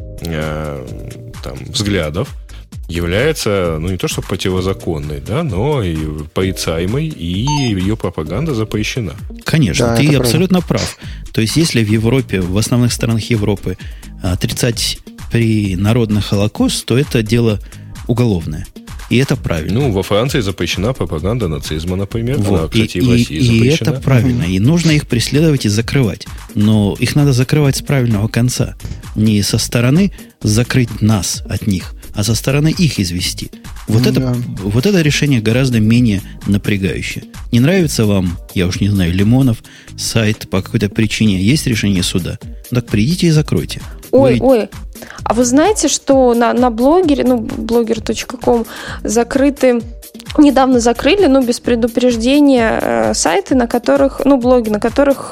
там, взглядов является, ну, не то что противозаконной, да, но и порицаемой, и ее пропаганда запрещена. Конечно, да, ты абсолютно прав. То есть, если в Европе, в основных странах Европы отрицать при народный Холокост, то это дело уголовное. И это правильно. Ну, во Франции запрещена пропаганда нацизма, например. Вот. Она, кстати, и в России запрещена. И это правильно. И нужно их преследовать и закрывать. Но их надо закрывать с правильного конца. Не со стороны закрыть нас от них, а со стороны их извести. Вот это решение гораздо менее напрягающее. Не нравится вам, я уж не знаю, Лимонов, сайт по какой-то причине, есть решение суда? Так придите и закройте. Ой, а вы знаете, что на блогере, blogger.com недавно закрыли, без предупреждения, сайты, на которых, блоги, на которых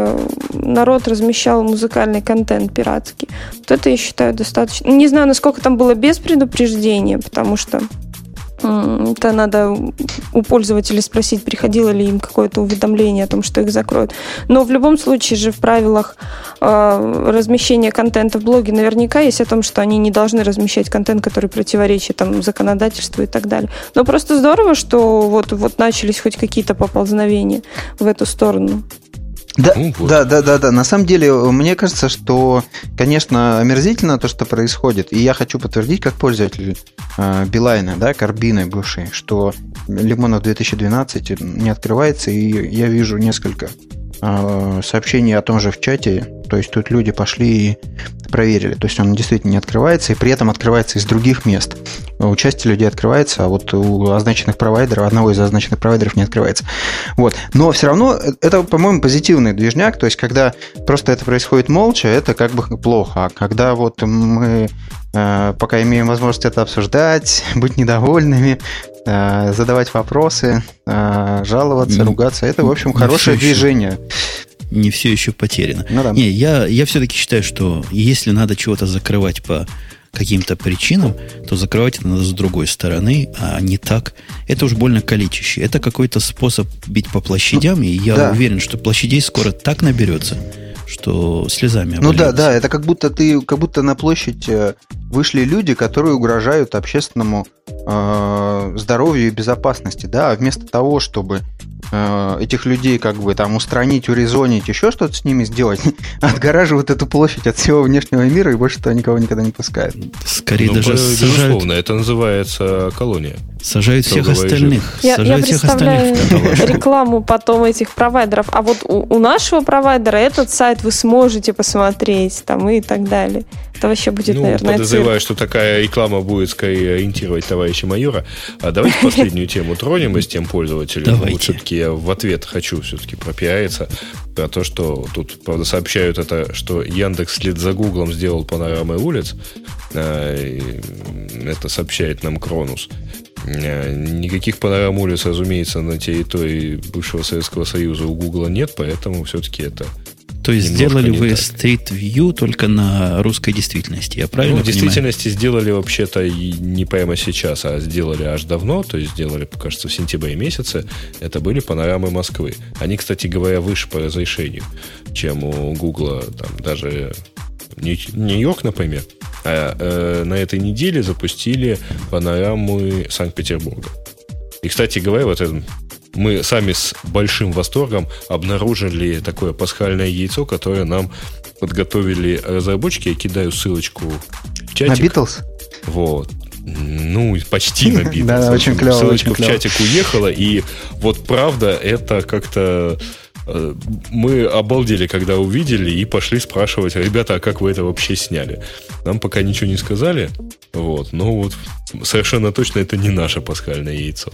народ размещал музыкальный контент пиратский. Вот это, я считаю, достаточно. Не знаю, насколько там было без предупреждения, потому что это надо у пользователей спросить, приходило ли им какое-то уведомление о том, что их закроют. Но в любом случае же в правилах размещения контента в блоге наверняка есть о том, что они не должны размещать контент, который противоречит там, законодательству и так далее. Но просто здорово, что вот начались хоть какие-то поползновения в эту сторону. Да. На самом деле, мне кажется, что, конечно, омерзительно то, что происходит. И я хочу подтвердить, как пользователь Билайна, Карбины бывший, что Лимонов 2012 не открывается, и я вижу несколько сообщений о том же в чате. То есть тут люди пошли и проверили. То есть он действительно не открывается, и при этом открывается из других мест. У части людей открывается, а вот у означенных провайдеров, одного из означенных провайдеров не открывается. Вот. Но все равно это, по-моему, позитивный движняк. То есть когда просто это происходит молча, это как бы плохо. А когда вот мы пока имеем возможность это обсуждать, быть недовольными, задавать вопросы, жаловаться, ругаться, это, в общем, хорошее движение. Не все еще потеряно. Да. Не, я все-таки считаю, что если надо чего-то закрывать по каким-то причинам, то закрывать это надо с другой стороны, а не так. Это уж больно калечище. Это какой-то способ бить по площадям, и я уверен, что площадей скоро так наберется, что слезами обольется. Да, это как будто на площадь вышли люди, которые угрожают общественному здоровью и безопасности, а вместо того, чтобы этих людей как бы там устранить, урезонить, еще что-то с ними сделать, отгораживают эту площадь от всего внешнего мира и больше туда никого никогда не пускают. Скорее даже безусловно, это называется колония. Сажают всех остальных. Я представляю рекламу потом этих провайдеров. А вот у нашего провайдера этот сайт вы сможете посмотреть там и так далее. Это вообще будет, наверное, подозреваю, что такая реклама будет скорее ориентировать товарища майора. А давайте последнюю тему тронем из тем пользователей. Вот все-таки я в ответ хочу все-таки пропиариться про то, что тут, правда, сообщают это, что Яндекс вслед за Гуглом сделал панорамы улиц. Это сообщает нам Кронус. Никаких панорам улиц, разумеется, на территории бывшего Советского Союза у Гугла нет, поэтому все-таки это... То есть сделали вы Street View только на русской действительности, я правильно понимаю? В действительности сделали вообще-то не прямо сейчас, а сделали аж давно, то есть сделали, кажется, в сентябре месяце. Это были панорамы Москвы. Они, кстати говоря, выше по разрешению, чем у Гугла, там даже Нью-Йорк, например. на этой неделе запустили панорамы Санкт-Петербурга. И, кстати говоря, вот это, мы сами с большим восторгом обнаружили такое пасхальное яйцо, которое нам подготовили разработчики. Я кидаю ссылочку в чатик. На Битлз? Вот. Ну, почти на Битлз. Да, очень клево. Ссылочка в чатик уехала, и вот правда, это как-то... Мы обалдели, когда увидели, и пошли спрашивать: ребята, а как вы это вообще сняли? Нам пока ничего не сказали, вот, но вот совершенно точно это не наше пасхальное яйцо.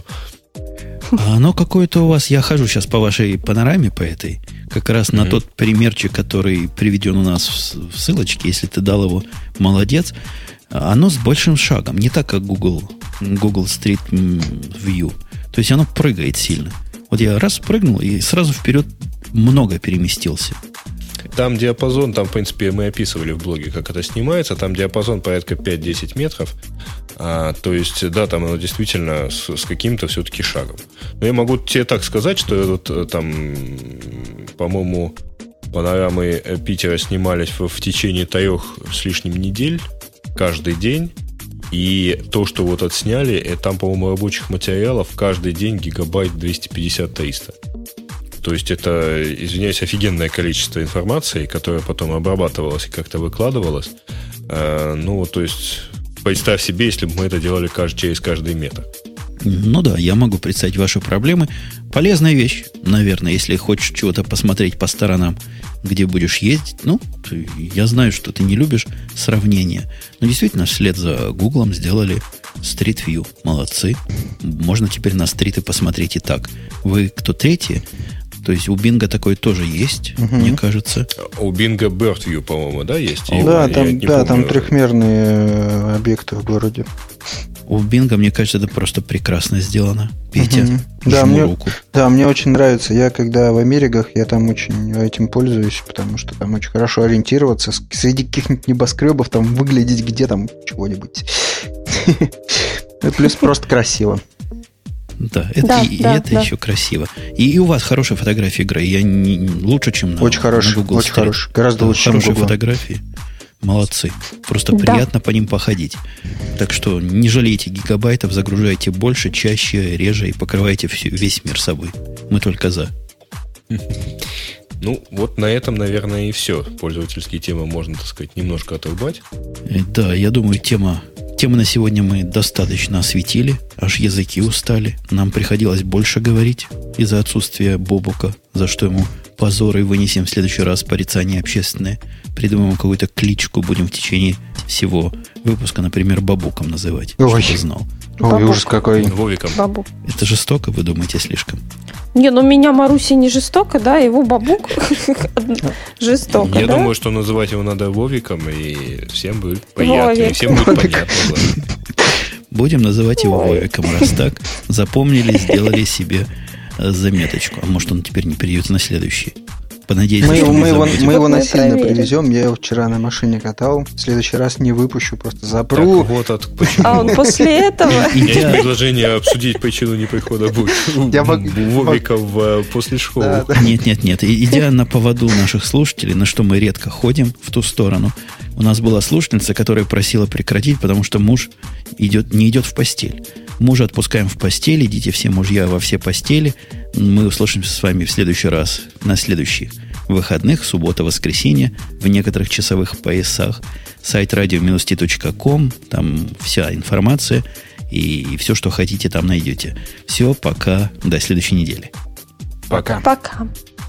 А оно какое-то у вас, я хожу сейчас по вашей панораме, по этой, как раз на тот примерчик, который приведен у нас в ссылочке, если ты дал его, молодец. Оно с большим шагом, не так, как Google Street View. То есть оно прыгает сильно. Вот я раз прыгнул и сразу вперед много переместился. Там диапазон, там, в принципе, мы описывали в блоге, как это снимается. Там диапазон порядка 5-10 метров. То есть, да, там оно действительно с каким-то все-таки шагом. Но я могу тебе так сказать, что там, по-моему, панорамы Питера снимались в течение 3 с лишним недель, каждый день. И то, что вот отсняли, там, по-моему, рабочих материалов каждый день гигабайт 250-300. То есть это, извиняюсь, офигенное количество информации, которая потом обрабатывалась и как-то выкладывалась. Ну, то есть, представь себе, если бы мы это делали через каждый метр. Ну да, я могу представить ваши проблемы. Полезная вещь, наверное, если хочешь чего-то посмотреть по сторонам, где будешь ездить. Ну, я знаю, что ты не любишь сравнения. Но действительно, вслед за Гуглом сделали Street View. Молодцы. Можно теперь на стриты посмотреть и так. Вы кто третий? То есть у Бинга такой тоже есть, мне кажется. У Бинга Bird View, по-моему, да, есть? Там трехмерные объекты в городе. У Бинга, мне кажется, это просто прекрасно сделано. Петя, руку. Да, мне очень нравится. Я когда в Америках, я там очень этим пользуюсь, потому что там очень хорошо ориентироваться. Среди каких-нибудь небоскребов там выглядеть, где там чего-нибудь. Плюс просто красиво. Да, это еще красиво. И у вас хорошие фотографии игры. Я лучше, чем на очень хорошие, Google очень Street. хорошие. Гораздо лучше, чем хорошие Google. Фотографии. Молодцы. Просто приятно по ним походить. Так что не жалейте гигабайтов, загружайте больше, чаще, реже и покрывайте весь мир собой. Мы только за. Ну, вот на этом, наверное, и все. Пользовательские темы можно, так сказать, немножко отрубать. Да, я думаю, темы на сегодня мы достаточно осветили. Аж языки устали. Нам приходилось больше говорить из-за отсутствия Бобука, за что ему позор, и вынесем в следующий раз порицание общественное. Придумаем какую-то кличку, будем в течение всего выпуска, например, Бабуком называть. Ой. Чтобы знал. Ой, ужас какой. Вовиком. Бабук. Это жестоко, вы думаете, слишком? Не, ну меня Маруся не жестоко, да, его Бабук жестоко, Я да? думаю, что называть его надо Вовиком, и всем будет приятно, и всем будет понятно. Будем называть его Вовиком, раз так. Запомнили, сделали себе заметочку. А может, он теперь не придет на следующий. Понадеюсь, мы что его насильно привезем. Я его вчера на машине катал. В следующий раз не выпущу, просто запру. Так, вот почему. А он после этого... У меня есть предложение обсудить причину неприхода Вовика после шоу. Нет. Идя на поводу наших слушателей, на что мы редко ходим в ту сторону, у нас была слушательница, которая просила прекратить, потому что муж не идет в постель. Мужа отпускаем в постель, идите все мужья во все постели. Мы услышимся с вами в следующий раз, на следующих выходных, суббота, воскресенье, в некоторых часовых поясах. Сайт radio-t.com, там вся информация и все, что хотите, там найдете. Все, пока, до следующей недели. Пока. Пока.